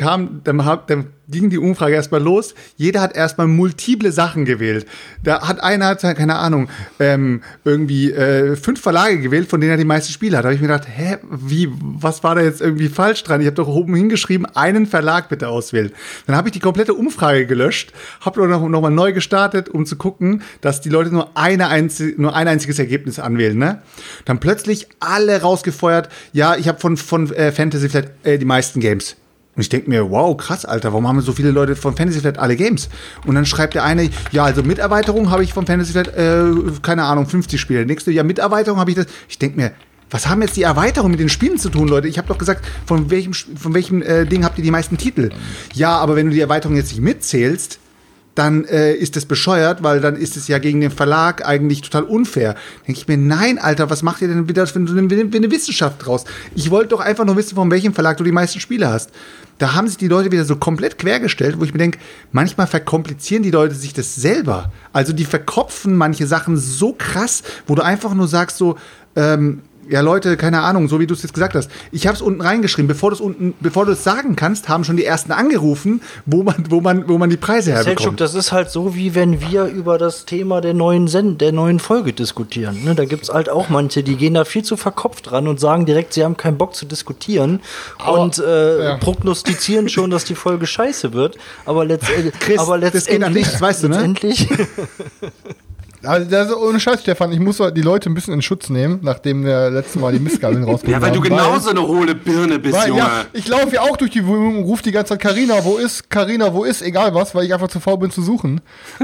ging die Umfrage erstmal los. Jeder hat erstmal multiple Sachen gewählt. Da hat einer, keine Ahnung, irgendwie 5 Verlage gewählt, von denen er die meisten Spiele hat. Da habe ich mir gedacht, was war da jetzt irgendwie falsch dran? Ich habe doch oben hingeschrieben, einen Verlag bitte auswählen. Dann habe ich die komplette Umfrage gelöscht, habe noch mal neu gestartet, um zu gucken, dass die Leute nur ein einziges Ergebnis anwählen. Ne? Dann plötzlich alle rausgefeuert, ja, ich habe von Fantasy Flight die meisten Games. Und ich denke mir, wow, krass, Alter, warum haben so viele Leute von Fantasy Flight alle Games? Und dann schreibt der eine, ja, also mit Erweiterung habe ich von Fantasy Flight, keine Ahnung, 50 Spiele. Der nächste, ja, mit Erweiterung habe ich das. Ich denke mir, was haben jetzt die Erweiterungen mit den Spielen zu tun, Leute? Ich habe doch gesagt, von welchem Ding habt ihr die meisten Titel? Ja, aber wenn du die Erweiterung jetzt nicht mitzählst, dann ist das bescheuert, weil dann ist es ja gegen den Verlag eigentlich total unfair. Denke ich mir, nein, Alter, was macht ihr denn wieder für eine Wissenschaft draus? Ich wollte doch einfach nur wissen, von welchem Verlag du die meisten Spiele hast. Da haben sich die Leute wieder so komplett quergestellt, wo ich mir denke, manchmal verkomplizieren die Leute sich das selber. Also die verkopfen manche Sachen so krass, wo du einfach nur sagst so, ja Leute, keine Ahnung, so wie du es jetzt gesagt hast. Ich habe es unten reingeschrieben, bevor du es sagen kannst, haben schon die ersten angerufen, wo man die Preise herbekommt. Selçuk, das ist halt so, wie wenn wir über das Thema der neuen Folge diskutieren. Ne? Da gibt's halt auch manche, die gehen da viel zu verkopft ran und sagen direkt, sie haben keinen Bock zu diskutieren und prognostizieren schon, dass die Folge scheiße wird. Aber letztendlich, das geht an nichts, weißt du, ne? Letztendlich. Also das ist ohne Scheiß, Stefan, ich muss die Leute ein bisschen in Schutz nehmen, nachdem wir letztes Mal die Mistgabeln rausgeholt haben. Ja, weil du genauso eine hohle Birne bist, Junge. Ja, ich laufe ja auch durch die Wohnung und rufe die ganze Zeit, Carina, wo ist, egal was, weil ich einfach zu faul bin zu suchen.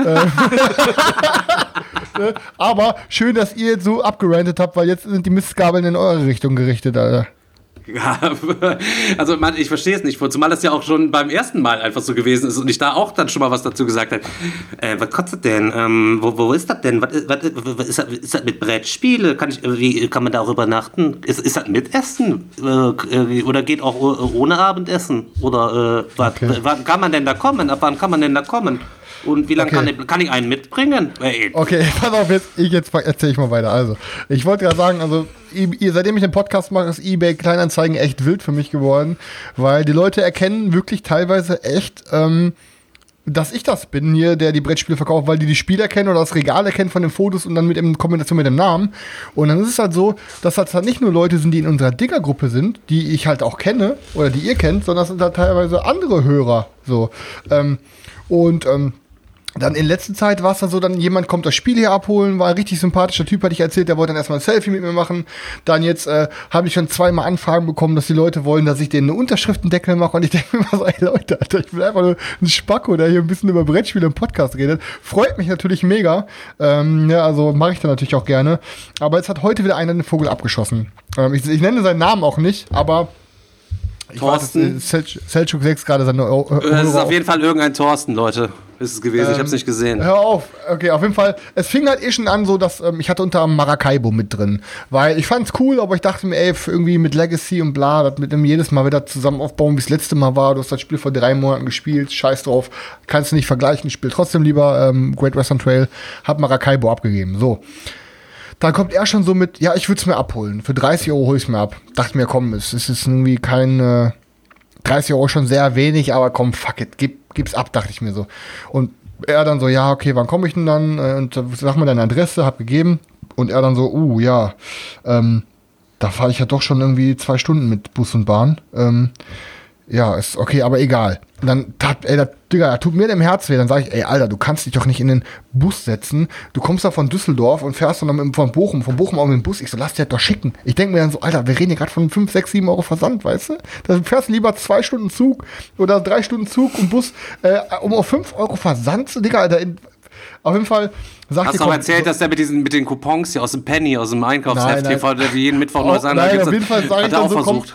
Aber schön, dass ihr jetzt so abgerantet habt, weil jetzt sind die Mistgabeln in eure Richtung gerichtet, Alter. Ja, also ich verstehe es nicht, zumal das ja auch schon beim ersten Mal einfach so gewesen ist und ich da auch dann schon mal was dazu gesagt habe. Was kostet denn? Wo ist das denn? Was ist das mit Brettspiele? Wie kann man da auch übernachten? Ist das mit Essen? Oder geht auch ohne Abendessen? Oder wann kann man denn da kommen? Ab wann kann man denn da kommen? Und wie lange kann ich einen mitbringen? Okay, pass auf, jetzt erzähle ich mal weiter. Also, ich wollte gerade sagen, also seitdem ich den Podcast mache, ist eBay Kleinanzeigen echt wild für mich geworden, weil die Leute erkennen wirklich teilweise echt, dass ich das bin hier, der die Brettspiele verkauft, weil die Spiele erkennen oder das Regal erkennen von den Fotos und dann in Kombination mit dem Namen. Und dann ist es halt so, dass das halt nicht nur Leute sind, die in unserer Digger-Gruppe sind, die ich halt auch kenne oder die ihr kennt, sondern das sind halt teilweise andere Hörer. So. Dann in letzter Zeit war es dann so, dann jemand kommt das Spiel hier abholen, war ein richtig sympathischer Typ, hatte ich erzählt, der wollte dann erstmal ein Selfie mit mir machen. Dann jetzt habe ich schon 2-mal Anfragen bekommen, dass die Leute wollen, dass ich denen eine Unterschriftendeckel mache. Und ich denke mir immer so, ey Leute, Alter, ich bin einfach nur ein Spacko, der hier ein bisschen über Brettspiele im Podcast redet. Freut mich natürlich mega. Also mache ich dann natürlich auch gerne. Aber jetzt hat heute wieder einer den Vogel abgeschossen. Ich nenne seinen Namen auch nicht, aber Thorsten. Selçuk 6 gerade seine Das ist auf jeden Fall irgendein Thorsten, Leute. Ist es gewesen, ich hab's nicht gesehen. Hör auf. Okay, auf jeden Fall. Es fing halt schon an so, dass ich hatte unter anderem Maracaibo mit drin. Weil ich fand's cool, aber ich dachte mir, irgendwie mit Legacy und bla, das mit dem jedes Mal wieder zusammen aufbauen, wie es letzte Mal war. Du hast das Spiel vor 3 Monaten gespielt, scheiß drauf. Kannst du nicht vergleichen, spiel trotzdem lieber Great Western Trail. Hab Maracaibo abgegeben. So. Dann kommt er schon so mit, ja, ich würde es mir abholen. Für 30 Euro hol ich es mir ab. Dachte mir, komm, es ist irgendwie kein 30 Euro schon sehr wenig, aber komm, fuck it, gib's ab, dachte ich mir so. Und er dann so, ja, okay, wann komme ich denn dann? Und sag mal deine Adresse, hab gegeben. Und er dann so, ja, da fahre ich ja doch schon irgendwie 2 Stunden mit Bus und Bahn. Ja, ist okay, aber egal. Und dann, Digga, tut mir dem Herz weh. Dann sage ich, ey, Alter, du kannst dich doch nicht in den Bus setzen. Du kommst da von Düsseldorf und fährst dann von Bochum auf den Bus. Ich so, lass dir das doch schicken. Ich denke mir dann so, Alter, wir reden hier gerade von 5, 6, 7 Euro Versand, weißt du? Da fährst du lieber 2 Stunden Zug oder 3 Stunden Zug und Bus, um auf 5 Euro Versand zu, Digga, Alter, auf jeden Fall sagt Hast du auch erzählt, dass der mit den Coupons hier aus dem Penny, aus dem Einkaufsheft hier, der jeden Mittwoch neu sein Nein, auf jeden Fall sage ich dann so, versucht.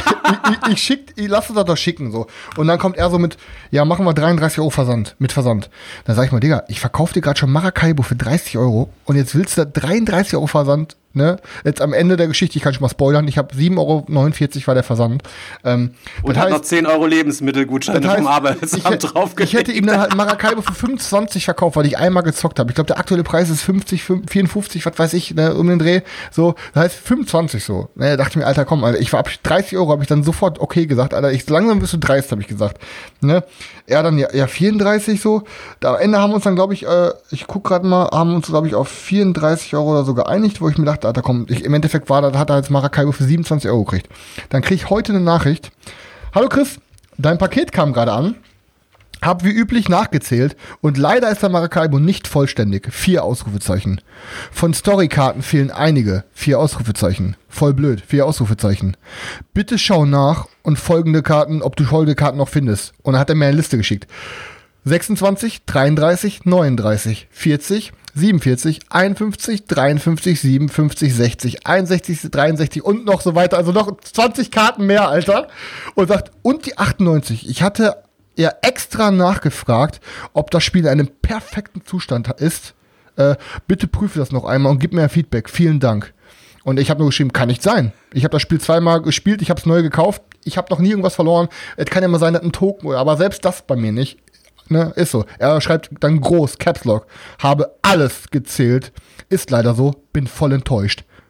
Ich lasse das doch schicken, so. Und dann kommt er so mit, ja, machen wir 33 Euro mit Versand. Dann sag ich mal, Digga, ich verkaufe dir gerade schon Maracaibo für 30 Euro und jetzt willst du da 33 Euro Versand, ne? Jetzt am Ende der Geschichte, ich kann schon mal spoilern, ich habe 7,49 Euro war der Versand. Und hat noch 10 Euro Lebensmittelgutschein vom Arbeitsamt draufgelegt. Ich hätte ihm dann halt Maracaibo für 25 verkauft, weil ich einmal gezockt habe. Ich glaube, der aktuelle Preis ist 50, 54, was weiß ich, ne, um den Dreh. So, das heißt 25 so. Ne, dachte ich mir, Alter, komm, Alter, ich war ab 30 Euro, habe ich dann sofort okay gesagt. Alter, langsam bist du dreist, habe ich gesagt. Ne? Er dann, ja, 34 so. Da am Ende haben wir uns dann, glaube ich, ich guck gerade mal, haben uns, glaube ich, auf 34 Euro oder so geeinigt, wo ich mir dachte, Alter, komm, im Endeffekt hat er jetzt Maracaibo für 27 Euro gekriegt. Dann kriege ich heute eine Nachricht. Hallo Chris, dein Paket kam gerade an. Hab wie üblich nachgezählt und leider ist der Maracaibo nicht vollständig. 4 Ausrufezeichen. Von Storykarten fehlen einige. 4 Ausrufezeichen. Voll blöd. 4 Ausrufezeichen. Bitte schau nach und ob du folgende Karten noch findest. Und dann hat er mir eine Liste geschickt. 26, 33, 39, 40, 47, 51, 53, 57, 60, 61, 63 und noch so weiter. Also noch 20 Karten mehr, Alter. Und sagt, und die 98. Ich hatte ja extra nachgefragt, ob das Spiel in einem perfekten Zustand ist. Bitte prüfe das noch einmal und gib mir ein Feedback. Vielen Dank. Und ich habe nur geschrieben, kann nicht sein. Ich habe das Spiel 2-mal gespielt, ich habe es neu gekauft, ich habe noch nie irgendwas verloren. Es kann ja mal sein, dass ein Token, aber selbst das bei mir nicht. Ne, ist so. Er schreibt dann groß, Caps Lock, habe alles gezählt. Ist leider so, bin voll enttäuscht.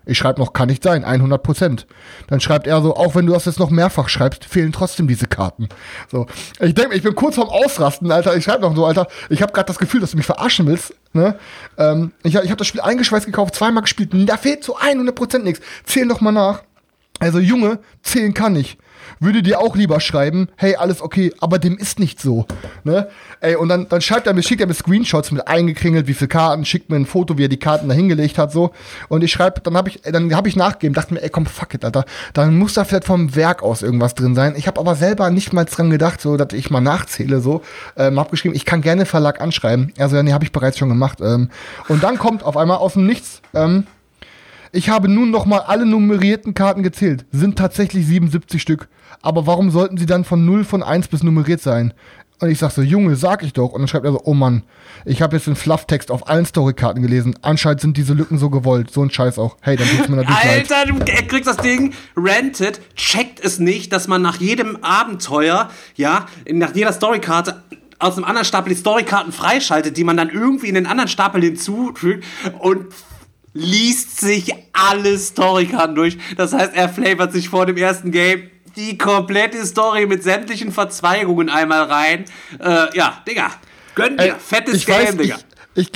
Ich schreibe noch, kann nicht sein, 100%. Dann schreibt er so, auch wenn du das jetzt noch mehrfach schreibst, fehlen trotzdem diese Karten. So, ich denke, ich bin kurz vorm Ausrasten, Alter. Ich schreibe noch so, Alter, ich habe gerade das Gefühl, dass du mich verarschen willst. Ne? Ich hab das Spiel eingeschweißt gekauft, 2-mal gespielt, da fehlt zu 100% nichts. Zähl doch mal nach. Also Junge, zählen kann ich. Würde dir auch lieber schreiben, hey, alles okay, aber dem ist nicht so. Ne? Ey, und dann schickt er mir Screenshots mit eingekringelt, wie viele Karten, schickt mir ein Foto, wie er die Karten da hingelegt hat, so. Und ich schreibe, dann hab ich nachgegeben, dachte mir, ey, komm, fuck it, Alter. Dann muss da vielleicht vom Werk aus irgendwas drin sein. Ich habe aber selber nicht mal dran gedacht, so, dass ich mal nachzähle, so. Hab geschrieben, ich kann gerne Verlag anschreiben. Also, ja, nee, habe ich bereits schon gemacht. Und dann kommt auf einmal aus dem Nichts, ich habe nun noch mal alle nummerierten Karten gezählt. Sind tatsächlich 77 Stück. Aber warum sollten sie dann von 0 von 1 bis nummeriert sein? Und ich sag so, Junge, sag ich doch. Und dann schreibt er so, oh Mann, ich habe jetzt den Flufftext auf allen Storykarten gelesen. Anscheinend sind diese Lücken so gewollt. So ein Scheiß auch. Hey, dann tut's mir natürlich leid. Alter, du kriegst das Ding, rented, checkt es nicht, dass man nach jedem Abenteuer, ja, nach jeder Storykarte aus einem anderen Stapel die Storykarten freischaltet, die man dann irgendwie in den anderen Stapel hinzufügt und liest sich alle Storykarten durch. Das heißt, er flavert sich vor dem ersten Game die komplette Story mit sämtlichen Verzweigungen einmal rein. Ja, Digga, gönn dir. Fettes Game, Digga. Ich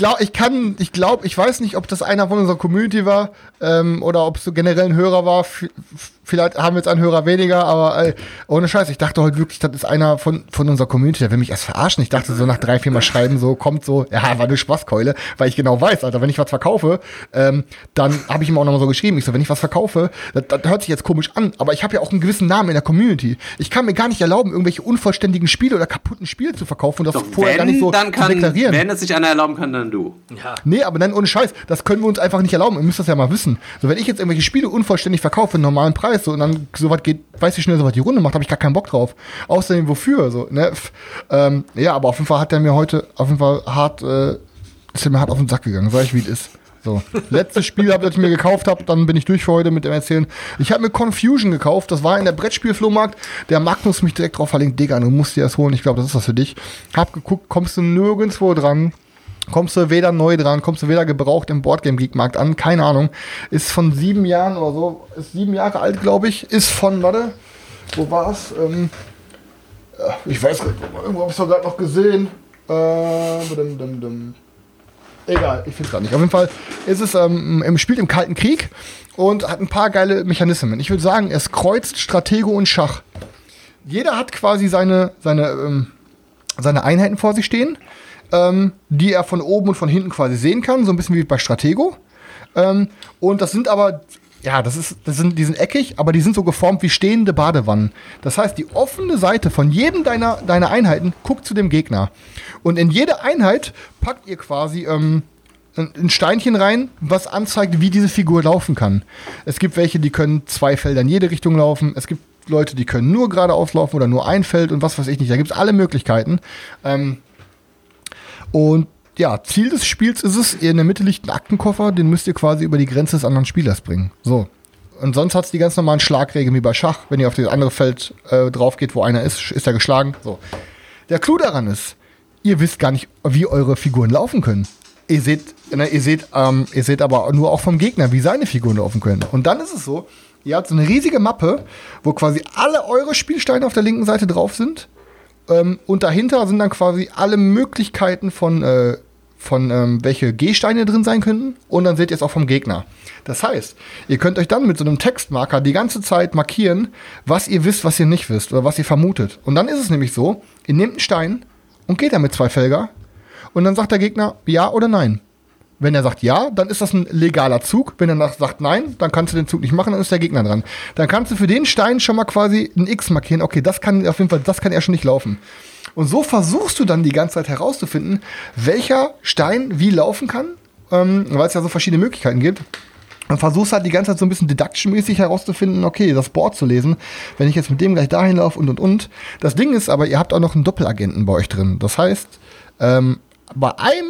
weiß nicht, ob das einer von unserer Community war oder ob es so generell ein Hörer war. Vielleicht haben wir jetzt einen Hörer weniger, aber ohne Scheiß, ich dachte heute wirklich, das ist einer von unserer Community, der will mich erst verarschen. Ich dachte so nach 3-4 Mal schreiben, so kommt so, ja, war eine Spaßkeule, weil ich genau weiß, Alter, wenn ich was verkaufe, dann habe ich ihm auch nochmal so geschrieben, ich so, wenn ich was verkaufe, das hört sich jetzt komisch an, aber ich habe ja auch einen gewissen Namen in der Community. Ich kann mir gar nicht erlauben, irgendwelche unvollständigen Spiele oder kaputten Spiele zu verkaufen und das vorher gar nicht so zu deklarieren. Wenn es sich einer erlauben kann, dann du. Ja. Nee, aber dann ohne Scheiß, das können wir uns einfach nicht erlauben. Ihr müsst das ja mal wissen. So, wenn ich jetzt irgendwelche Spiele unvollständig verkaufe, einen normalen Preis, so, und dann so was geht, weiß ich schnell, so was die Runde macht, habe ich gar keinen Bock drauf. Außerdem, wofür, so, ne? Ja, aber auf jeden Fall hat der mir heute, auf jeden Fall hart, ist der mir hart auf den Sack gegangen, sag ich, wie es ist. So, letztes Spiel, das ich mir gekauft habe, dann bin ich durch für heute mit dem Erzählen. Ich habe mir Confusion gekauft, das war in der Brettspielflohmarkt. Der Magnus mich direkt drauf verlinkt, Digga, du musst dir das holen, ich glaube, das ist was für dich. Hab geguckt, kommst du nirgendwo dran. Kommst du weder neu dran, kommst du weder gebraucht im Boardgame-Geek-Markt an, keine Ahnung. Ist von 7 Jahren oder so, ist 7 Jahre alt, glaube ich. Ist von, warte, wo war's? Ich weiß nicht, irgendwo habe ich es doch gerade noch gesehen. Egal, ich finde es gar nicht. Auf jeden Fall ist es, spielt im Kalten Krieg und hat ein paar geile Mechanismen. Ich würde sagen, es kreuzt Stratego und Schach. Jeder hat quasi seine Einheiten vor sich stehen, die er von oben und von hinten quasi sehen kann, so ein bisschen wie bei Stratego. Und das sind aber, ja, die sind eckig, aber die sind so geformt wie stehende Badewannen. Das heißt, die offene Seite von jedem deiner Einheiten guckt zu dem Gegner. Und in jede Einheit packt ihr quasi ein Steinchen rein, was anzeigt, wie diese Figur laufen kann. Es gibt welche, die können 2 Felder in jede Richtung laufen. Es gibt Leute, die können nur geradeaus laufen oder nur ein Feld und was weiß ich nicht. Da gibt es alle Möglichkeiten. Und ja, Ziel des Spiels ist es, in der Mitte liegt ein Aktenkoffer, den müsst ihr quasi über die Grenze des anderen Spielers bringen. So. Und sonst hat es die ganz normalen Schlagregeln wie bei Schach. Wenn ihr auf das andere Feld drauf geht, wo einer ist er geschlagen. So. Der Clou daran ist, ihr wisst gar nicht, wie eure Figuren laufen können. Ihr seht aber nur auch vom Gegner, wie seine Figuren laufen können. Und dann ist es so, ihr habt so eine riesige Mappe, wo quasi alle eure Spielsteine auf der linken Seite drauf sind. Und dahinter sind dann quasi alle Möglichkeiten von welche G-Steine drin sein könnten. Und dann seht ihr es auch vom Gegner. Das heißt, ihr könnt euch dann mit so einem Textmarker die ganze Zeit markieren, was ihr wisst, was ihr nicht wisst oder was ihr vermutet. Und dann ist es nämlich so, ihr nehmt einen Stein und geht damit 2 Felder. Und dann sagt der Gegner ja oder nein. Wenn er sagt ja, dann ist das ein legaler Zug. Wenn er sagt nein, dann kannst du den Zug nicht machen, dann ist der Gegner dran. Dann kannst du für den Stein schon mal quasi ein X markieren. Okay, das kann auf jeden Fall, das kann er schon nicht laufen. Und so versuchst du dann die ganze Zeit herauszufinden, welcher Stein wie laufen kann, weil es ja so verschiedene Möglichkeiten gibt. Und versuchst halt die ganze Zeit so ein bisschen deduction-mäßig herauszufinden, okay, das Board zu lesen, wenn ich jetzt mit dem gleich dahin laufe und. Das Ding ist aber, ihr habt auch noch einen Doppelagenten bei euch drin. Das heißt, bei einem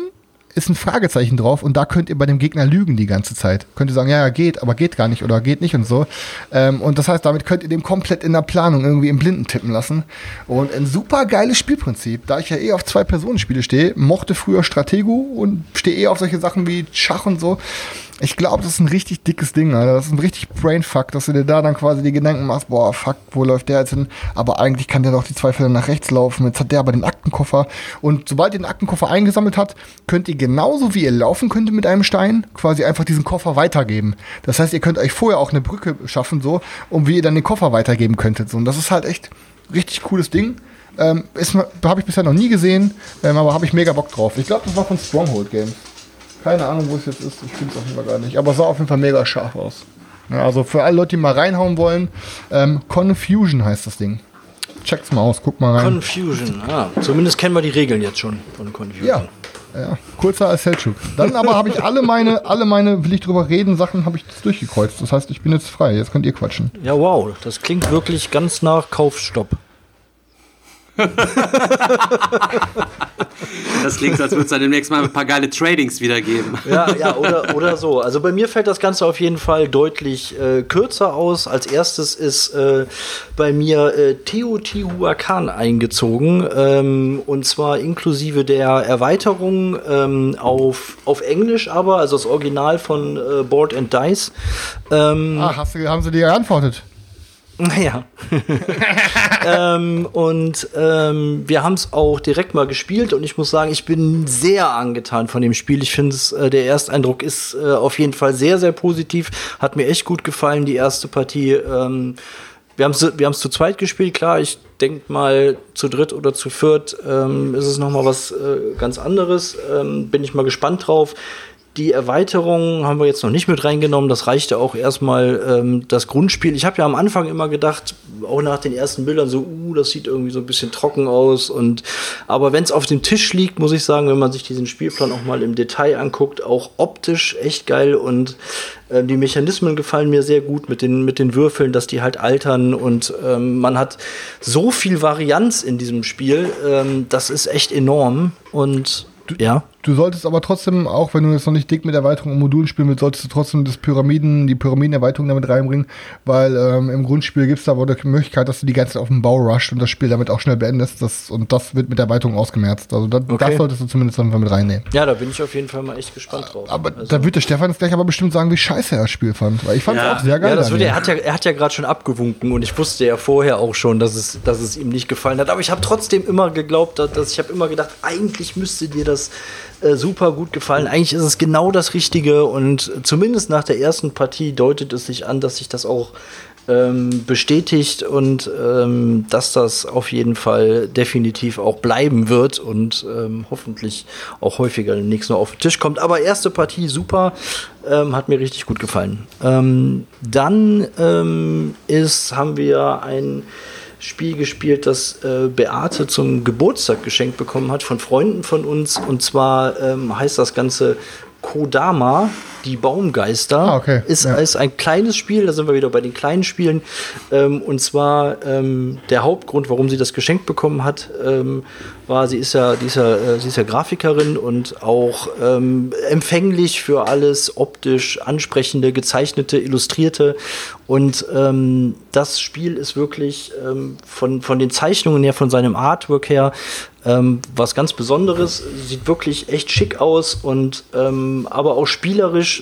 ist ein Fragezeichen drauf und da könnt ihr bei dem Gegner lügen die ganze Zeit. Könnt ihr sagen, ja, geht, aber geht gar nicht oder geht nicht und so. Und das heißt, damit könnt ihr dem komplett in der Planung irgendwie im Blinden tippen lassen. Und ein super geiles Spielprinzip. Da ich ja auf 2-Personen-Spiele stehe, mochte früher Stratego und stehe auf solche Sachen wie Schach und so. Ich glaube, das ist ein richtig dickes Ding, Alter. Das ist ein richtig Brainfuck, dass du dir da dann quasi die Gedanken machst, boah, fuck, wo läuft der jetzt hin? Aber eigentlich kann der doch die 2 Felder nach rechts laufen. Jetzt hat der aber den Aktenkoffer. Und sobald ihr den Aktenkoffer eingesammelt habt, könnt ihr genauso wie ihr laufen könntet mit einem Stein, quasi einfach diesen Koffer weitergeben. Das heißt, ihr könnt euch vorher auch eine Brücke schaffen, so, um wie ihr dann den Koffer weitergeben könntet. So. Und das ist halt echt richtig cooles Ding. Habe ich bisher noch nie gesehen, aber habe ich mega Bock drauf. Ich glaube, das war von Stronghold Games. Keine Ahnung, wo es jetzt ist. Ich finde es auf jeden Fall gar nicht. Aber es sah auf jeden Fall mega scharf aus. Ja, also für alle Leute, die mal reinhauen wollen, Confusion heißt das Ding. Check's mal aus, guck mal rein. Confusion, zumindest kennen wir die Regeln jetzt schon von Confusion. Ja, kurzer als Selchuk. Dann aber habe ich alle meine, will ich drüber reden, Sachen habe ich jetzt durchgekreuzt. Das heißt, ich bin jetzt frei. Jetzt könnt ihr quatschen. Ja, wow. Das klingt wirklich ganz nach Kaufstopp. Das klingt, als würde es dann demnächst mal ein paar geile Tradings wiedergeben. Ja, oder so. Also bei mir fällt das Ganze auf jeden Fall deutlich kürzer aus. Als erstes ist bei mir Teotihuacan eingezogen. Und zwar inklusive der Erweiterung auf Englisch aber, also das Original von Board and Dice. Haben sie dir geantwortet? Naja. Wir haben es auch direkt mal gespielt und ich muss sagen, ich bin sehr angetan von dem Spiel. Ich finde, der Ersteindruck ist auf jeden Fall sehr, sehr positiv. Hat mir echt gut gefallen, die erste Partie. Wir haben es zu zweit gespielt, klar. Ich denke mal, zu dritt oder zu viert ist es noch mal was ganz anderes. Bin ich mal gespannt drauf. Die Erweiterung haben wir jetzt noch nicht mit reingenommen. Das reichte auch erstmal das Grundspiel. Ich habe ja am Anfang immer gedacht, auch nach den ersten Bildern so, das sieht irgendwie so ein bisschen trocken aus. Aber wenn es auf dem Tisch liegt, muss ich sagen, wenn man sich diesen Spielplan auch mal im Detail anguckt, auch optisch echt geil. Und die Mechanismen gefallen mir sehr gut mit den Würfeln, dass die halt altern. Und man hat so viel Varianz in diesem Spiel. Das ist echt enorm. Und ja. Du solltest aber trotzdem, auch wenn du jetzt noch nicht dick mit Erweiterung und Modulen spielen willst, solltest du trotzdem die Pyramidenerweiterung damit reinbringen, weil im Grundspiel gibt es da aber die Möglichkeit, dass du die ganze Zeit auf den Bau rusht und das Spiel damit auch schnell beendest. Und das wird mit der Erweiterung ausgemerzt. Also das solltest du zumindest einfach mit reinnehmen. Ja, da bin ich auf jeden Fall mal echt gespannt drauf. Aber da wird der Stefan jetzt gleich aber bestimmt sagen, wie scheiße er das Spiel fand. Weil ich fand es auch sehr geil. Ja, er hat ja gerade schon abgewunken und ich wusste ja vorher auch schon, dass es ihm nicht gefallen hat. Aber ich habe trotzdem immer geglaubt, ich habe immer gedacht, eigentlich müsste dir das super gut gefallen. Eigentlich ist es genau das Richtige und zumindest nach der ersten Partie deutet es sich an, dass sich das auch bestätigt und dass das auf jeden Fall definitiv auch bleiben wird und hoffentlich auch häufiger demnächst noch auf den Tisch kommt. Aber erste Partie super, hat mir richtig gut gefallen. Dann haben wir ein Spiel gespielt, das Beate zum Geburtstag geschenkt bekommen hat von Freunden von uns. Und zwar heißt das Ganze Kodama, die Baumgeister. Okay. Ist ein kleines Spiel, da sind wir wieder bei den kleinen Spielen. Und zwar der Hauptgrund, warum sie das geschenkt bekommen hat, war, sie ist ja Grafikerin und auch empfänglich für alles optisch ansprechende, gezeichnete, illustrierte. Und das Spiel ist wirklich von den Zeichnungen her, von seinem Artwork her, was ganz Besonderes. Sieht wirklich echt schick aus und aber auch spielerisch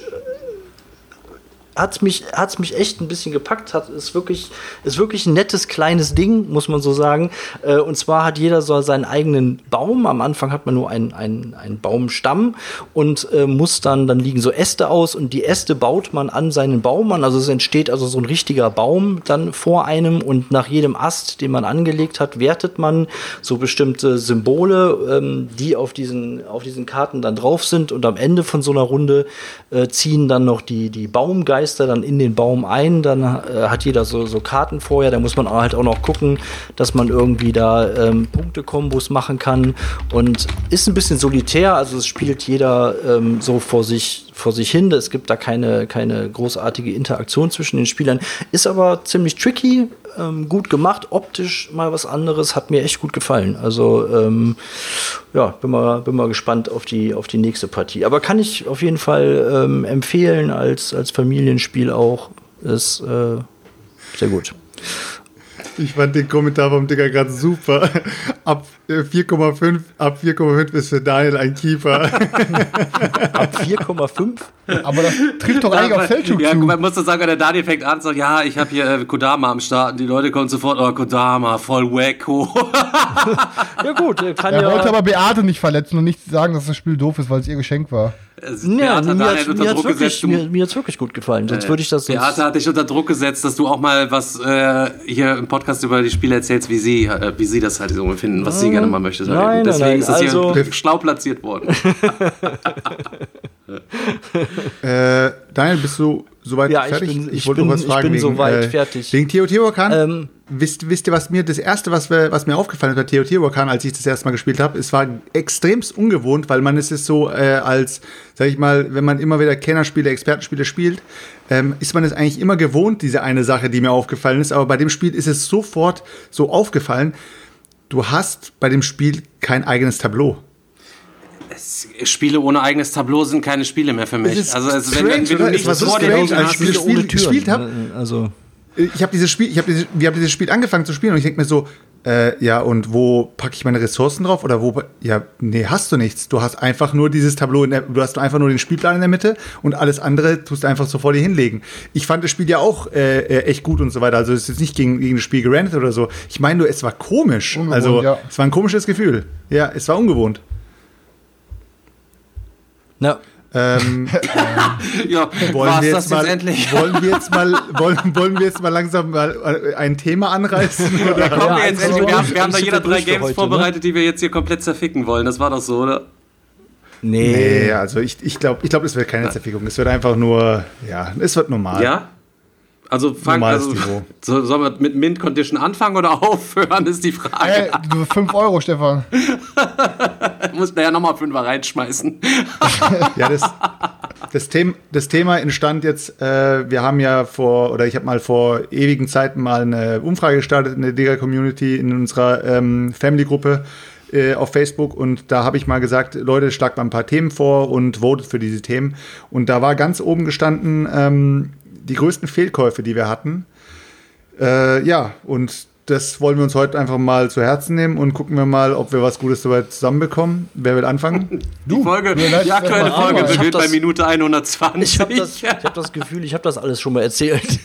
hat's mich echt ein bisschen gepackt. Ist wirklich ein nettes kleines Ding, muss man so sagen. Und zwar hat jeder so seinen eigenen Baum. Am Anfang hat man nur einen Baumstamm und dann liegen so Äste aus und die Äste baut man an seinen Baum an. Also es entsteht also so ein richtiger Baum dann vor einem und nach jedem Ast, den man angelegt hat, wertet man so bestimmte Symbole, die auf diesen Karten dann drauf sind und am Ende von so einer Runde ziehen dann noch die Baumgeister dann in den Baum ein, dann hat jeder so Karten vorher, da muss man halt auch noch gucken, dass man irgendwie da Punkte-Kombos machen kann und ist ein bisschen solitär, also es spielt jeder so vor sich vor sich hin. Es gibt da keine großartige Interaktion zwischen den Spielern. Ist aber ziemlich tricky, gut gemacht, optisch mal was anderes, hat mir echt gut gefallen. Also bin mal gespannt auf die nächste Partie. Aber kann ich auf jeden Fall empfehlen als Familienspiel auch. Ist sehr gut. Ich fand den Kommentar vom Digger gerade super. Ab 4,5 ist für Daniel ein Keeper. Ab 4,5? Aber das trifft doch eigentlich auf Selchuk zu. Man muss doch sagen, der Daniel fängt an und sagt, ja, ich habe hier Kodama am Start und die Leute kommen sofort, oh, Kodama, voll wacko. Ja gut, er wollte aber Beate nicht verletzen und nicht sagen, dass das Spiel doof ist, weil es ihr Geschenk war. Mir hat es wirklich gut gefallen. Sonst würde ich das. Beate hat dich unter Druck gesetzt, dass du auch mal was hier im Podcast über die Spiele erzählst, wie sie das halt so empfinden, was sie gerne mal möchte. Deswegen ist das hier schlau platziert worden. Daniel, bist du soweit fertig? Ich wollte noch was fragen. Ich bin soweit fertig. Wegen Teotihuacan? Wisst ihr, was mir das Erste, was mir aufgefallen ist bei Teotihuacan, als ich das erste Mal gespielt habe, es war extremst ungewohnt, weil man ist es so als, sag ich mal, wenn man immer wieder Kennerspiele, Expertenspiele spielt, ist man es eigentlich immer gewohnt, diese eine Sache, die mir aufgefallen ist. Aber bei dem Spiel ist es sofort so aufgefallen, du hast bei dem Spiel kein eigenes Tableau. Spiele ohne eigenes Tableau sind keine Spiele mehr für mich. Also wenn du nicht vor dir als ich das Spiel gespielt habe, ich habe dieses Spiel angefangen zu spielen und ich denke mir so, und wo packe ich meine Ressourcen drauf? Oder hast du nichts. Du hast einfach nur dieses Tableau, du hast einfach nur den Spielplan in der Mitte und alles andere tust du einfach so vor dir hinlegen. Ich fand das Spiel ja auch echt gut und so weiter. Also es ist jetzt nicht gegen das Spiel gerantet oder so. Ich meine nur, es war komisch. Ungewohnt, es war ein komisches Gefühl. Ja, es war ungewohnt. Na. Wollen wir jetzt mal langsam ein Thema anreißen? Oder? Wir haben da jeder 3 Games vorbereitet, die wir jetzt hier komplett zerficken wollen. Das war doch so, oder? Nee, also ich glaube, es wird keine Zerfickung. Es wird einfach nur, es wird normal. Ja? Also sollen wir mit Mint Condition anfangen oder aufhören, ist die Frage. 5 Euro, Stefan. Muss da ja nochmal 5er reinschmeißen. Ja, das Thema entstand jetzt, ich habe mal vor ewigen Zeiten mal eine Umfrage gestartet in der Digger-Community, in unserer Family-Gruppe auf Facebook, und da habe ich mal gesagt, Leute, schlagt mal ein paar Themen vor und votet für diese Themen. Und da war ganz oben gestanden, die größten Fehlkäufe, die wir hatten. Und das wollen wir uns heute einfach mal zu Herzen nehmen und gucken wir mal, ob wir was Gutes soweit zusammenbekommen. Wer will anfangen? Die aktuelle Folge beginnt bei Minute 120. Ich habe das Gefühl, ich habe das alles schon mal erzählt.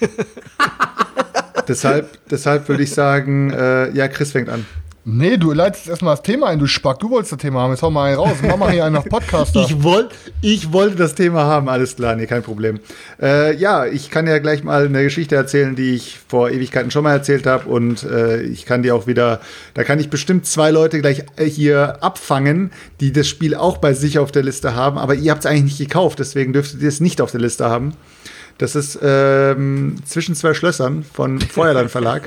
Deshalb würde ich sagen, Chris fängt an. Nee, du leitest erstmal das Thema ein, du Spack. Du wolltest das Thema haben. Jetzt hau mal einen raus. Mach mal hier einen auf Podcaster. Ich wollte das Thema haben. Alles klar, nee, kein Problem. Ich kann ja gleich mal eine Geschichte erzählen, die ich vor Ewigkeiten schon mal erzählt habe. Und ich kann die auch wieder, da kann ich bestimmt 2 Leute gleich hier abfangen, die das Spiel auch bei sich auf der Liste haben. Aber ihr habt es eigentlich nicht gekauft, deswegen dürftet ihr es nicht auf der Liste haben. Das ist Zwischen 2 Schlössern von Feuerland Verlag.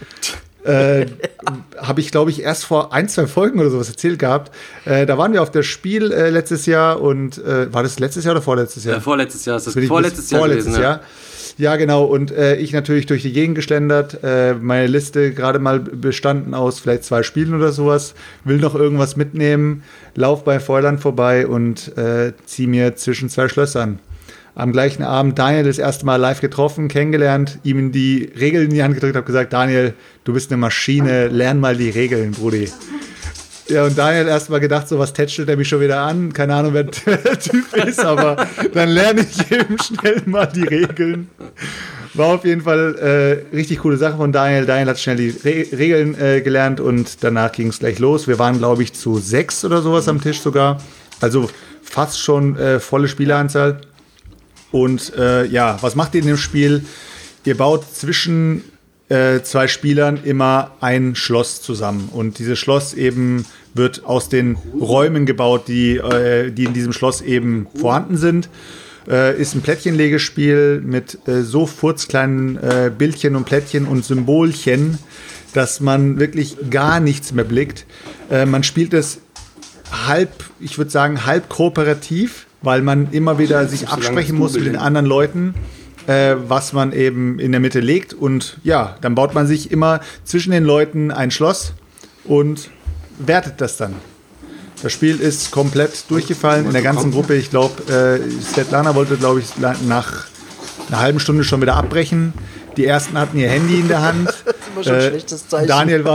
Habe ich, glaube ich, erst vor 1-2 Folgen oder sowas erzählt gehabt. Da waren wir auf das Spiel letztes Jahr und war das letztes Jahr oder vorletztes Jahr? Vorletztes Jahr ist das vorletztes Jahr gewesen, Jahr. Ja, genau. Und ich natürlich durch die Gegend geschlendert. Meine Liste gerade mal bestanden aus vielleicht 2 Spielen oder sowas. Will noch irgendwas mitnehmen. Lauf bei Feuerland vorbei und zieh mir Zwischen 2 Schlössern. Am gleichen Abend Daniel das erste Mal live getroffen, kennengelernt, ihm die Regeln in die Hand gedrückt, habe gesagt, Daniel, du bist eine Maschine, lern mal die Regeln, Brudi. Ja, und Daniel erst mal gedacht, so was tätschelt er mich schon wieder an, keine Ahnung, wer der Typ ist, aber dann lerne ich eben schnell mal die Regeln. War auf jeden Fall richtig coole Sache von Daniel. Daniel hat schnell die Regeln gelernt und danach ging es gleich los. Wir waren, glaube ich, zu 6 oder sowas am Tisch sogar, also fast schon volle Spieleranzahl. Und was macht ihr in dem Spiel? Ihr baut zwischen 2 Spielern immer ein Schloss zusammen. Und dieses Schloss eben wird aus den Räumen gebaut, die in diesem Schloss eben vorhanden sind. Ist ein Plättchenlegespiel mit so furzkleinen Bildchen und Plättchen und Symbolchen, dass man wirklich gar nichts mehr blickt. Man spielt es halb kooperativ. weil man immer wieder sich absprechen muss mit den anderen Leuten, was man eben in der Mitte legt. Und ja, dann baut man sich immer zwischen den Leuten ein Schloss und wertet das dann. Das Spiel ist komplett durchgefallen in der ganzen Gruppe. Ich glaube, Svetlana wollte, glaube ich, nach einer halben Stunde schon wieder abbrechen. Die ersten hatten ihr Handy in der Hand. Das ist immer schon ein schlechtes Zeichen.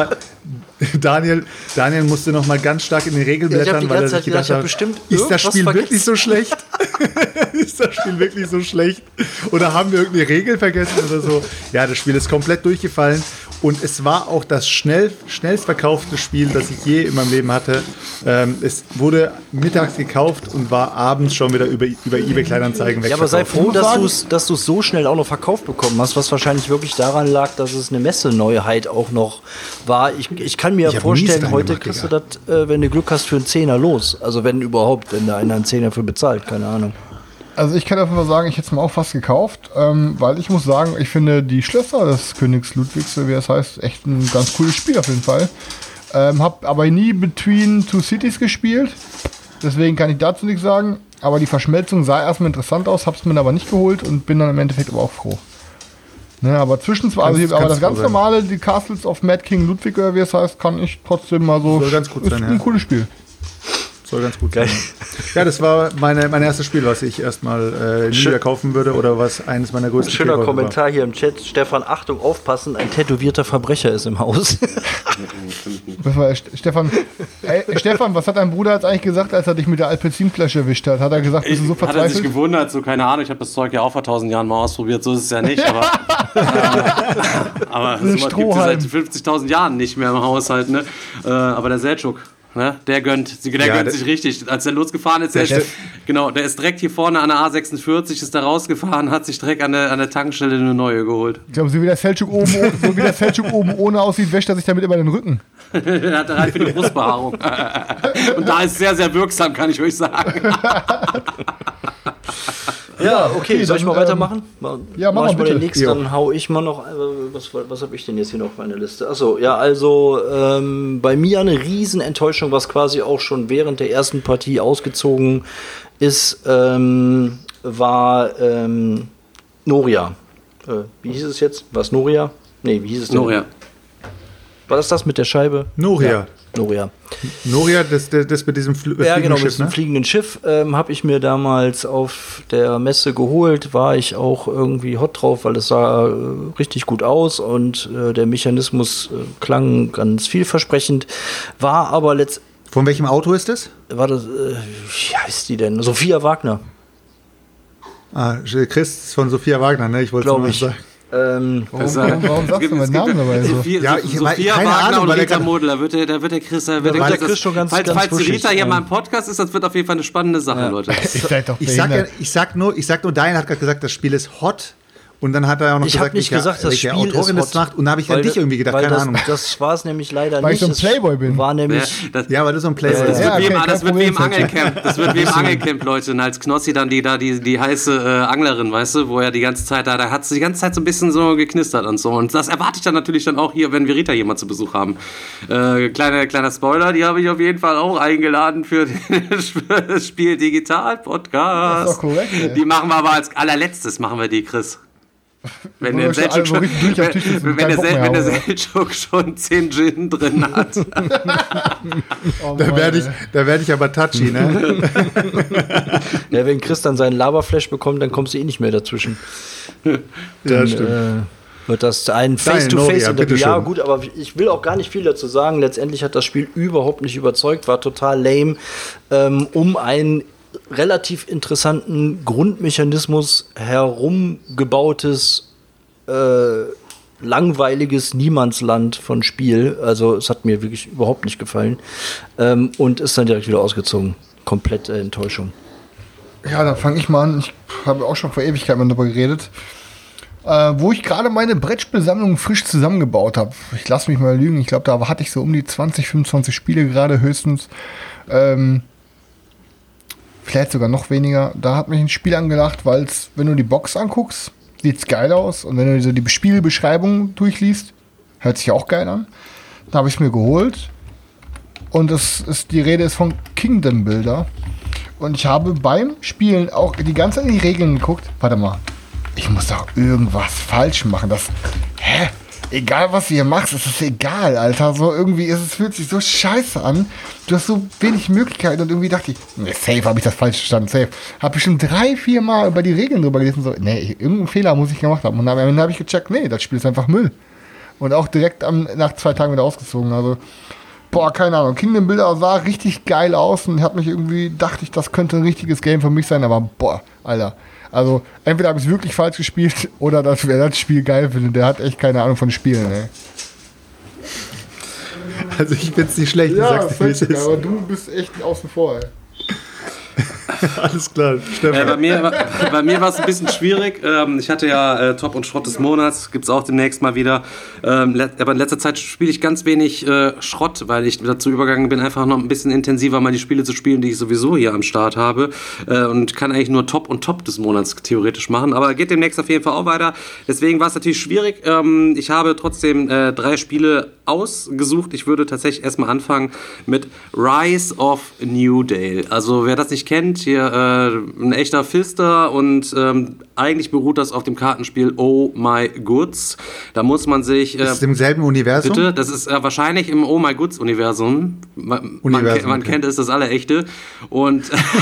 Daniel musste noch mal ganz stark in die Regel blättern, weil er sich gedacht hat, ist das Spiel wirklich so schlecht? Ist das Spiel wirklich so schlecht? Oder haben wir irgendeine Regel vergessen oder so? Ja, das Spiel ist komplett durchgefallen. Und es war auch das schnellst verkaufte Spiel, das ich je in meinem Leben hatte. Es wurde mittags gekauft und war abends schon wieder über eBay Kleinanzeigen weg. Ja, aber sei froh, dass du es so schnell auch noch verkauft bekommen hast, was wahrscheinlich wirklich daran lag, dass es eine Messeneuheit auch noch war. Ich kann mir vorstellen, heute kriegst du das, wenn du Glück hast, für einen Zehner los. Also wenn überhaupt, wenn da einer einen Zehner für bezahlt, keine Ahnung. Also ich kann einfach sagen, ich hätte es mir auch fast gekauft, weil ich muss sagen, ich finde die Schlösser des Königs Ludwigs, wie das heißt, echt ein ganz cooles Spiel auf jeden Fall. Hab aber nie Between Two Cities gespielt, deswegen kann ich dazu nichts sagen. Aber die Verschmelzung sah erstmal interessant aus, hab's mir aber nicht geholt und bin dann im Endeffekt aber auch froh. Ne, aber aber das ganz normale, die Castles of Mad King Ludwig, oder wie es heißt, kann ich trotzdem mal so. Soll ganz gut sein, ein cooles Spiel. Soll ganz gut sein. Ja, das war mein erstes Spiel, was ich erstmal nie wieder kaufen würde oder was eines meiner größten Schöner Kommentar war. Hier im Chat. Stefan, Achtung, aufpassen, ein tätowierter Verbrecher ist im Haus. Stefan, was hat dein Bruder jetzt eigentlich gesagt, als er dich mit der Alpecin-Flasche erwischt hat? Hat er gesagt, bist du so verzweifelt? Hat er sich gewundert, so keine Ahnung, ich habe das Zeug ja auch vor 1000 Jahren mal ausprobiert, so ist es ja nicht, aber sowas gibt es seit 50.000 Jahren nicht mehr im Haushalt, ne? Aber der Selçuk, ne? Der gönnt sich richtig. Als er losgefahren ist, der ist direkt hier vorne an der A46, ist da rausgefahren, hat sich direkt an der Tankstelle eine neue geholt. Ich glaube, so wie der Selçuk oben ohne aussieht, wäscht er sich damit immer den Rücken. Er hat halt für die Brustbehaarung. Und da ist es sehr, sehr wirksam, kann ich euch sagen. Ja, okay, soll ich mal weitermachen? Ja, mach mal den nächsten, dann hau ich mal noch, was habe ich denn jetzt hier noch auf meiner Liste? Achso, ja, also bei mir eine Riesenenttäuschung, was quasi auch schon während der ersten Partie ausgezogen ist, war Noria. Wie hieß es jetzt? War es Noria? Nee, wie hieß es denn? Noria. War das mit der Scheibe? Noria. Ja. Noria, das mit diesem fliegenden Schiff, ja, genau, mit diesem fliegenden Schiff habe ich mir damals auf der Messe geholt, war ich auch irgendwie hot drauf, weil es sah richtig gut aus und der Mechanismus klang ganz vielversprechend, war aber Von welchem Auto ist das? War das, wie heißt die denn? Sophia Wagner. Chris ist von Sophia Wagner, ne? Ich wollte es nur sagen. Warum sagst du meinen Namen dabei so? Sophia keine Wagner Ahnung, und Rita Model, da wird der Chris schon ganz falls die Rita hier ja. mal im Podcast ist, das wird auf jeden Fall eine spannende Sache, Leute. Ich sag nur, Daniel hat gerade gesagt, das Spiel ist hot. Und dann hat er auch noch gesagt, das Spiel Autorin ist das macht. Und da habe ich an dich irgendwie gedacht, keine Ahnung. Das war es nämlich leider weil nicht. Weil ich so ein Playboy bin. War nämlich weil du so ein Playboy bist. Das wird wie im Angelcamp. Das wird wie im Angelcamp, Leute. Und als Knossi dann die heiße Anglerin, weißt du, wo er die ganze Zeit da hat sie die ganze Zeit so ein bisschen so geknistert und so. Und das erwarte ich dann natürlich dann auch hier, wenn wir Rita jemand zu Besuch haben. Kleiner Spoiler, die habe ich auf jeden Fall auch eingeladen für das Spiel Digital Podcast. Das ist doch korrekt. Ja. Die machen wir aber als allerletztes, Chris. Wenn der Selçuk schon 10 Gin drin hat. Da werde ich aber touchy, ne? Ja, wenn Chris dann seinen Laberflash bekommt, dann kommst du nicht mehr dazwischen. Ja, stimmt. Wird das ein Face-to-Face-Interview. Ja, gut, aber ich will auch gar nicht viel dazu sagen. Letztendlich hat das Spiel überhaupt nicht überzeugt, war total lame. Um einen relativ interessanten Grundmechanismus herumgebautes, langweiliges Niemandsland von Spiel. Also es hat mir wirklich überhaupt nicht gefallen. Und ist dann direkt wieder ausgezogen. Komplette Enttäuschung. Ja, dann fange ich mal an. Ich habe auch schon vor Ewigkeiten darüber geredet. Wo ich gerade meine Brettspielsammlung frisch zusammengebaut habe. Ich lasse mich mal lügen. Ich glaube, da hatte ich so um die 20, 25 Spiele gerade höchstens. Vielleicht sogar noch weniger. Da hat mich ein Spiel angelacht, weil es, wenn du die Box anguckst, sieht es geil aus. Und wenn du so die Spielbeschreibung durchliest, hört sich auch geil an. Da habe ich es mir geholt. Und die Rede ist von Kingdom Builder. Und ich habe beim Spielen auch die ganze Zeit in die Regeln geguckt. Warte mal, ich muss doch irgendwas falsch machen. Egal was du hier machst, es ist egal, Alter. So irgendwie fühlt sich so scheiße an. Du hast so wenig Möglichkeiten und irgendwie dachte ich, safe habe ich das falsch verstanden, safe. Habe bestimmt 3-4 Mal über die Regeln drüber gelesen, so, irgendeinen Fehler muss ich gemacht haben. Und am Ende habe ich gecheckt, das Spiel ist einfach Müll. Und auch direkt nach 2 Tagen wieder ausgezogen, also, keine Ahnung. Kingdom Builder sah richtig geil aus und dachte ich, das könnte ein richtiges Game für mich sein, aber Alter. Also, entweder habe ich es wirklich falsch gespielt oder wer das Spiel geil findet, der hat echt keine Ahnung von Spielen, ey. Also, ich find's nicht schlecht, ja, du sagst, nicht, aber du bist echt außen vor, ey. Alles klar, Stefan. Bei mir war es ein bisschen schwierig. Ich hatte ja Top und Schrott des Monats, gibt es auch demnächst mal wieder. Aber in letzter Zeit spiele ich ganz wenig Schrott, weil ich dazu übergegangen bin, einfach noch ein bisschen intensiver mal die Spiele zu spielen, die ich sowieso hier am Start habe. Und kann eigentlich nur Top und Top des Monats theoretisch machen. Aber geht demnächst auf jeden Fall auch weiter. Deswegen war es natürlich schwierig. Ich habe trotzdem 3 Spiele ausgesucht. Ich würde tatsächlich erstmal anfangen mit Rise of New Dale. Also wer das nicht kennt, hier ein echter Fister und eigentlich beruht das auf dem Kartenspiel Oh My Goods. Da muss man sich... ist es im selben Universum? Bitte? Das ist wahrscheinlich im Oh My Goods Universum. Man kennt es, das Allerechte. Und...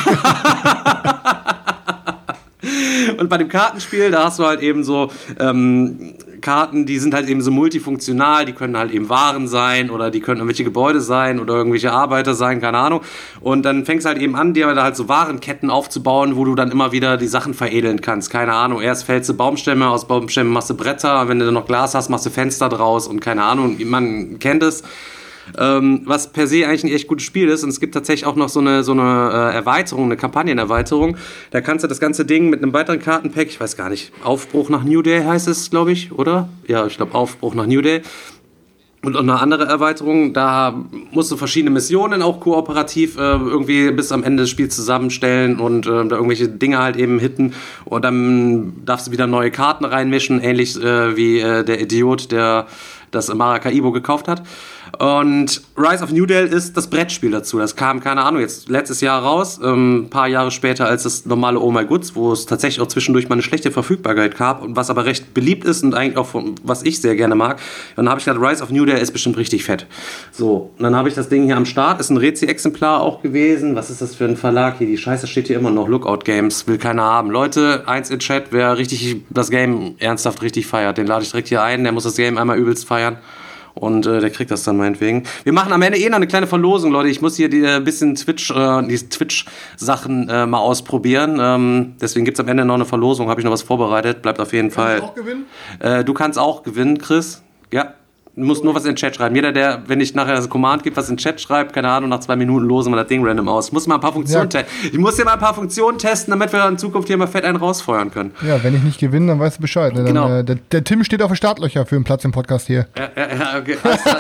Und bei dem Kartenspiel, da hast du halt eben so Karten, die sind halt eben so multifunktional, die können halt eben Waren sein oder die können irgendwelche Gebäude sein oder irgendwelche Arbeiter sein, keine Ahnung. Und dann fängst du halt eben an, dir da halt so Warenketten aufzubauen, wo du dann immer wieder die Sachen veredeln kannst. Keine Ahnung, erst fällst du Baumstämme, aus Baumstämmen machst du Bretter, wenn du dann noch Glas hast, machst du Fenster draus und keine Ahnung, man kennt es. Was per se eigentlich ein echt gutes Spiel ist. Und es gibt tatsächlich auch noch so eine Erweiterung, eine Kampagnenerweiterung. Da kannst du das ganze Ding mit einem weiteren Kartenpack, ich weiß gar nicht, Aufbruch nach New Day heißt es, glaube ich, oder? Ja, ich glaube Aufbruch nach New Day. Und eine andere Erweiterung, da musst du verschiedene Missionen auch kooperativ irgendwie bis am Ende des Spiels zusammenstellen und da irgendwelche Dinge halt eben hitten. Und dann darfst du wieder neue Karten reinmischen, ähnlich wie der Idiot, der das Maracaibo gekauft hat. Und Rise of New Dale ist das Brettspiel dazu. Das kam, keine Ahnung, jetzt letztes Jahr raus, ein paar Jahre später als das normale Oh My Goods, wo es tatsächlich auch zwischendurch mal eine schlechte Verfügbarkeit gab und was aber recht beliebt ist und eigentlich auch was ich sehr gerne mag. Und dann habe ich gedacht, Rise of New Dale ist bestimmt richtig fett. So, und dann habe ich das Ding hier am Start, ist ein Rezi-Exemplar auch gewesen. Was ist das für ein Verlag hier? Die Scheiße steht hier immer noch, Lookout Games, will keiner haben. Leute, eins in Chat, wer richtig das Game ernsthaft richtig feiert, den lade ich direkt hier ein, der muss das Game einmal übelst feiern. Und der kriegt das dann meinetwegen. Wir machen am Ende noch eine kleine Verlosung, Leute. Ich muss hier ein bisschen die Twitch-Sachen mal ausprobieren. Deswegen gibt es am Ende noch eine Verlosung. Habe ich noch was vorbereitet. Bleibt auf jeden Fall. Kannst du auch gewinnen? Du kannst auch gewinnen, Chris. Ja. Du musst nur was in den Chat schreiben. Jeder, der, wenn ich nachher das Command gibt, was in den Chat schreibt, keine Ahnung, nach 2 Minuten losen wir das Ding random aus. Ich muss mal ein paar Funktionen testen. Ich muss hier mal ein paar Funktionen testen, damit wir in Zukunft hier mal fett einen rausfeuern können. Ja, wenn ich nicht gewinne, dann weißt du Bescheid. Ne? Dann, genau. Der Tim steht auf den Startlöcher für einen Platz im Podcast hier. Ja, okay.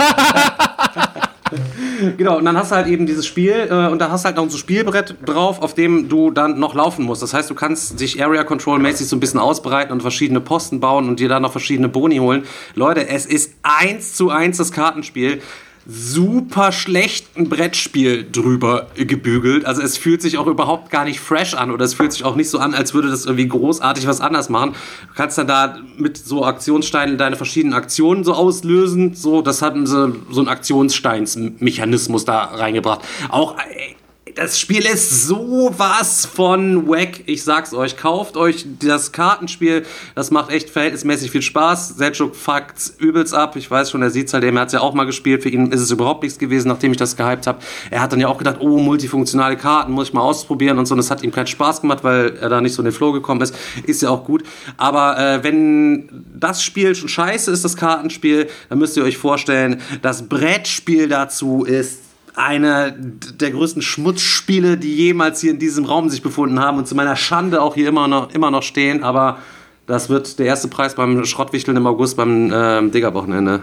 Genau, und dann hast du halt eben dieses Spiel und da hast du halt noch so ein Spielbrett drauf, auf dem du dann noch laufen musst. Das heißt, du kannst dich Area Control mäßig so ein bisschen ausbreiten und verschiedene Posten bauen und dir dann noch verschiedene Boni holen. Leute, es ist 1:1 das Kartenspiel. Super schlecht ein Brettspiel drüber gebügelt. Also es fühlt sich auch überhaupt gar nicht fresh an oder es fühlt sich auch nicht so an, als würde das irgendwie großartig was anders machen. Du kannst dann da mit so Aktionssteinen deine verschiedenen Aktionen so auslösen. So, das hatten sie so einen Aktionssteinsmechanismus da reingebracht. Auch das Spiel ist sowas von wack. Ich sag's euch, kauft euch das Kartenspiel. Das macht echt verhältnismäßig viel Spaß. Selchuk fuckt's übelst ab. Ich weiß schon, er sieht's halt eben. Er hat's ja auch mal gespielt. Für ihn ist es überhaupt nichts gewesen, nachdem ich das gehypt habe. Er hat dann ja auch gedacht, oh, multifunktionale Karten, muss ich mal ausprobieren und so. Und das hat ihm keinen Spaß gemacht, weil er da nicht so in den Flow gekommen ist. Ist ja auch gut. Aber wenn das Spiel schon scheiße ist, das Kartenspiel, dann müsst ihr euch vorstellen, das Brettspiel dazu ist eine der größten Schmutzspiele, die jemals hier in diesem Raum sich befunden haben und zu meiner Schande auch hier immer noch stehen, aber das wird der erste Preis beim Schrottwichteln im August beim Digger-Wochenende.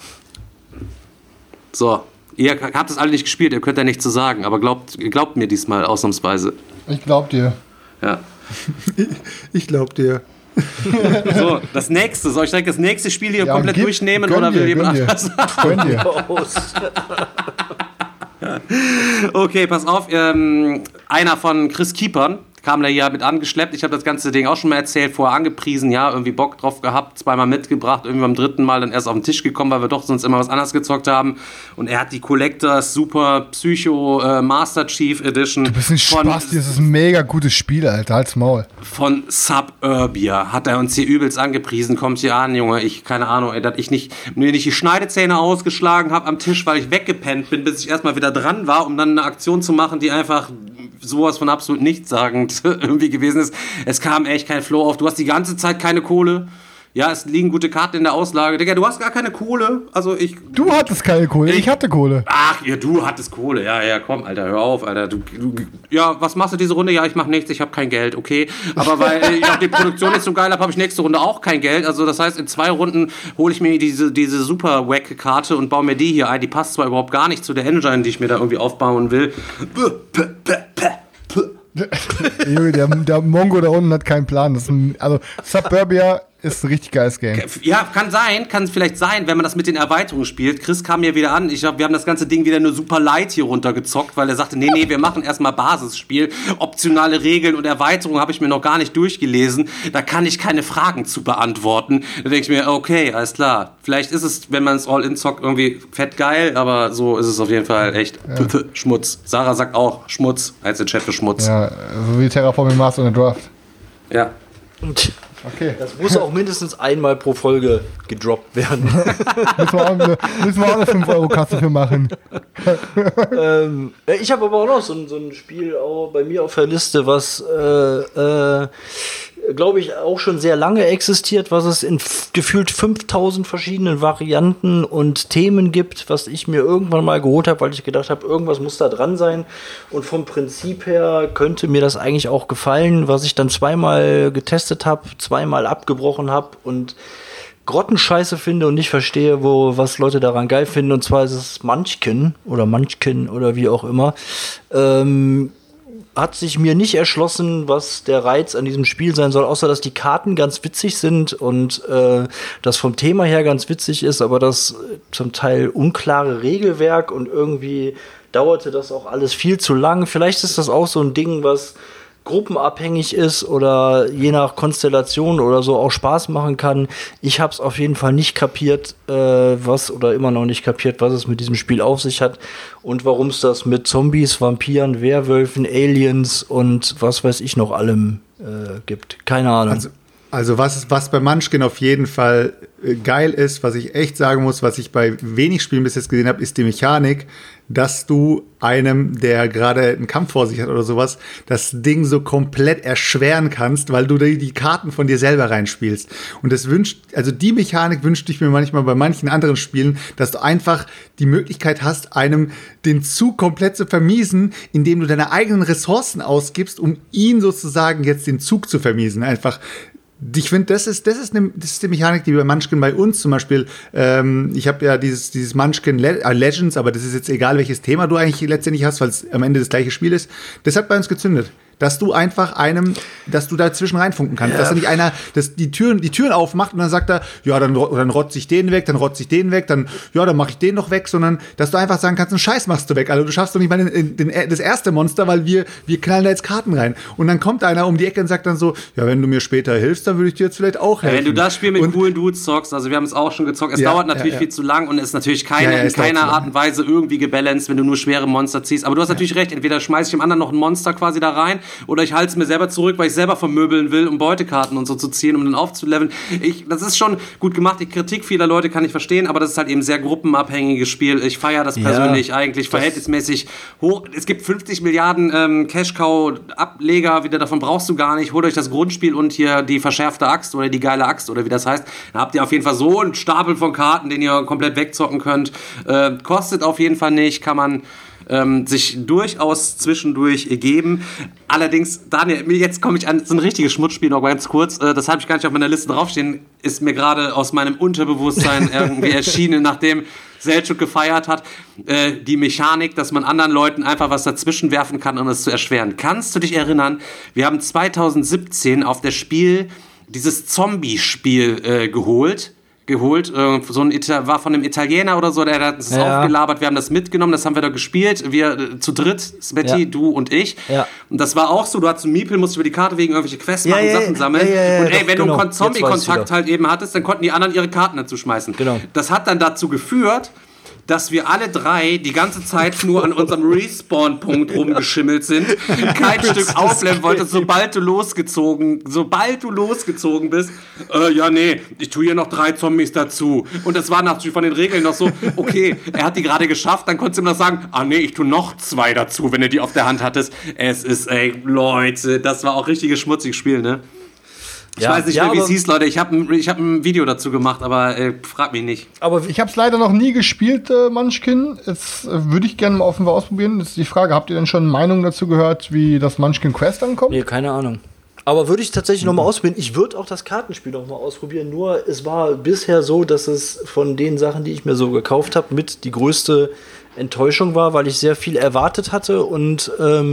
So, ihr habt das alle nicht gespielt, ihr könnt ja nichts zu sagen, aber glaubt mir diesmal ausnahmsweise. Ich glaub dir. Ja. Ich glaub dir. So, das nächste. Soll ich direkt das nächste Spiel hier komplett durchnehmen oder will jemand anders? Gönn dir. Okay, pass auf. einer von Chris Kiepern kam da hier mit angeschleppt. Ich habe das ganze Ding auch schon mal erzählt, vorher angepriesen, ja, irgendwie Bock drauf gehabt, zweimal mitgebracht, irgendwie beim dritten Mal dann erst auf den Tisch gekommen, weil wir doch sonst immer was anderes gezockt haben. Und er hat die Collectors Super Psycho Master Chief Edition. Du bist ein Spaß, das ist ein mega gutes Spiel, Alter, halt's Maul. Von Suburbia hat er uns hier übelst angepriesen. Kommt hier an, Junge, keine Ahnung, dass ich mir nicht die Schneidezähne ausgeschlagen habe am Tisch, weil ich weggepennt bin, bis ich erstmal wieder dran war, um dann eine Aktion zu machen, die einfach sowas von absolut nichtssagend irgendwie gewesen ist. Es kam echt kein Flow auf. Du hast die ganze Zeit keine Kohle. Ja, es liegen gute Karten in der Auslage. Digga, du hast gar keine Kohle. Also Du hattest keine Kohle, ich hatte Kohle. Ach, ja, du hattest Kohle. Ja, komm, Alter, hör auf, Alter. Ja, was machst du diese Runde? Ja, ich mach nichts, ich habe kein Geld, okay. Aber weil ich auch die Produktion nicht so geil habe ich nächste Runde auch kein Geld. Also das heißt, in 2 Runden hole ich mir diese super wack Karte und baue mir die hier ein. Die passt zwar überhaupt gar nicht zu der Engine, die ich mir da irgendwie aufbauen will. Junge, der Mongo da unten hat keinen Plan. Also Suburbia ist ein richtig geiles Game. Ja, kann vielleicht sein, wenn man das mit den Erweiterungen spielt. Chris kam hier wieder an. Wir haben das ganze Ding wieder nur super light hier runtergezockt, weil er sagte, nee, wir machen erstmal Basisspiel. Optionale Regeln und Erweiterungen habe ich mir noch gar nicht durchgelesen. Da kann ich keine Fragen zu beantworten. Da denke ich mir, okay, alles klar. Vielleicht ist es, wenn man es All-In zockt, irgendwie fett geil, aber so ist es auf jeden Fall echt Schmutz. Sarah sagt auch Schmutz, als der Chat für Schmutz. Ja, so wie Terraforming Mars und der Draft. Ja. Okay. Das muss auch mindestens einmal pro Folge gedroppt werden. müssen wir auch eine 5-Euro-Kasse für machen. Ich habe aber auch noch so ein Spiel auch bei mir auf der Liste, was glaube ich auch schon sehr lange existiert, was es in gefühlt 5000 verschiedenen Varianten und Themen gibt, was ich mir irgendwann mal geholt habe, weil ich gedacht habe, irgendwas muss da dran sein. Und vom Prinzip her könnte mir das eigentlich auch gefallen, was ich dann 2-mal getestet habe, 2-mal abgebrochen habe und Grottenscheiße finde und nicht verstehe, was Leute daran geil finden. Und zwar ist es Munchkin oder wie auch immer. Hat sich mir nicht erschlossen, was der Reiz an diesem Spiel sein soll, außer dass die Karten ganz witzig sind und das vom Thema her ganz witzig ist, aber das zum Teil unklare Regelwerk und irgendwie dauerte das auch alles viel zu lang. Vielleicht ist das auch so ein Ding, was gruppenabhängig ist oder je nach Konstellation oder so auch Spaß machen kann. Ich habe es auf jeden Fall nicht kapiert, immer noch nicht kapiert, was es mit diesem Spiel auf sich hat und warum es das mit Zombies, Vampiren, Werwölfen, Aliens und was weiß ich noch allem gibt. Keine Ahnung. Also was bei Munchkin auf jeden Fall geil ist, was ich echt sagen muss, was ich bei wenig Spielen bis jetzt gesehen habe, ist die Mechanik, dass du einem, der gerade einen Kampf vor sich hat oder sowas, das Ding so komplett erschweren kannst, weil du die Karten von dir selber reinspielst. Und die Mechanik wünschte ich mir manchmal bei manchen anderen Spielen, dass du einfach die Möglichkeit hast, einem den Zug komplett zu vermiesen, indem du deine eigenen Ressourcen ausgibst, um ihn sozusagen jetzt den Zug zu vermiesen. Einfach. Ich finde, das ist die Mechanik, die bei Munchkin bei uns zum Beispiel, ich habe ja dieses Munchkin Legends, aber das ist jetzt egal, welches Thema du eigentlich letztendlich hast, weil es am Ende das gleiche Spiel ist. Das hat bei uns gezündet. Dass du einfach dass du dazwischen reinfunken kannst. Ja. Dass da nicht einer die Türen aufmacht und dann sagt er, ja, dann rotze ich den weg, dann mache ich den noch weg, sondern dass du einfach sagen kannst, einen Scheiß machst du weg. Also du schaffst doch nicht mal das erste Monster, weil wir knallen da jetzt Karten rein. Und dann kommt einer um die Ecke und sagt dann so, ja, wenn du mir später hilfst, dann würde ich dir jetzt vielleicht auch helfen. Ja, wenn du das Spiel mit coolen Dudes zockst, also wir haben es auch schon gezockt, es dauert natürlich viel zu lang und ist natürlich in keiner Art und Weise irgendwie gebalanced, wenn du nur schwere Monster ziehst. Aber du hast natürlich recht, entweder schmeiß ich dem anderen noch ein Monster quasi da rein oder ich halte es mir selber zurück, weil ich selber vermöbeln will, um Beutekarten und so zu ziehen, um dann aufzuleveln. Das ist schon gut gemacht. Die Kritik vieler Leute kann ich verstehen, aber das ist halt eben ein sehr gruppenabhängiges Spiel. Ich feiere das persönlich eigentlich verhältnismäßig hoch. Es gibt 50 Milliarden Cash-Cow-Ableger, wieder davon brauchst du gar nicht. Holt euch das Grundspiel und hier die verschärfte Axt oder die geile Axt oder wie das heißt. Da habt ihr auf jeden Fall so einen Stapel von Karten, den ihr komplett wegzocken könnt. Kostet auf jeden Fall nicht, kann man sich durchaus zwischendurch geben. Allerdings, Daniel, jetzt komme ich an so ein richtiges Schmutzspiel noch ganz kurz. Das habe ich gar nicht auf meiner Liste draufstehen. Ist mir gerade aus meinem Unterbewusstsein irgendwie erschienen, nachdem Selçuk gefeiert hat. Die Mechanik, dass man anderen Leuten einfach was dazwischen werfen kann, um es zu erschweren. Kannst du dich erinnern, wir haben 2017 auf das Spiel dieses Zombie-Spiel geholt. War von einem Italiener oder so, der hat uns das aufgelabert. Wir haben das mitgenommen, das haben wir da gespielt. Wir zu dritt, Smetty, du und ich. Ja. Und das war auch so, du hattest einen Miepel, musst über die Karte wegen irgendwelche Quests machen, Sachen sammeln. Und wenn du einen Zombie-Kontakt halt eben hattest, dann konnten die anderen ihre Karten dazu schmeißen. Genau. Das hat dann dazu geführt, dass wir alle drei die ganze Zeit nur an unserem Respawn-Punkt rumgeschimmelt sind, kein Stück aufleveln wollten, sobald du losgezogen bist, ich tue hier noch 3 Zombies dazu. Und das war natürlich von den Regeln noch so, okay, er hat die gerade geschafft, dann konntest du ihm noch sagen, ich tue noch 2 dazu, wenn du die auf der Hand hattest. Es ist, Leute, das war auch richtiges schmutziges Spiel, ne? Ich weiß nicht mehr, wie es hieß, Leute. Ich hab ein Video dazu gemacht, aber frag mich nicht. Aber ich habe es leider noch nie gespielt, Munchkin. Jetzt würde ich gerne mal offenbar ausprobieren. Jetzt ist die Frage, habt ihr denn schon Meinungen dazu gehört, wie das Munchkin Quest ankommt? Nee, keine Ahnung. Aber würde ich tatsächlich noch mal ausprobieren. Ich würde auch das Kartenspiel noch mal ausprobieren. Nur es war bisher so, dass es von den Sachen, die ich mir so gekauft habe, mit die größte Enttäuschung war, weil ich sehr viel erwartet hatte und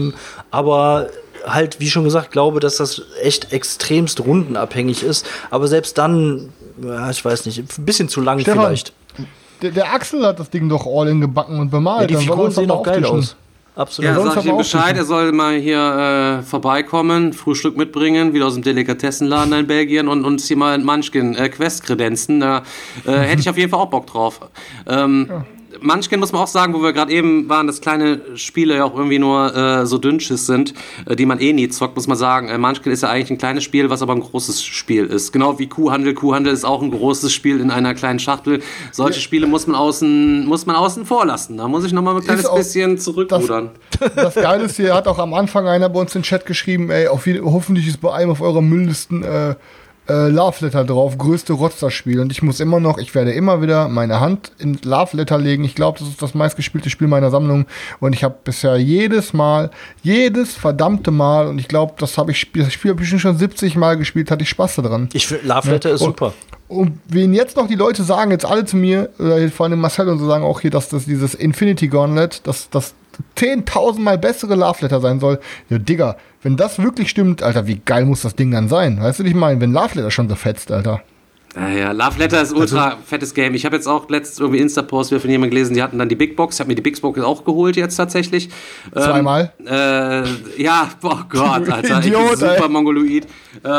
aber halt, wie schon gesagt, glaube, dass das echt extremst rundenabhängig ist. Aber selbst dann, ich weiß nicht, ein bisschen zu lang Stefan, vielleicht. Der Axel hat das Ding doch all in gebacken und bemalt. Ja, die Figuren sehen auch geil aus. Absolut. Ja, sag ich ihm Bescheid, er soll mal hier vorbeikommen, Frühstück mitbringen, wieder aus dem Delikatessenladen in Belgien und uns hier mal in Munchkin Quest kredenzen. Da hätte ich auf jeden Fall auch Bock drauf. Munchkin muss man auch sagen, wo wir gerade eben waren, dass kleine Spiele ja auch irgendwie nur so Dünnschiss sind, die man nie zockt, muss man sagen. Munchkin ist ja eigentlich ein kleines Spiel, was aber ein großes Spiel ist. Genau wie Kuhhandel. Kuhhandel ist auch ein großes Spiel in einer kleinen Schachtel. Solche Spiele muss man außen vor lassen. Da muss ich nochmal ein kleines bisschen zurückrudern. Das Geile ist, hier hat auch am Anfang einer bei uns in den Chat geschrieben, hoffentlich ist bei einem auf eurer Mülllisten Love Letter drauf, größte Rotzerspiel. Und ich werde immer wieder meine Hand in Love Letter legen. Ich glaube, das ist das meistgespielte Spiel meiner Sammlung. Und ich habe bisher jedes verdammte Mal, und ich glaube, das Spiel habe ich schon 70 Mal gespielt, hatte ich Spaß daran. Ich finde, Love Letter ist super. Und wenn jetzt noch die Leute sagen, jetzt alle zu mir, oder vor allem Marcel und so sagen auch hier, dass das dieses Infinity Gauntlet, das 10.000 Mal bessere Love Letter sein soll. Ja, Digga, wenn das wirklich stimmt, Alter, wie geil muss das Ding dann sein? Weißt du, was ich meine? Wenn Love Letter schon so fetzt, Alter. Ja, Love Letter ist ultra fettes Game. Ich habe jetzt auch letztens irgendwie Insta-Post von jemandem gelesen, die hatten dann die Big Box. Ich habe mir die Big Box auch geholt jetzt tatsächlich. Zweimal? Oh Gott, Alter. Idiot, super Mongoloid. Wo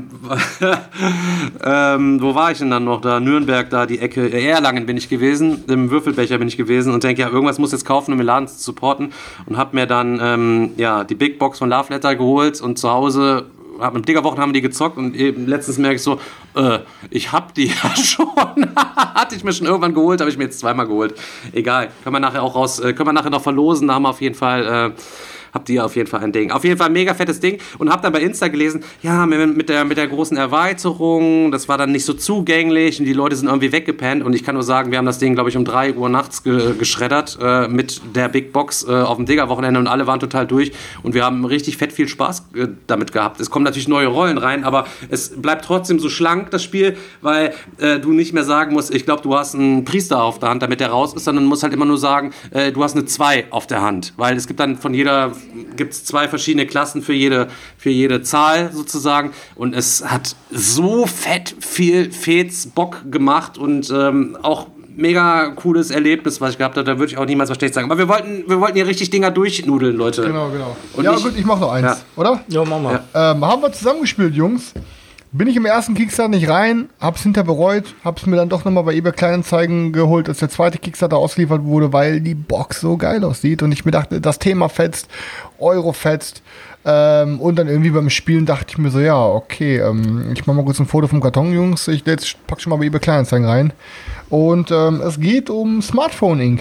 war ich denn dann noch? Da Nürnberg, da die Ecke. Erlangen bin ich gewesen. Im Würfelbecher bin ich gewesen und denke, irgendwas muss jetzt kaufen, um den Laden zu supporten. Und habe mir dann die Big Box von Love Letter geholt und zu Hause mit Diggerwochen haben die gezockt und eben letztens merke ich so, ich hab die ja schon. Hatte ich mir schon irgendwann geholt, habe ich mir jetzt zweimal geholt. Egal, können wir nachher noch verlosen, da haben wir auf jeden Fall habt ihr auf jeden Fall ein Ding. Auf jeden Fall ein mega fettes Ding und hab dann bei Insta gelesen, ja, mit der großen Erweiterung, das war dann nicht so zugänglich und die Leute sind irgendwie weggepennt und ich kann nur sagen, wir haben das Ding, glaube ich, um 3 Uhr nachts geschreddert mit der Big Box auf dem Digger-Wochenende und alle waren total durch und wir haben richtig fett viel Spaß damit gehabt. Es kommen natürlich neue Rollen rein, aber es bleibt trotzdem so schlank, das Spiel, weil du nicht mehr sagen musst, ich glaube, du hast einen Priester auf der Hand, damit der raus ist, sondern musst halt immer nur sagen, du hast eine 2 auf der Hand, weil es gibt dann gibt's 2 verschiedene Klassen für jede Zahl sozusagen und es hat so viel Bock gemacht und auch mega cooles Erlebnis, was ich gehabt habe, da würde ich auch niemals was schlecht sagen. Aber wir wollten hier richtig Dinger durchnudeln, Leute. Genau. Und gut, ich mach noch eins, oder? Ja, mach mal. Ja. Haben wir zusammengespielt, Jungs. Bin ich im ersten Kickstarter nicht rein, hab's hinter bereut, hab's mir dann doch nochmal bei eBay Kleinanzeigen geholt, als der zweite Kickstarter ausgeliefert wurde, weil die Box so geil aussieht und ich mir dachte, das Thema fetzt, Euro fetzt und dann irgendwie beim Spielen dachte ich mir so, ja, okay, ich mach mal kurz ein Foto vom Karton, Jungs, ich pack schon mal bei eBay Kleinanzeigen rein und es geht um Smartphone Inc.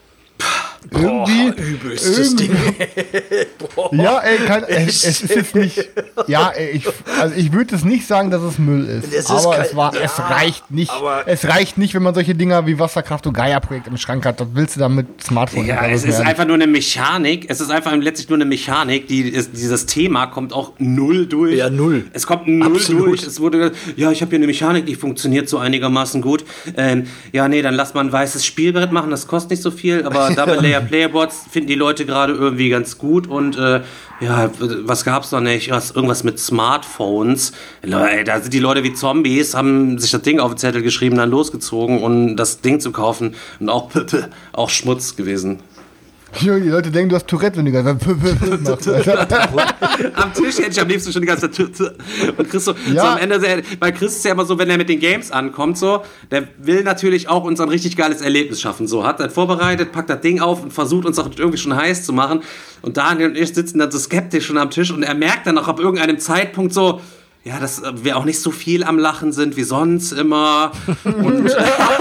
Übelstes Ding. Ja, es ist jetzt nicht. Ja, ich würde es nicht sagen, dass es Müll ist. Es reicht nicht. Es reicht nicht, wenn man solche Dinger wie Wasserkraft und Gaia-Projekt im Schrank hat. Das willst du dann mit Smartphone. Ja, es ist einfach nur eine Mechanik. Es ist einfach letztlich nur eine Mechanik. Dieses Thema kommt auch null durch. Ja, null. Es kommt null durch. Es wurde gesagt, ja, ich habe hier eine Mechanik, die funktioniert so einigermaßen gut. Dann lass mal ein weißes Spielbrett machen. Das kostet nicht so viel, aber Double Playerboards finden die Leute gerade irgendwie ganz gut und was gab's noch nicht? Irgendwas mit Smartphones. Da sind die Leute wie Zombies, haben sich das Ding auf den Zettel geschrieben, dann losgezogen, um das Ding zu kaufen und auch Schmutz gewesen. Die Leute denken, du hast Tourette, wenn du die ganze Zeit machst. Am Tisch hätte ich am liebsten schon die ganze Zeit und Chris so am Ende, weil Chris ist ja immer so, wenn er mit den Games ankommt, so, der will natürlich auch uns ein richtig geiles Erlebnis schaffen, so, hat das vorbereitet, packt das Ding auf und versucht uns auch irgendwie schon heiß zu machen und Daniel und ich sitzen dann so skeptisch schon am Tisch und er merkt dann auch ab irgendeinem Zeitpunkt so, ja, dass wir auch nicht so viel am Lachen sind wie sonst immer und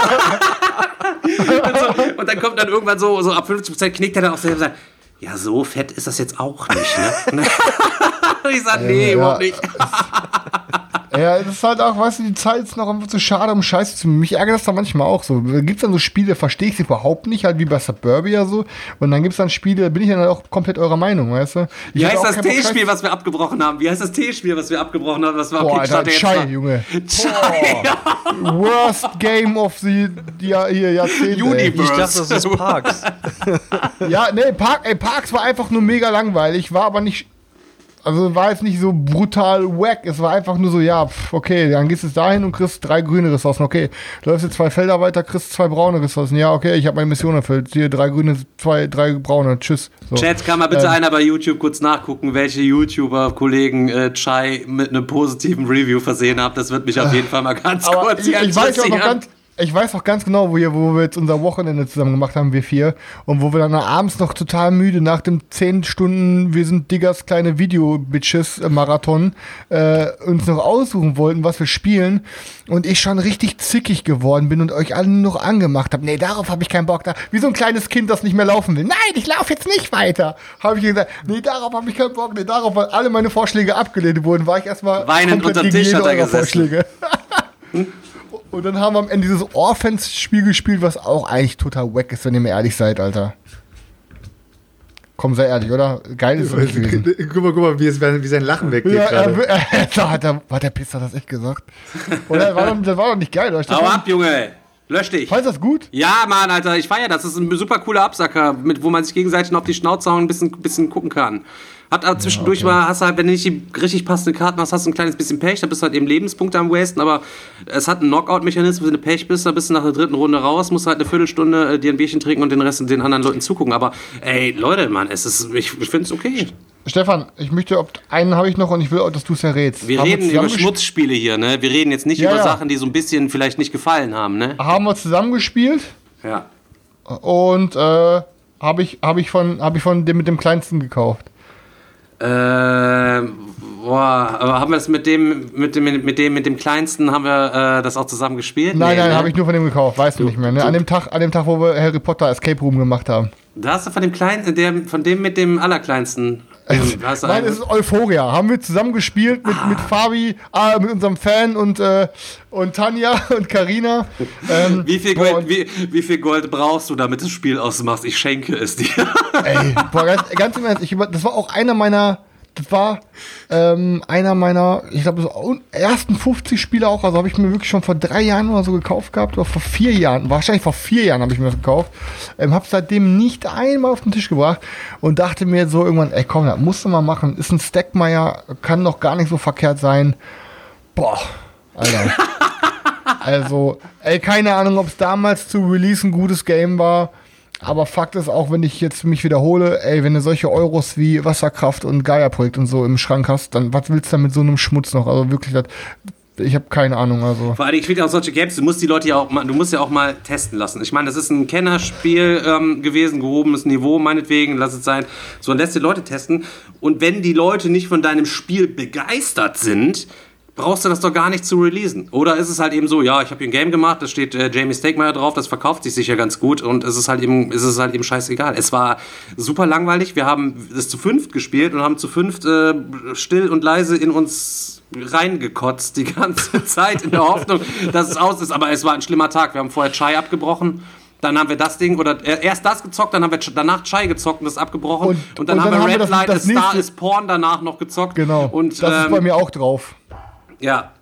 und dann kommt dann irgendwann so ab 50% knickt er dann auch selber und sagt, ja, so fett ist das jetzt auch nicht, ne? Ich sag, nee, überhaupt nicht. Ja, das ist halt auch, weißt du, die Zeit ist noch einfach zu schade, um Scheiße zu machen. Mich ärgert das dann manchmal auch so. Da gibt's dann so Spiele, verstehe ich sie überhaupt nicht, halt wie bei Suburbia so. Und dann gibt's dann Spiele, da bin ich dann auch komplett eurer Meinung, weißt du? Wie heißt das T-Spiel, was wir abgebrochen haben? Was war Boah, Alter, Chai, Junge. Chai, ja. Worst Game of the Jahrzehnt. Universe. Ich dachte, das ist Parks. Ja, nee, Parks war einfach nur mega langweilig, war aber nicht. Also war jetzt nicht so brutal wack, es war einfach nur so, ja, okay, dann gehst du dahin und kriegst 3 grüne Ressourcen, okay. Du läufst jetzt 2 Felder weiter, kriegst 2 braune Ressourcen, ja, okay, ich habe meine Mission erfüllt, hier 3 grüne, 3 braune, tschüss. So. Chat, kann mal bitte einer bei YouTube kurz nachgucken, welche YouTuber-Kollegen Chai mit einem positiven Review versehen haben, das wird mich auf jeden Fall mal ganz kurz Ich weiß auch ganz genau, wo wir jetzt unser Wochenende zusammen gemacht haben, wir 4. Und wo wir dann abends noch total müde nach dem 10 Stunden, wir sind Diggers kleine Video-Bitches-Marathon, uns noch aussuchen wollten, was wir spielen. Und ich schon richtig zickig geworden bin und euch alle nur noch angemacht habe. Nee, darauf habe ich keinen Bock. Wie so ein kleines Kind, das nicht mehr laufen will. Nein, ich laufe jetzt nicht weiter. Habe ich gesagt, nee, darauf habe ich keinen Bock. Nee, darauf, weil alle meine Vorschläge abgelehnt wurden, war ich erstmal weinend unterm Tisch hat er gesessen. Und dann haben wir am Ende dieses Orphans-Spiel gespielt, was auch eigentlich total wack ist, wenn ihr mir ehrlich seid, Alter. Komm, sei ehrlich, oder? Geil ist es nicht gewesen. Guck mal, wie sein Lachen weggeht gerade. Hat der Pisser das echt gesagt? Oder? Das war doch nicht geil. Oder? Hau ab, Junge! Lösch dich! Fandest du das gut? Ja, Mann, Alter, ich feier das. Das ist ein super cooler Absacker, wo man sich gegenseitig noch auf die Schnauze hauen und ein bisschen gucken kann. Hat aber zwischendurch mal, hast du halt, wenn du nicht die richtig passende Karten hast, hast du ein kleines bisschen Pech, da bist du halt eben Lebenspunkte am Wasten, aber es hat einen Knockout-Mechanismus, wenn du Pech bist, da bist du nach der 3. Runde raus, musst halt eine Viertelstunde dir ein Bierchen trinken und den Rest den anderen Leuten zugucken, aber ey, Leute, Mann, ich finde es okay. Stefan, einen habe ich noch und ich will auch, dass du es errätst. Wir reden über Schmutzspiele hier, ne? Wir reden jetzt nicht über Sachen, die so ein bisschen vielleicht nicht gefallen haben, ne? Haben wir zusammengespielt? Ja. Und habe ich von dem mit dem Kleinsten gekauft. Aber haben wir das mit dem Kleinsten, haben wir das auch zusammen gespielt? Nein, habe ich nur von dem gekauft, weißt du nicht mehr. Ne? An dem Tag, wo wir Harry Potter Escape Room gemacht haben. Da hast du von dem Kleinen, von dem mit dem Allerkleinsten. Nein, es ist Euphoria. Haben wir zusammen gespielt mit Fabi, mit unserem Fan und Tanja und Carina. Wie viel Gold brauchst du, damit das Spiel ausmachst? Ich schenke es dir. Ey, ganz im Ernst, das war auch einer meiner, ich glaube, so ersten 50 Spiele auch, also habe ich mir wirklich schon vor 3 Jahren oder so gekauft gehabt, oder vor 4 Jahren, wahrscheinlich vor 4 Jahren habe ich mir das gekauft, habe seitdem nicht einmal auf den Tisch gebracht und dachte mir so irgendwann, ey komm, das musst du mal machen, ist ein Stackmeier, kann doch gar nicht so verkehrt sein. Boah, Alter. Also, ey, keine Ahnung, ob es damals zu Release ein gutes Game war. Aber Fakt ist auch, wenn ich jetzt mich wiederhole, ey, wenn du solche Euros wie Wasserkraft und Gaia-Projekt und so im Schrank hast, dann was willst du denn mit so einem Schmutz noch? Also wirklich, ich habe keine Ahnung. Also. Vor allem, ich finde auch solche Games, du musst ja auch mal testen lassen. Ich meine, das ist ein Kennerspiel gewesen, gehobenes Niveau, meinetwegen, lass es sein. So, und lässt die Leute testen. Und wenn die Leute nicht von deinem Spiel begeistert sind, brauchst du das doch gar nicht zu releasen. Oder ist es halt eben so, ja, ich habe hier ein Game gemacht, da steht Jamie Stegmaier drauf, das verkauft sich sicher ganz gut und es ist halt eben scheißegal. Es war super langweilig, wir haben es zu 5 gespielt und haben zu 5 still und leise in uns reingekotzt die ganze Zeit in der Hoffnung, dass es aus ist, aber es war ein schlimmer Tag. Wir haben vorher Chai abgebrochen. Dann haben wir das Ding, oder erst das gezockt, dann haben wir danach Chai gezockt und das abgebrochen. Und dann haben wir Red Light, Star is Porn danach noch gezockt. Genau, und das ist bei mir auch drauf. Ja,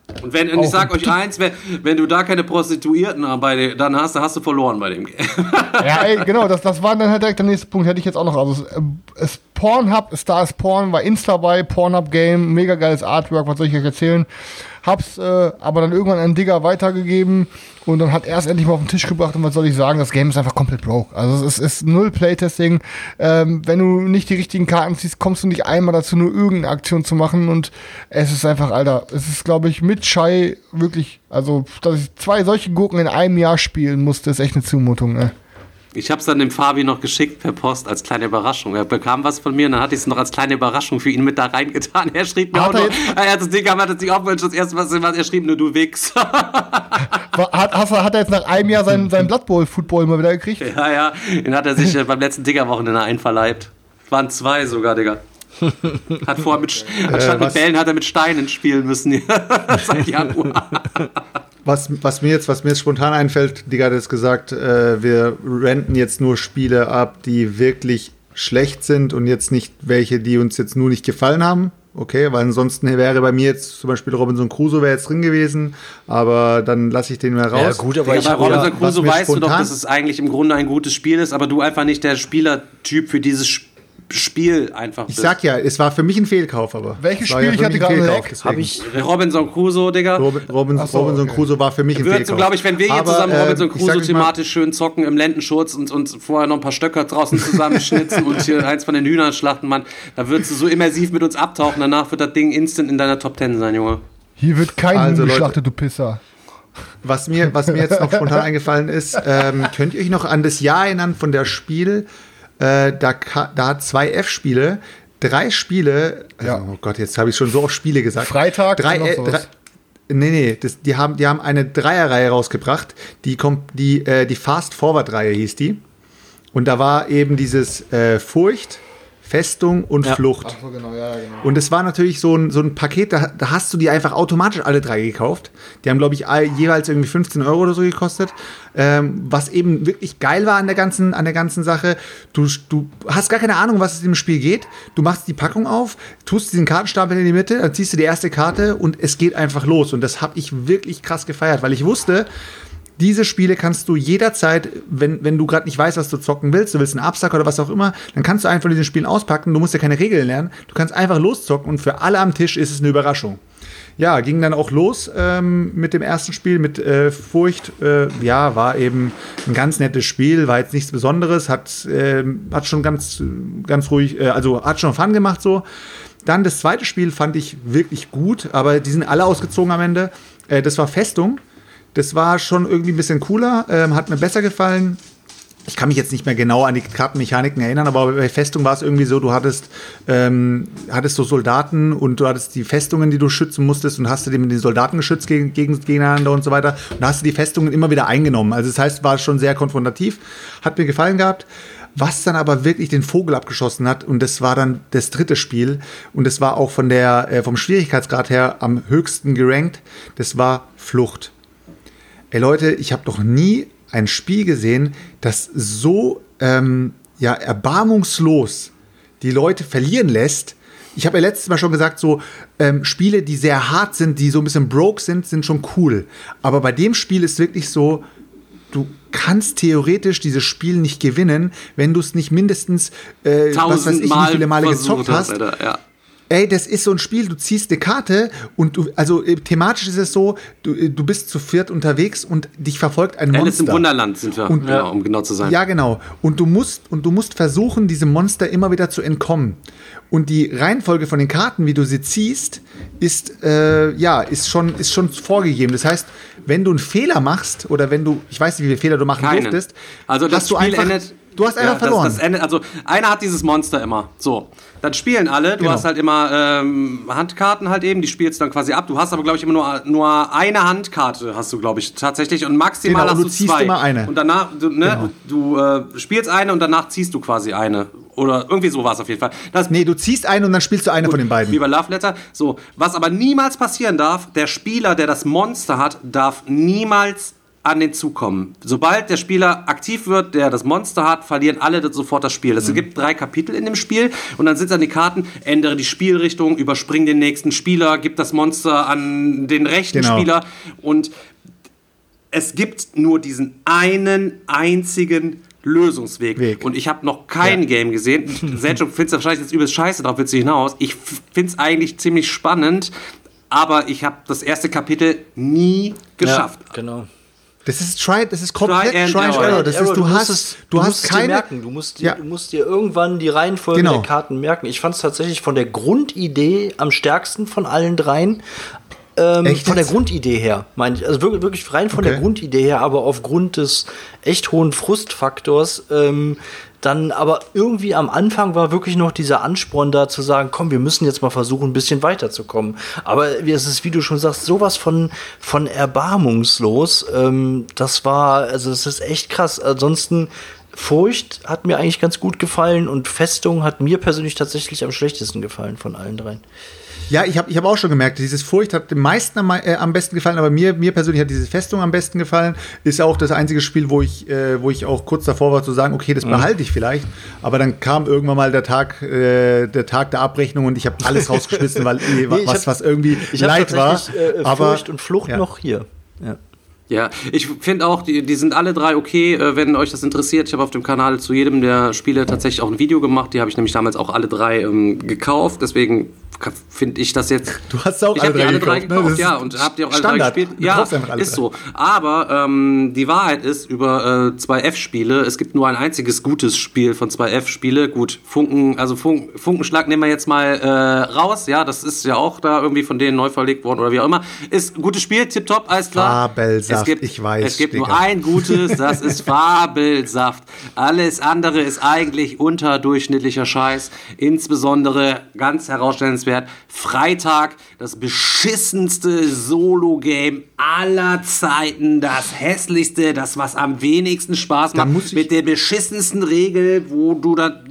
Und ich sag euch eins, wenn du da keine Prostituierten dann hast du verloren bei dem Game. Ja, ey, genau, das war dann halt direkt der nächste Punkt, hätte ich jetzt auch noch. Also Pornhub, Star is Porn, war Insta bei, Pornhub-Game, mega geiles Artwork, was soll ich euch erzählen? Hab's aber dann irgendwann an Digger weitergegeben und dann hat er es endlich mal auf den Tisch gebracht und was soll ich sagen, das Game ist einfach komplett broke. Also es ist null Playtesting. Wenn du nicht die richtigen Karten ziehst, kommst du nicht einmal dazu, nur irgendeine Aktion zu machen und es ist einfach, Alter, es ist, glaube ich, mit Shy wirklich, also, dass ich 2 solche Gurken in einem Jahr spielen musste, ist echt eine Zumutung, ne? Ich habe es dann dem Fabi noch geschickt per Post als kleine Überraschung. Er bekam was von mir und dann hatte ich es noch als kleine Überraschung für ihn mit da reingetan. Er schrieb mir auch noch, er hat das Ding gemacht, hat sich aufgewünscht, das erste, was er schrieb, nur du Wichs. Hat er jetzt nach einem Jahr seinen Blood Bowl Football mal wieder gekriegt? Ja, den hat er sich beim letzten Digger-Wochenende einverleibt. Waren 2 sogar, Digga. Hat vorher anstatt mit Bällen hat er mit Steinen spielen müssen. Seit Januar. Was mir jetzt spontan einfällt, Digga hat es gesagt, wir renten jetzt nur Spiele ab, die wirklich schlecht sind und jetzt nicht welche, die uns jetzt nur nicht gefallen haben. Okay, weil ansonsten wäre bei mir jetzt zum Beispiel Robinson Crusoe wäre jetzt drin gewesen, aber dann lasse ich den mal raus. Ja, gut, aber bei Robinson Crusoe weißt du doch, dass es eigentlich im Grunde ein gutes Spiel ist, aber du einfach nicht der Spielertyp für dieses Spiel einfach bist. Ich sag ja, es war für mich ein Fehlkauf, aber. Welches Spiel? Ich hatte gerade Robinson Crusoe, Digga. Robinson Crusoe war für mich ein Fehlkauf. Würdest du, glaube ich, wenn wir hier zusammen Robinson Crusoe thematisch schön zocken im Lendenschurz und vorher noch ein paar Stöcker draußen zusammenschnitzen und hier eins von den Hühnern schlachten, Mann, da würdest du so immersiv mit uns abtauchen, danach wird das Ding instant in deiner Top 10 sein, Junge. Hier wird kein Huhn geschlachtet, du Pisser. Was mir jetzt noch spontan eingefallen ist, könnt ihr euch noch an das Jahr erinnern von der Spiel, da hat 2 F-Spiele, 3 Spiele, oh Gott, jetzt habe ich schon so oft Spiele gesagt. Freitag, die haben eine Dreierreihe rausgebracht, die Fast-Forward-Reihe hieß die. Und da war eben dieses Furcht, Festung und Flucht. Ach so, genau, ja, genau. Und es war natürlich so ein Paket, da hast du die einfach automatisch alle 3 gekauft. Die haben, glaube ich, jeweils irgendwie 15 € oder so gekostet. Was eben wirklich geil war an der ganzen Sache. Du hast gar keine Ahnung, was es im Spiel geht. Du machst die Packung auf, tust diesen Kartenstapel in die Mitte, dann ziehst du die erste Karte und es geht einfach los. Und das habe ich wirklich krass gefeiert, weil ich wusste, diese Spiele kannst du jederzeit, wenn du gerade nicht weißt, was du zocken willst, du willst einen Absack oder was auch immer, dann kannst du einfach von diesen Spielen auspacken, du musst ja keine Regeln lernen, du kannst einfach loszocken und für alle am Tisch ist es eine Überraschung. Ja, ging dann auch los mit dem ersten Spiel, mit Furcht. War eben ein ganz nettes Spiel, war jetzt nichts Besonderes, hat schon ganz ruhig, hat schon Fun gemacht so. Dann das zweite Spiel fand ich wirklich gut, aber die sind alle ausgezogen am Ende. Das war Festung. Das war schon irgendwie ein bisschen cooler, hat mir besser gefallen. Ich kann mich jetzt nicht mehr genau an die Kartenmechaniken erinnern, aber bei Festung war es irgendwie so, du hattest so Soldaten und du hattest die Festungen, die du schützen musstest und hast du die mit den Soldaten geschützt gegeneinander und so weiter. Und da hast du die Festungen immer wieder eingenommen. Also das heißt, war schon sehr konfrontativ, hat mir gefallen gehabt. Was dann aber wirklich den Vogel abgeschossen hat, und das war dann das dritte Spiel, und das war auch vom Schwierigkeitsgrad her am höchsten gerankt, das war Flucht. Ey Leute, ich habe noch nie ein Spiel gesehen, das so erbarmungslos die Leute verlieren lässt. Ich habe ja letztes Mal schon gesagt, so Spiele, die sehr hart sind, die so ein bisschen broke sind schon cool. Aber bei dem Spiel ist wirklich so, du kannst theoretisch dieses Spiel nicht gewinnen, wenn du es nicht mindestens wie viele Male gezockt hast. Alter, ja. Ey, das ist so ein Spiel, du ziehst eine Karte und thematisch ist es so, du bist zu viert unterwegs und dich verfolgt ein Monster. Alice im Wunderland sind wir, um genau zu sein. Ja, genau. Und du musst versuchen, diesem Monster immer wieder zu entkommen. Und die Reihenfolge von den Karten, wie du sie ziehst, ist schon vorgegeben. Das heißt, wenn du einen Fehler machst oder ich weiß nicht, wie viele Fehler du machen durftest, also das Spiel endet. Du hast einfach verloren. Das endet, also einer hat dieses Monster immer. So, dann spielen alle. Du hast halt immer Handkarten halt eben, die spielst du dann quasi ab. Du hast aber, glaube ich, immer nur eine Handkarte hast du, glaube ich, tatsächlich. Und maximal hast du 2. Ziehst immer eine. Und danach, du spielst eine und danach ziehst du quasi eine. Oder irgendwie so war es auf jeden Fall. Du ziehst eine und dann spielst du eine von den beiden. Wie bei Love Letter. So, was aber niemals passieren darf, der Spieler, der das Monster hat, darf niemals an den Zug kommen. Sobald der Spieler aktiv wird, der das Monster hat, verlieren alle sofort das Spiel. Es gibt 3 Kapitel in dem Spiel und dann sind dann die Karten, ändere die Spielrichtung, überspring den nächsten Spieler, gib das Monster an den rechten Spieler und es gibt nur diesen einen einzigen Lösungsweg. Und ich habe noch kein Game gesehen. Sergio, findest du wahrscheinlich jetzt übelst scheiße, darauf willst du hinaus. Ich finde es eigentlich ziemlich spannend, aber ich habe das erste Kapitel nie geschafft. Ja, genau. Das ist komplett Try and Error. Das ist, du hast keine. Merken. Du musst dir irgendwann die Reihenfolge der Karten merken. Ich fand es tatsächlich von der Grundidee am stärksten von allen dreien. Von der Grundidee her, meine ich. Also wirklich rein von der Grundidee her, aber aufgrund des echt hohen Frustfaktors. Dann aber irgendwie am Anfang war wirklich noch dieser Ansporn da zu sagen, komm, wir müssen jetzt mal versuchen, ein bisschen weiterzukommen. Aber es ist, wie du schon sagst, sowas von erbarmungslos. Es ist echt krass. Ansonsten Furcht hat mir eigentlich ganz gut gefallen und Festung hat mir persönlich tatsächlich am schlechtesten gefallen von allen dreien. Ja, ich hab auch schon gemerkt, dieses Furcht hat den meisten am besten gefallen, aber mir persönlich hat diese Festung am besten gefallen. Ist auch das einzige Spiel, wo ich auch kurz davor war zu sagen, okay, das behalte ich vielleicht. Aber dann kam irgendwann mal der Tag der Abrechnung und ich habe alles rausgeschmissen, weil was irgendwie Leid war. Aber Furcht und Flucht noch hier. Ja. Ja, ich finde auch, die sind alle 3 okay, wenn euch das interessiert. Ich habe auf dem Kanal zu jedem der Spiele tatsächlich auch ein Video gemacht. Die habe ich nämlich damals auch alle 3 gekauft. Deswegen finde ich das jetzt. Du hast auch alle 3 gekauft, ne? Ja, und habt ihr auch alle Standard. 3 gespielt? Du Ja, ist so. Aber die Wahrheit ist über 2F-Spiele, es gibt nur ein einziges gutes Spiel von 2F-Spiele. Gut, Funkenschlag nehmen wir jetzt mal raus. Ja, das ist ja auch da irgendwie von denen neu verlegt worden oder wie auch immer. Ist ein gutes Spiel, tipptopp, alles klar. Fabelsaft, Es gibt nur ein gutes, das ist Fabelsaft. Alles andere ist eigentlich unterdurchschnittlicher Scheiß. Insbesondere, ganz herausstellenswert, Freitag, das beschissenste Solo-Game aller Zeiten, das hässlichste, das, was am wenigsten Spaß macht, mit der beschissensten Regel, wo du da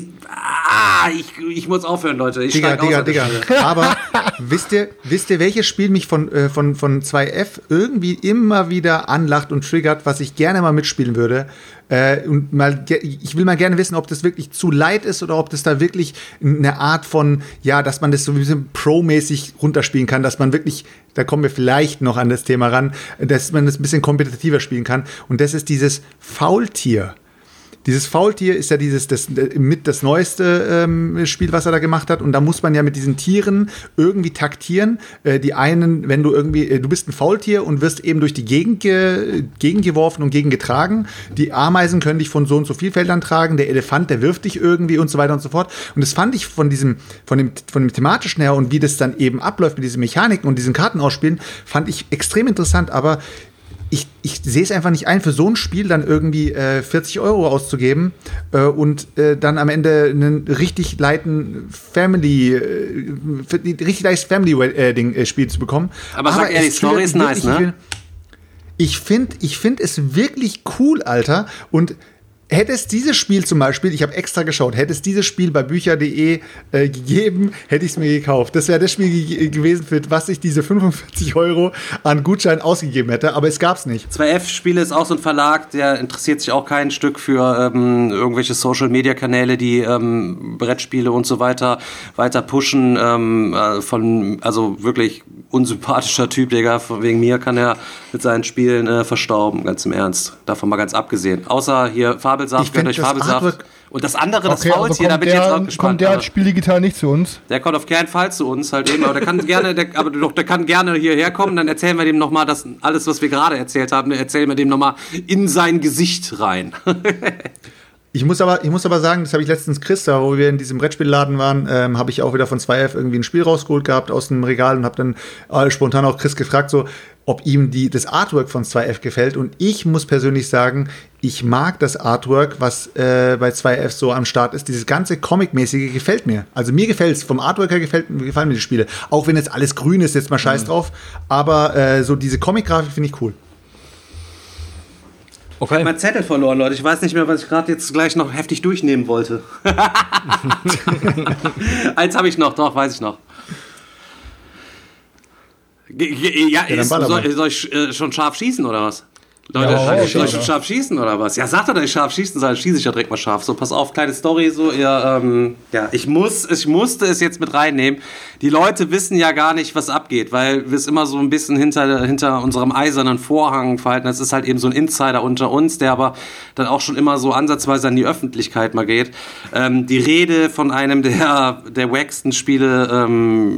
ich muss aufhören, Leute. Digga. Aber wisst ihr, welches Spiel mich von 2F irgendwie immer wieder anlacht und triggert, was ich gerne mal mitspielen würde? Ich will mal gerne wissen, ob das wirklich zu light ist oder ob das da wirklich eine Art von, dass man das so ein bisschen pro-mäßig runterspielen kann, dass man wirklich, da kommen wir vielleicht noch an das Thema ran, dass man das ein bisschen kompetitiver spielen kann. Und das ist dieses Faultier. Dieses Faultier ist ja das neueste Spiel, was er da gemacht hat. Und da muss man ja mit diesen Tieren irgendwie taktieren. Die einen, wenn du bist ein Faultier und wirst eben durch die Gegend geworfen und gegengetragen. Die Ameisen können dich von so und so viel Feldern tragen. Der Elefant, der wirft dich irgendwie und so weiter und so fort. Und das fand ich von dem thematischen her und wie das dann eben abläuft mit diesen Mechaniken und diesen Kartenausspielen, fand ich extrem interessant. Aber ich sehe es einfach nicht ein, für so ein Spiel dann irgendwie 40 € auszugeben und dann am Ende einen richtig leichten Family-Ding-Spiel zu bekommen. Aber sag ehrlich, die Story ist nice, ne? Ich find es wirklich cool, Alter. Und hätte es dieses Spiel zum Beispiel, ich habe extra geschaut, hätte es dieses Spiel bei bücher.de gegeben, hätte ich es mir gekauft. Das wäre das Spiel gewesen, für was ich diese 45 € an Gutschein ausgegeben hätte, aber es gab's nicht. 2F-Spiele ist auch so ein Verlag, der interessiert sich auch kein Stück für irgendwelche Social-Media-Kanäle, die Brettspiele und so weiter pushen. Also wirklich unsympathischer Typ, Digga. Wegen mir kann er mit seinen Spielen verstauben, ganz im Ernst. Davon mal ganz abgesehen. Außer hier Fabelsaft, gönnt euch Fabelsaft. Und das andere, das Faultier, da bin ich jetzt auch gespannt. Kommt der als Spiel digital nicht zu uns? Der kommt auf keinen Fall zu uns halt eben, aber der kann gerne hierher kommen, dann erzählen wir dem nochmal das alles, was wir gerade erzählt haben, erzählen wir dem nochmal in sein Gesicht rein. Ich muss aber sagen, das habe ich letztens Chris, wo wir in diesem Brettspielladen waren, habe ich auch wieder von 2F irgendwie ein Spiel rausgeholt gehabt aus dem Regal und habe dann spontan auch Chris gefragt, so, ob ihm das Artwork von 2F gefällt. Und ich muss persönlich sagen, ich mag das Artwork, was bei 2F so am Start ist. Dieses ganze Comic-mäßige gefällt mir. Also mir gefällt es. Vom Artwork her gefallen mir die Spiele. Auch wenn jetzt alles grün ist, jetzt mal scheiß drauf. Aber so diese Comic-Grafik finde ich cool. Okay. Ich habe meinen Zettel verloren, Leute. Ich weiß nicht mehr, was ich gerade jetzt gleich noch heftig durchnehmen wollte. Eins habe ich noch, doch, weiß ich noch. Soll ich schon scharf schießen, oder was? Leute, Ja, ich soll schon scharf schießen oder was? Ja, sagt er, dass ich scharf schießen soll, schieße ich ja direkt mal scharf. So, pass auf, kleine Story, so, ich musste es jetzt mit reinnehmen. Die Leute wissen ja gar nicht, was abgeht, weil wir es immer so ein bisschen hinter unserem eisernen Vorhang verhalten. Das ist halt eben so ein Insider unter uns, der aber dann auch schon immer so ansatzweise an die Öffentlichkeit mal geht. Die Rede von einem der wacksten Spiele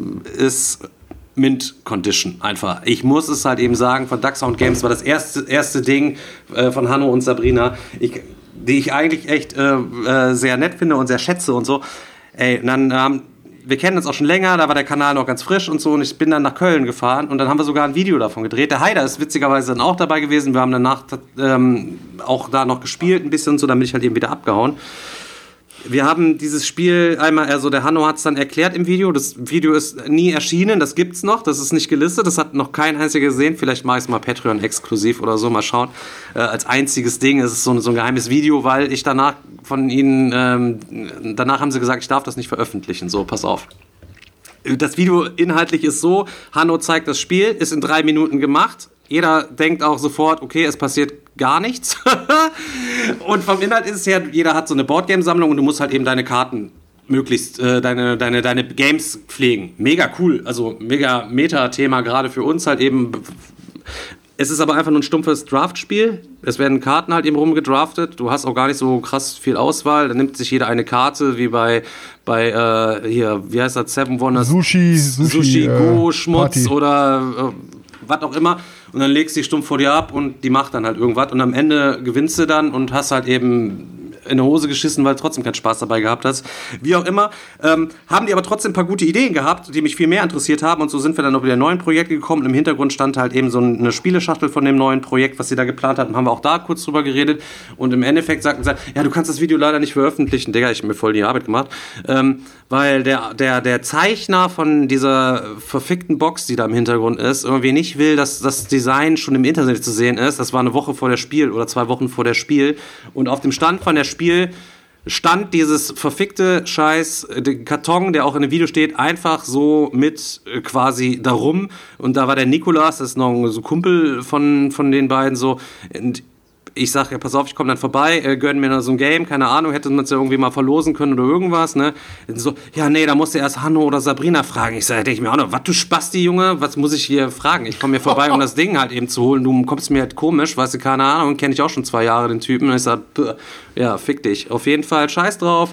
ist Mint Condition, einfach. Ich muss es halt eben sagen, von Ducksound Games war das erste Ding von Hanno und Sabrina, die ich eigentlich echt sehr nett finde und sehr schätze und so. Ey, und dann, wir kennen uns auch schon länger, da war der Kanal noch ganz frisch und so, und ich bin dann nach Köln gefahren und dann haben wir sogar ein Video davon gedreht. Der Haider ist witzigerweise dann auch dabei gewesen, wir haben danach auch da noch gespielt ein bisschen und so, dann bin ich halt eben wieder abgehauen. Wir haben dieses Spiel einmal, also der Hanno hat es dann erklärt im Video. Das Video ist nie erschienen, das gibt's noch, das ist nicht gelistet, das hat noch kein einziger gesehen. Vielleicht mache ich es mal Patreon-exklusiv oder so, mal schauen. Als einziges Ding ist es so ein geheimes Video, weil ich danach von ihnen, danach haben sie gesagt, ich darf das nicht veröffentlichen. So, pass auf. Das Video inhaltlich ist so, Hanno zeigt das Spiel, ist in 3 Minuten gemacht. Jeder denkt auch sofort, okay, es passiert gar nichts. Und vom Inhalt ist es her, jeder hat so eine Boardgame-Sammlung und du musst halt eben deine Karten möglichst, deine Games pflegen. Mega cool, also mega Meta-Thema gerade für uns halt eben. Es ist aber einfach nur ein stumpfes Draftspiel. Es werden Karten halt eben rumgedraftet. Du hast auch gar nicht so krass viel Auswahl. Da nimmt sich jeder eine Karte, wie bei hier, wie heißt das, Seven Wonders? Sushi Go, Schmutz Party. Oder was auch immer. Und dann legst du die stumpf vor dir ab und die macht dann halt irgendwas. Und am Ende gewinnst du dann und hast halt eben in die Hose geschissen, weil du trotzdem keinen Spaß dabei gehabt hast. Wie auch immer, haben die aber trotzdem ein paar gute Ideen gehabt, die mich viel mehr interessiert haben. Und so sind wir dann noch wieder neuen Projekte gekommen. Und im Hintergrund stand halt eben so eine Spieleschachtel von dem neuen Projekt, was sie da geplant hatten. Haben wir auch da kurz drüber geredet. Und im Endeffekt sagten sie, ja, du kannst das Video leider nicht veröffentlichen. Digga, ich hab mir voll die Arbeit gemacht. Weil der Zeichner von dieser verfickten Box, die da im Hintergrund ist, irgendwie nicht will, dass das Design schon im Internet zu sehen ist. Das war eine Woche vor der Spiel oder 2 Wochen vor der Spiel. Und auf dem Stand von der Spiel stand dieses verfickte Scheiß Karton, der auch in dem Video steht, einfach so mit quasi darum. Und da war der Nikolas, das ist noch so ein Kumpel von den beiden so. Und ich sag, ja, pass auf, ich komme dann vorbei, gönn mir noch so ein Game, keine Ahnung, hätte man es ja irgendwie mal verlosen können oder irgendwas, ne? So, ja, nee, da musst du erst Hanno oder Sabrina fragen. Ich sag, denke ich mir auch noch, was, du Spasti, Junge, was muss ich hier fragen? Ich komme hier vorbei, um das Ding halt eben zu holen, du kommst mir halt komisch, weißt du, keine Ahnung, kenne ich auch schon 2 Jahre den Typen. Und ich sag, ja, fick dich. Auf jeden Fall, scheiß drauf.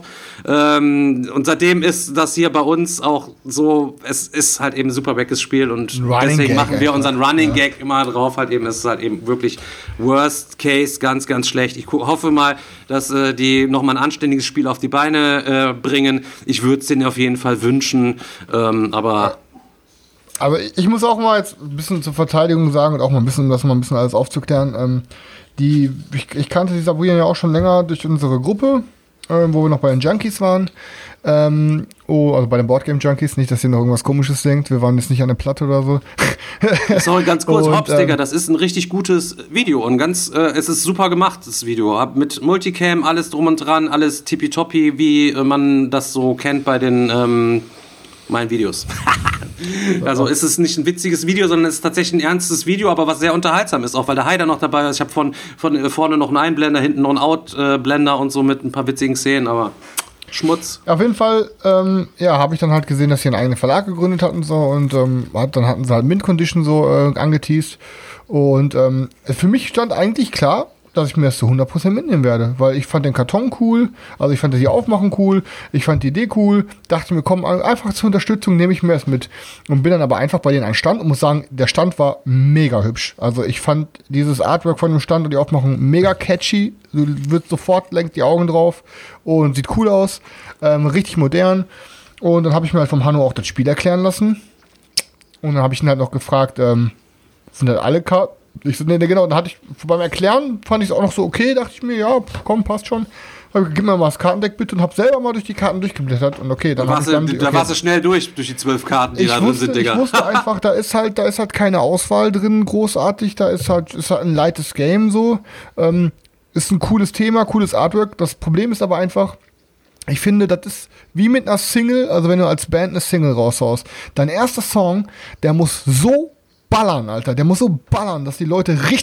Und seitdem ist das hier bei uns auch so, es ist halt eben ein super wackes Spiel und deswegen machen wir unseren Running Gag immer drauf, halt eben, es ist halt eben wirklich Worst Case, ganz, ganz schlecht. Ich hoffe mal, dass die nochmal ein anständiges Spiel auf die Beine bringen. Ich würde es denen auf jeden Fall wünschen, aber ich muss auch mal jetzt ein bisschen zur Verteidigung sagen und auch mal ein bisschen, das mal ein bisschen alles aufzuklären. Ich kannte die Sabrina ja auch schon länger durch unsere Gruppe, wo wir noch bei den Junkies waren. Also bei den Boardgame Junkies, nicht, dass ihr noch irgendwas Komisches denkt. Wir waren jetzt nicht an der Platte oder so. Sorry, ganz kurz, Hops, Digga, das ist ein richtig gutes Video und es ist super gemacht, das Video. Mit Multicam, alles drum und dran, alles tippitoppi, wie man das so kennt bei den meinen Videos. Also ist es nicht ein witziges Video, sondern es ist tatsächlich ein ernstes Video, aber was sehr unterhaltsam ist, auch weil der Haider noch dabei ist. Ich habe von vorne noch einen Einblender, hinten noch einen Outblender und so mit ein paar witzigen Szenen, aber Schmutz. Auf jeden Fall, habe ich dann halt gesehen, dass sie einen eigenen Verlag gegründet hatten und so und dann hatten sie halt Mint Condition so angeteased und für mich stand eigentlich klar, dass ich mir das zu 100% mitnehmen werde, weil ich fand den Karton cool, also ich fand die Aufmachen cool, ich fand die Idee cool, dachte mir, komm, einfach zur Unterstützung nehme ich mir das mit und bin dann aber einfach bei denen an den Stand und muss sagen, der Stand war mega hübsch, also ich fand dieses Artwork von dem Stand und die Aufmachung mega catchy, du wirst sofort, lenkt die Augen drauf und sieht cool aus, richtig modern und dann habe ich mir halt vom Hanno auch das Spiel erklären lassen und dann habe ich ihn halt noch gefragt, sind das alle Karten? Ich so, nee, genau, dann hatte ich, beim Erklären fand ich es auch noch so okay, dachte ich mir, ja, komm, passt schon. Gib mir mal das Kartendeck bitte und hab selber mal durch die Karten durchgeblättert und okay, dann warst du schnell durch die 12 Karten, die da drin sind, Digga. Ich wusste einfach, da ist halt keine Auswahl drin, großartig, da ist halt ein leichtes Game so, ist ein cooles Thema, cooles Artwork, das Problem ist aber einfach, ich finde, das ist wie mit einer Single, also wenn du als Band eine Single raushaust, dein erster Song, der muss so ballern, Alter. Der muss so ballern, dass die Leute richtig Bock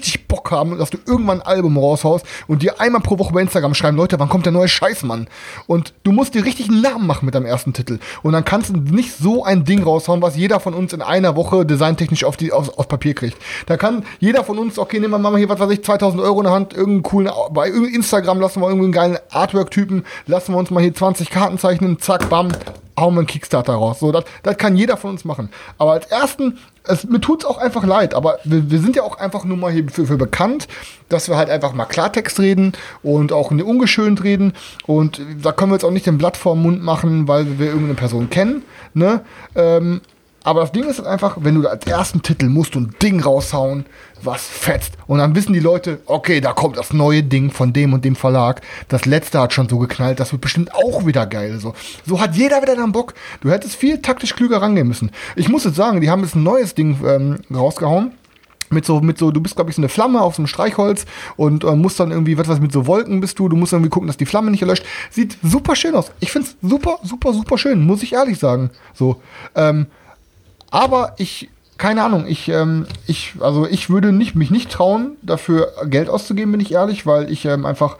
Bock haben, dass du irgendwann ein Album raushaust und dir einmal pro Woche bei Instagram schreiben, Leute, wann kommt der neue Scheiß, Mann? Und du musst dir richtig einen Namen machen mit deinem ersten Titel. Und dann kannst du nicht so ein Ding raushauen, was jeder von uns in einer Woche designtechnisch auf Papier kriegt. Da kann jeder von uns, okay, nehmen wir mal hier, was weiß ich, 2.000 Euro in der Hand, irgendeinen coolen, bei Instagram lassen wir irgendwie einen geilen Artwork-Typen, lassen wir uns mal hier 20 Karten zeichnen, zack, bam, hauen wir einen Kickstarter raus. So, das kann jeder von uns machen. Aber als ersten, mir tut's auch einfach leid, aber wir sind ja auch einfach nur mal hier für bekannt, dass wir halt einfach mal Klartext reden und auch ungeschönt reden. Und da können wir jetzt auch nicht den Blatt vorm Mund machen, weil wir irgendeine Person kennen, ne? Aber das Ding ist halt einfach, wenn du als ersten Titel musst du ein Ding raushauen, was fetzt. Und dann wissen die Leute, okay, da kommt das neue Ding von dem und dem Verlag. Das letzte hat schon so geknallt, das wird bestimmt auch wieder geil. So hat jeder wieder dann Bock. Du hättest viel taktisch klüger rangehen müssen. Ich muss jetzt sagen, die haben jetzt ein neues Ding rausgehauen. Mit so, du bist, glaube ich, so eine Flamme auf so einem Streichholz und musst dann irgendwie, was mit so Wolken bist du musst irgendwie gucken, dass die Flamme nicht erlöscht. Sieht super schön aus. Ich find's super, super, super schön, muss ich ehrlich sagen. So, aber keine Ahnung, ich würde mich nicht trauen, dafür Geld auszugeben, bin ich ehrlich, weil ich einfach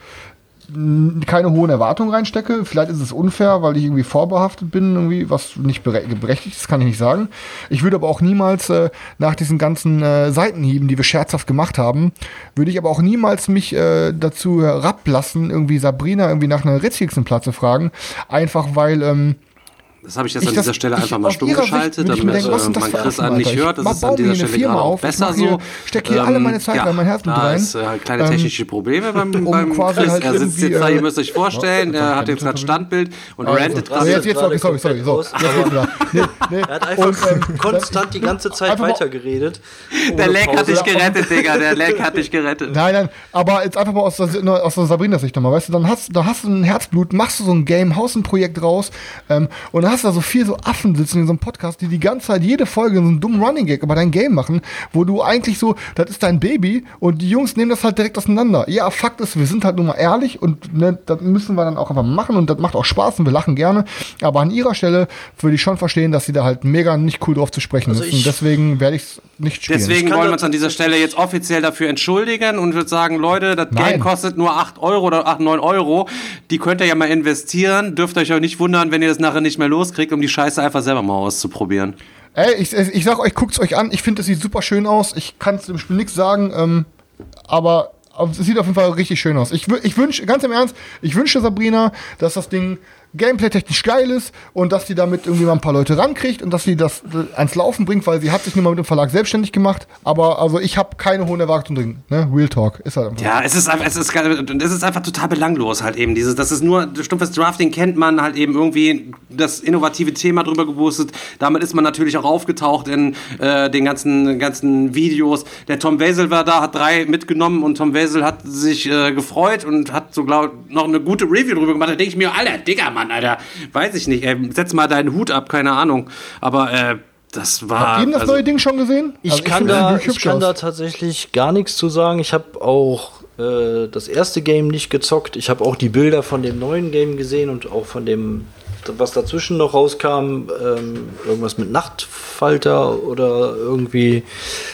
keine hohen Erwartungen reinstecke. Vielleicht ist es unfair, weil ich irgendwie vorbehaftet bin, irgendwie, was nicht berechtigt ist, kann ich nicht sagen. Ich würde aber auch niemals nach diesen ganzen Seitenhieben, die wir scherzhaft gemacht haben, würde ich aber auch niemals mich dazu herablassen, irgendwie Sabrina irgendwie nach einer Rätselexemplar zu fragen, einfach weil das habe ich jetzt an dieser Stelle einfach mal stumm geschaltet, damit man Chris an nicht hört. Das ist an dieser Stelle gerade auch besser so. Ich stecke hier alle meine Zeit bei mein Herz mit rein. Da ist kleine technische Probleme beim Chris. Halt er sitzt jetzt da, ihr müsst euch vorstellen, er hat jetzt gerade Standbild und rantet gerade. Jetzt, sorry. So, jetzt wieder. Er hat einfach konstant die ganze Zeit weitergeredet. Der Lag hat dich gerettet, Digga. Der Lag hat dich gerettet. Nein, aber jetzt einfach mal aus der Sabrina-Sicht nochmal. Weißt du, dann hast du ein Herzblut, machst du so ein Game, haust ein Projekt raus und dann hast du da so viel so Affen sitzen in so einem Podcast, die ganze Zeit jede Folge so einen dummen Running Gag über dein Game machen, wo du eigentlich so, das ist dein Baby und die Jungs nehmen das halt direkt auseinander. Ja, Fakt ist, wir sind halt nun mal ehrlich und ne, das müssen wir dann auch einfach machen und das macht auch Spaß und wir lachen gerne, aber an ihrer Stelle würde ich schon verstehen, dass sie da halt mega nicht cool drauf zu sprechen ist und deswegen werde ich es nicht spielen. Deswegen wollen wir uns an dieser Stelle jetzt offiziell dafür entschuldigen und würde sagen, Leute, das Game kostet nur 8 Euro oder 9 Euro, die könnt ihr ja mal investieren, dürft euch auch nicht wundern, wenn ihr das nachher nicht mehr loskriegt, um die Scheiße einfach selber mal auszuprobieren. Ey, ich sag euch, guckt's euch an. Ich finde, es sieht super schön aus. Ich kann im Spiel nichts sagen, aber es sieht auf jeden Fall richtig schön aus. Ich wünsche, ganz im Ernst, ich wünsche Sabrina, dass das Ding gameplay-technisch geil ist und dass die damit irgendwie mal ein paar Leute rankriegt und dass sie das ans Laufen bringt, weil sie hat sich nun mal mit dem Verlag selbstständig gemacht. Aber also ich habe keine hohen Erwartungen drin. Ne? Real Talk ist halt einfach. Ja, es ist einfach total belanglos halt eben. Das ist nur stumpfes Drafting, kennt man halt eben irgendwie das innovative Thema drüber gewusst. Damit ist man natürlich auch aufgetaucht in den ganzen Videos. Der Tom Wesel war da, hat 3 mitgenommen und Tom Wesel hat sich gefreut und hat so noch eine gute Review drüber gemacht. Da denke ich mir, Alter, Digga, Mann, Alter, weiß ich nicht, setz mal deinen Hut ab, keine Ahnung, aber das war... Habt ihr das neue Ding schon gesehen? Ich kann da tatsächlich gar nichts zu sagen. Ich habe auch das erste Game nicht gezockt. Ich habe auch die Bilder von dem neuen Game gesehen und auch von dem, was dazwischen noch rauskam, irgendwas mit Nachtfalter oder irgendwie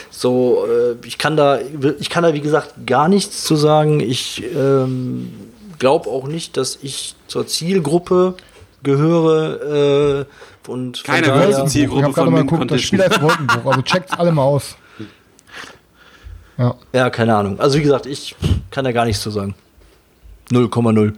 so. Ich kann da wie gesagt gar nichts zu sagen. Ich glaube auch nicht, dass ich zur Zielgruppe gehöre und keine gehört zur Zielgruppe von Mint Condition. Das Spiel heißt Wolkenbruch, also checkt's alle mal aus. Ja, keine Ahnung. Also wie gesagt, ich kann da gar nichts zu sagen. 0,0.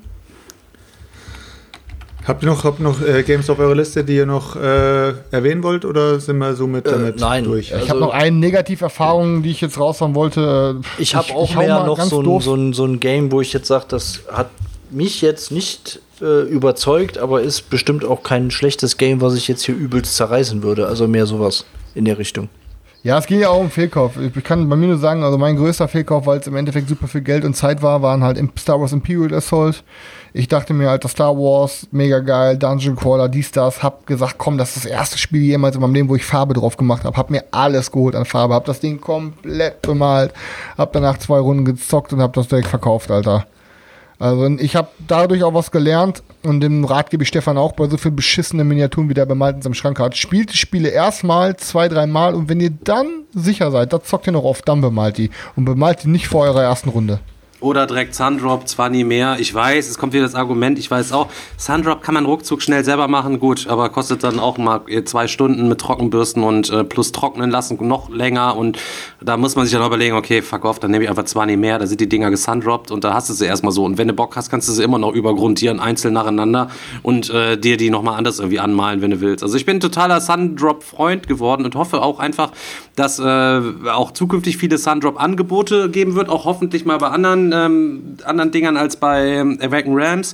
Habt ihr noch Games auf eurer Liste, die ihr noch erwähnen wollt, oder sind wir somit damit durch? Ich habe noch eine Negativerfahrung, die ich jetzt raushauen wollte. Ich habe auch mehr noch so ein Game, wo ich jetzt sage, das hat mich jetzt nicht überzeugt, aber ist bestimmt auch kein schlechtes Game, was ich jetzt hier übelst zerreißen würde. Also mehr sowas in der Richtung. Ja, es ging ja auch um Fehlkauf. Ich kann bei mir nur sagen, also mein größter Fehlkauf, weil es im Endeffekt super viel Geld und Zeit war, waren halt Star Wars Imperial Assault. Ich dachte mir, Alter, Star Wars, mega geil, Dungeon Crawler, das, hab gesagt, komm, das ist das erste Spiel jemals in meinem Leben, wo ich Farbe drauf gemacht habe. Hab mir alles geholt an Farbe, hab das Ding komplett bemalt, hab danach 2 Runden gezockt und hab das direkt verkauft, Alter. Also ich habe dadurch auch was gelernt und dem Rat gebe ich Stefan auch bei so viel beschissenen Miniaturen, wie der bei Maltens am Schrank hat. Spielt die Spiele erstmal 2-3 Mal und wenn ihr dann sicher seid, dann zockt ihr noch oft, dann bemalt die. Und bemalt die nicht vor eurer ersten Runde. Oder direkt Sundrop, zwar nie mehr. Ich weiß, es kommt wieder das Argument, ich weiß auch, Sundrop kann man ruckzuck schnell selber machen, gut, aber kostet dann auch mal 2 Stunden mit Trockenbürsten und plus trocknen lassen noch länger und da muss man sich dann auch überlegen, okay, fuck off, dann nehme ich einfach zwar nie mehr, da sind die Dinger gesundropped und da hast du sie erstmal so und wenn du Bock hast, kannst du sie immer noch übergrundieren, einzeln nacheinander und dir die nochmal anders irgendwie anmalen, wenn du willst. Also ich bin ein totaler Sundrop-Freund geworden und hoffe auch einfach, dass auch zukünftig viele Sundrop-Angebote geben wird, auch hoffentlich mal bei anderen Dingern als bei Awaken Realms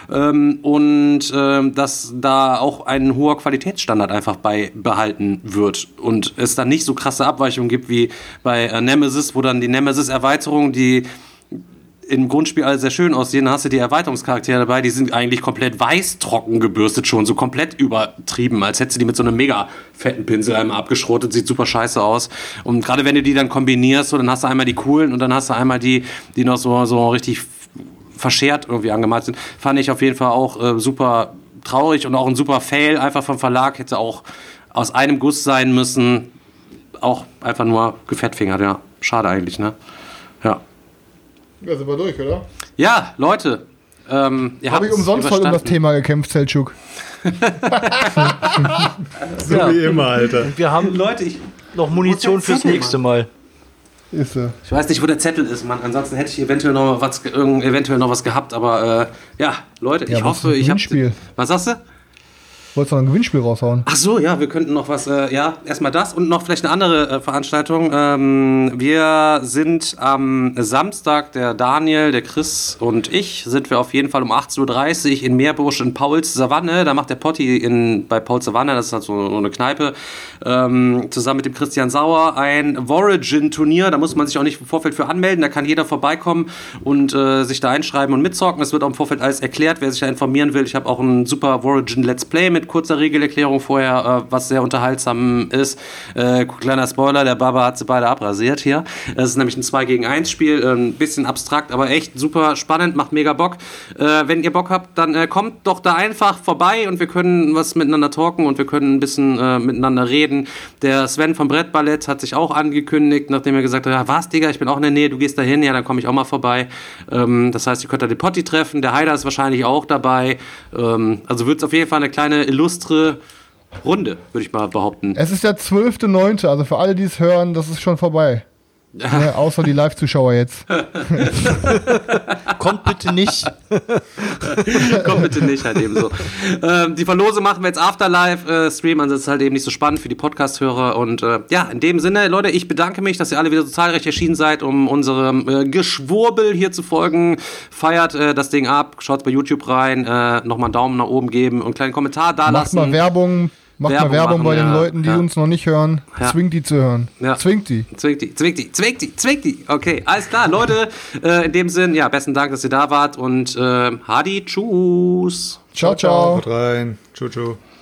dass da auch ein hoher Qualitätsstandard einfach beibehalten wird und es dann nicht so krasse Abweichungen gibt wie bei Nemesis, wo dann die Nemesis-Erweiterung, die im Grundspiel alle sehr schön aussehen, hast du die Erweiterungscharaktere dabei, die sind eigentlich komplett weiß trocken gebürstet schon, so komplett übertrieben, als hättest du die mit so einem mega fetten Pinsel einmal abgeschrotet, sieht super scheiße aus. Und gerade wenn du die dann kombinierst, so, dann hast du einmal die coolen und dann hast du einmal die noch so richtig verschert irgendwie angemalt sind, fand ich auf jeden Fall auch super traurig und auch ein super Fail, einfach vom Verlag, hätte auch aus einem Guss sein müssen, auch einfach nur gefettfingert, ja. Schade eigentlich, ne? Ja. Ja, sind wir durch, oder? Ja, Leute. Habe ich umsonst heute um das Thema gekämpft, Selçuk. So wie immer, Alter. Wir haben Leute, noch Munition fürs nächste Mal. Ist so. Ich weiß nicht, wo der Zettel ist, Mann. Ansonsten hätte ich eventuell noch was gehabt, aber ja, Leute, ich hoffe, ich habe. Was sagst du? Wolltest du noch ein Gewinnspiel raushauen? Ach so, ja, wir könnten noch was, erstmal das und noch vielleicht eine andere Veranstaltung. Wir sind am Samstag, der Daniel, der Chris und ich, sind wir auf jeden Fall um 18.30 Uhr in Meerbusch in Pauls Savanne. Da macht der Potti bei Pauls Savanne, das ist halt so eine Kneipe, zusammen mit dem Christian Sauer ein Vorigin-Turnier. Da muss man sich auch nicht im Vorfeld für anmelden, da kann jeder vorbeikommen und sich da einschreiben und mitzocken. Es wird auch im Vorfeld alles erklärt, wer sich da informieren will. Ich habe auch ein super Vorigin Let's Play mit kurzer Regelerklärung vorher, was sehr unterhaltsam ist. Kleiner Spoiler, der Baba hat sie beide abrasiert hier. Das ist nämlich ein 2-gegen-1 Spiel, ein bisschen abstrakt, aber echt super spannend, macht mega Bock. Wenn ihr Bock habt, dann kommt doch da einfach vorbei und wir können was miteinander talken und wir können ein bisschen miteinander reden. Der Sven vom Brettballett hat sich auch angekündigt, nachdem er gesagt hat, ja, was, Digga, ich bin auch in der Nähe, du gehst da hin, ja, dann komme ich auch mal vorbei. Das heißt, ihr könnt da den Potti treffen, der Haider ist wahrscheinlich auch dabei. Also wird es auf jeden Fall eine kleine illustre Runde, würde ich mal behaupten. Es ist der 12.9., also für alle, die es hören, das ist schon vorbei. Ja, außer die Live-Zuschauer jetzt. Kommt bitte nicht. Kommt bitte nicht, halt eben so. Die Verlose machen wir jetzt Afterlive-Stream, also das ist halt eben nicht so spannend für die Podcast-Hörer. Und ja, in dem Sinne, Leute, ich bedanke mich, dass ihr alle wieder so zahlreich erschienen seid, um unserem Geschwurbel hier zu folgen. Feiert das Ding ab, schaut bei YouTube rein, nochmal einen Daumen nach oben geben und einen kleinen Kommentar da lassen. Macht mal Werbung. Macht mal Werbung machen, bei den Leuten, die uns noch nicht hören. Ja. Zwingt die zu hören. Ja. Zwingt die. Okay, alles klar, Leute. In dem Sinn, ja, besten Dank, dass ihr da wart und Hadi, tschüss. Ciao, ciao. Haut rein. Tschüss.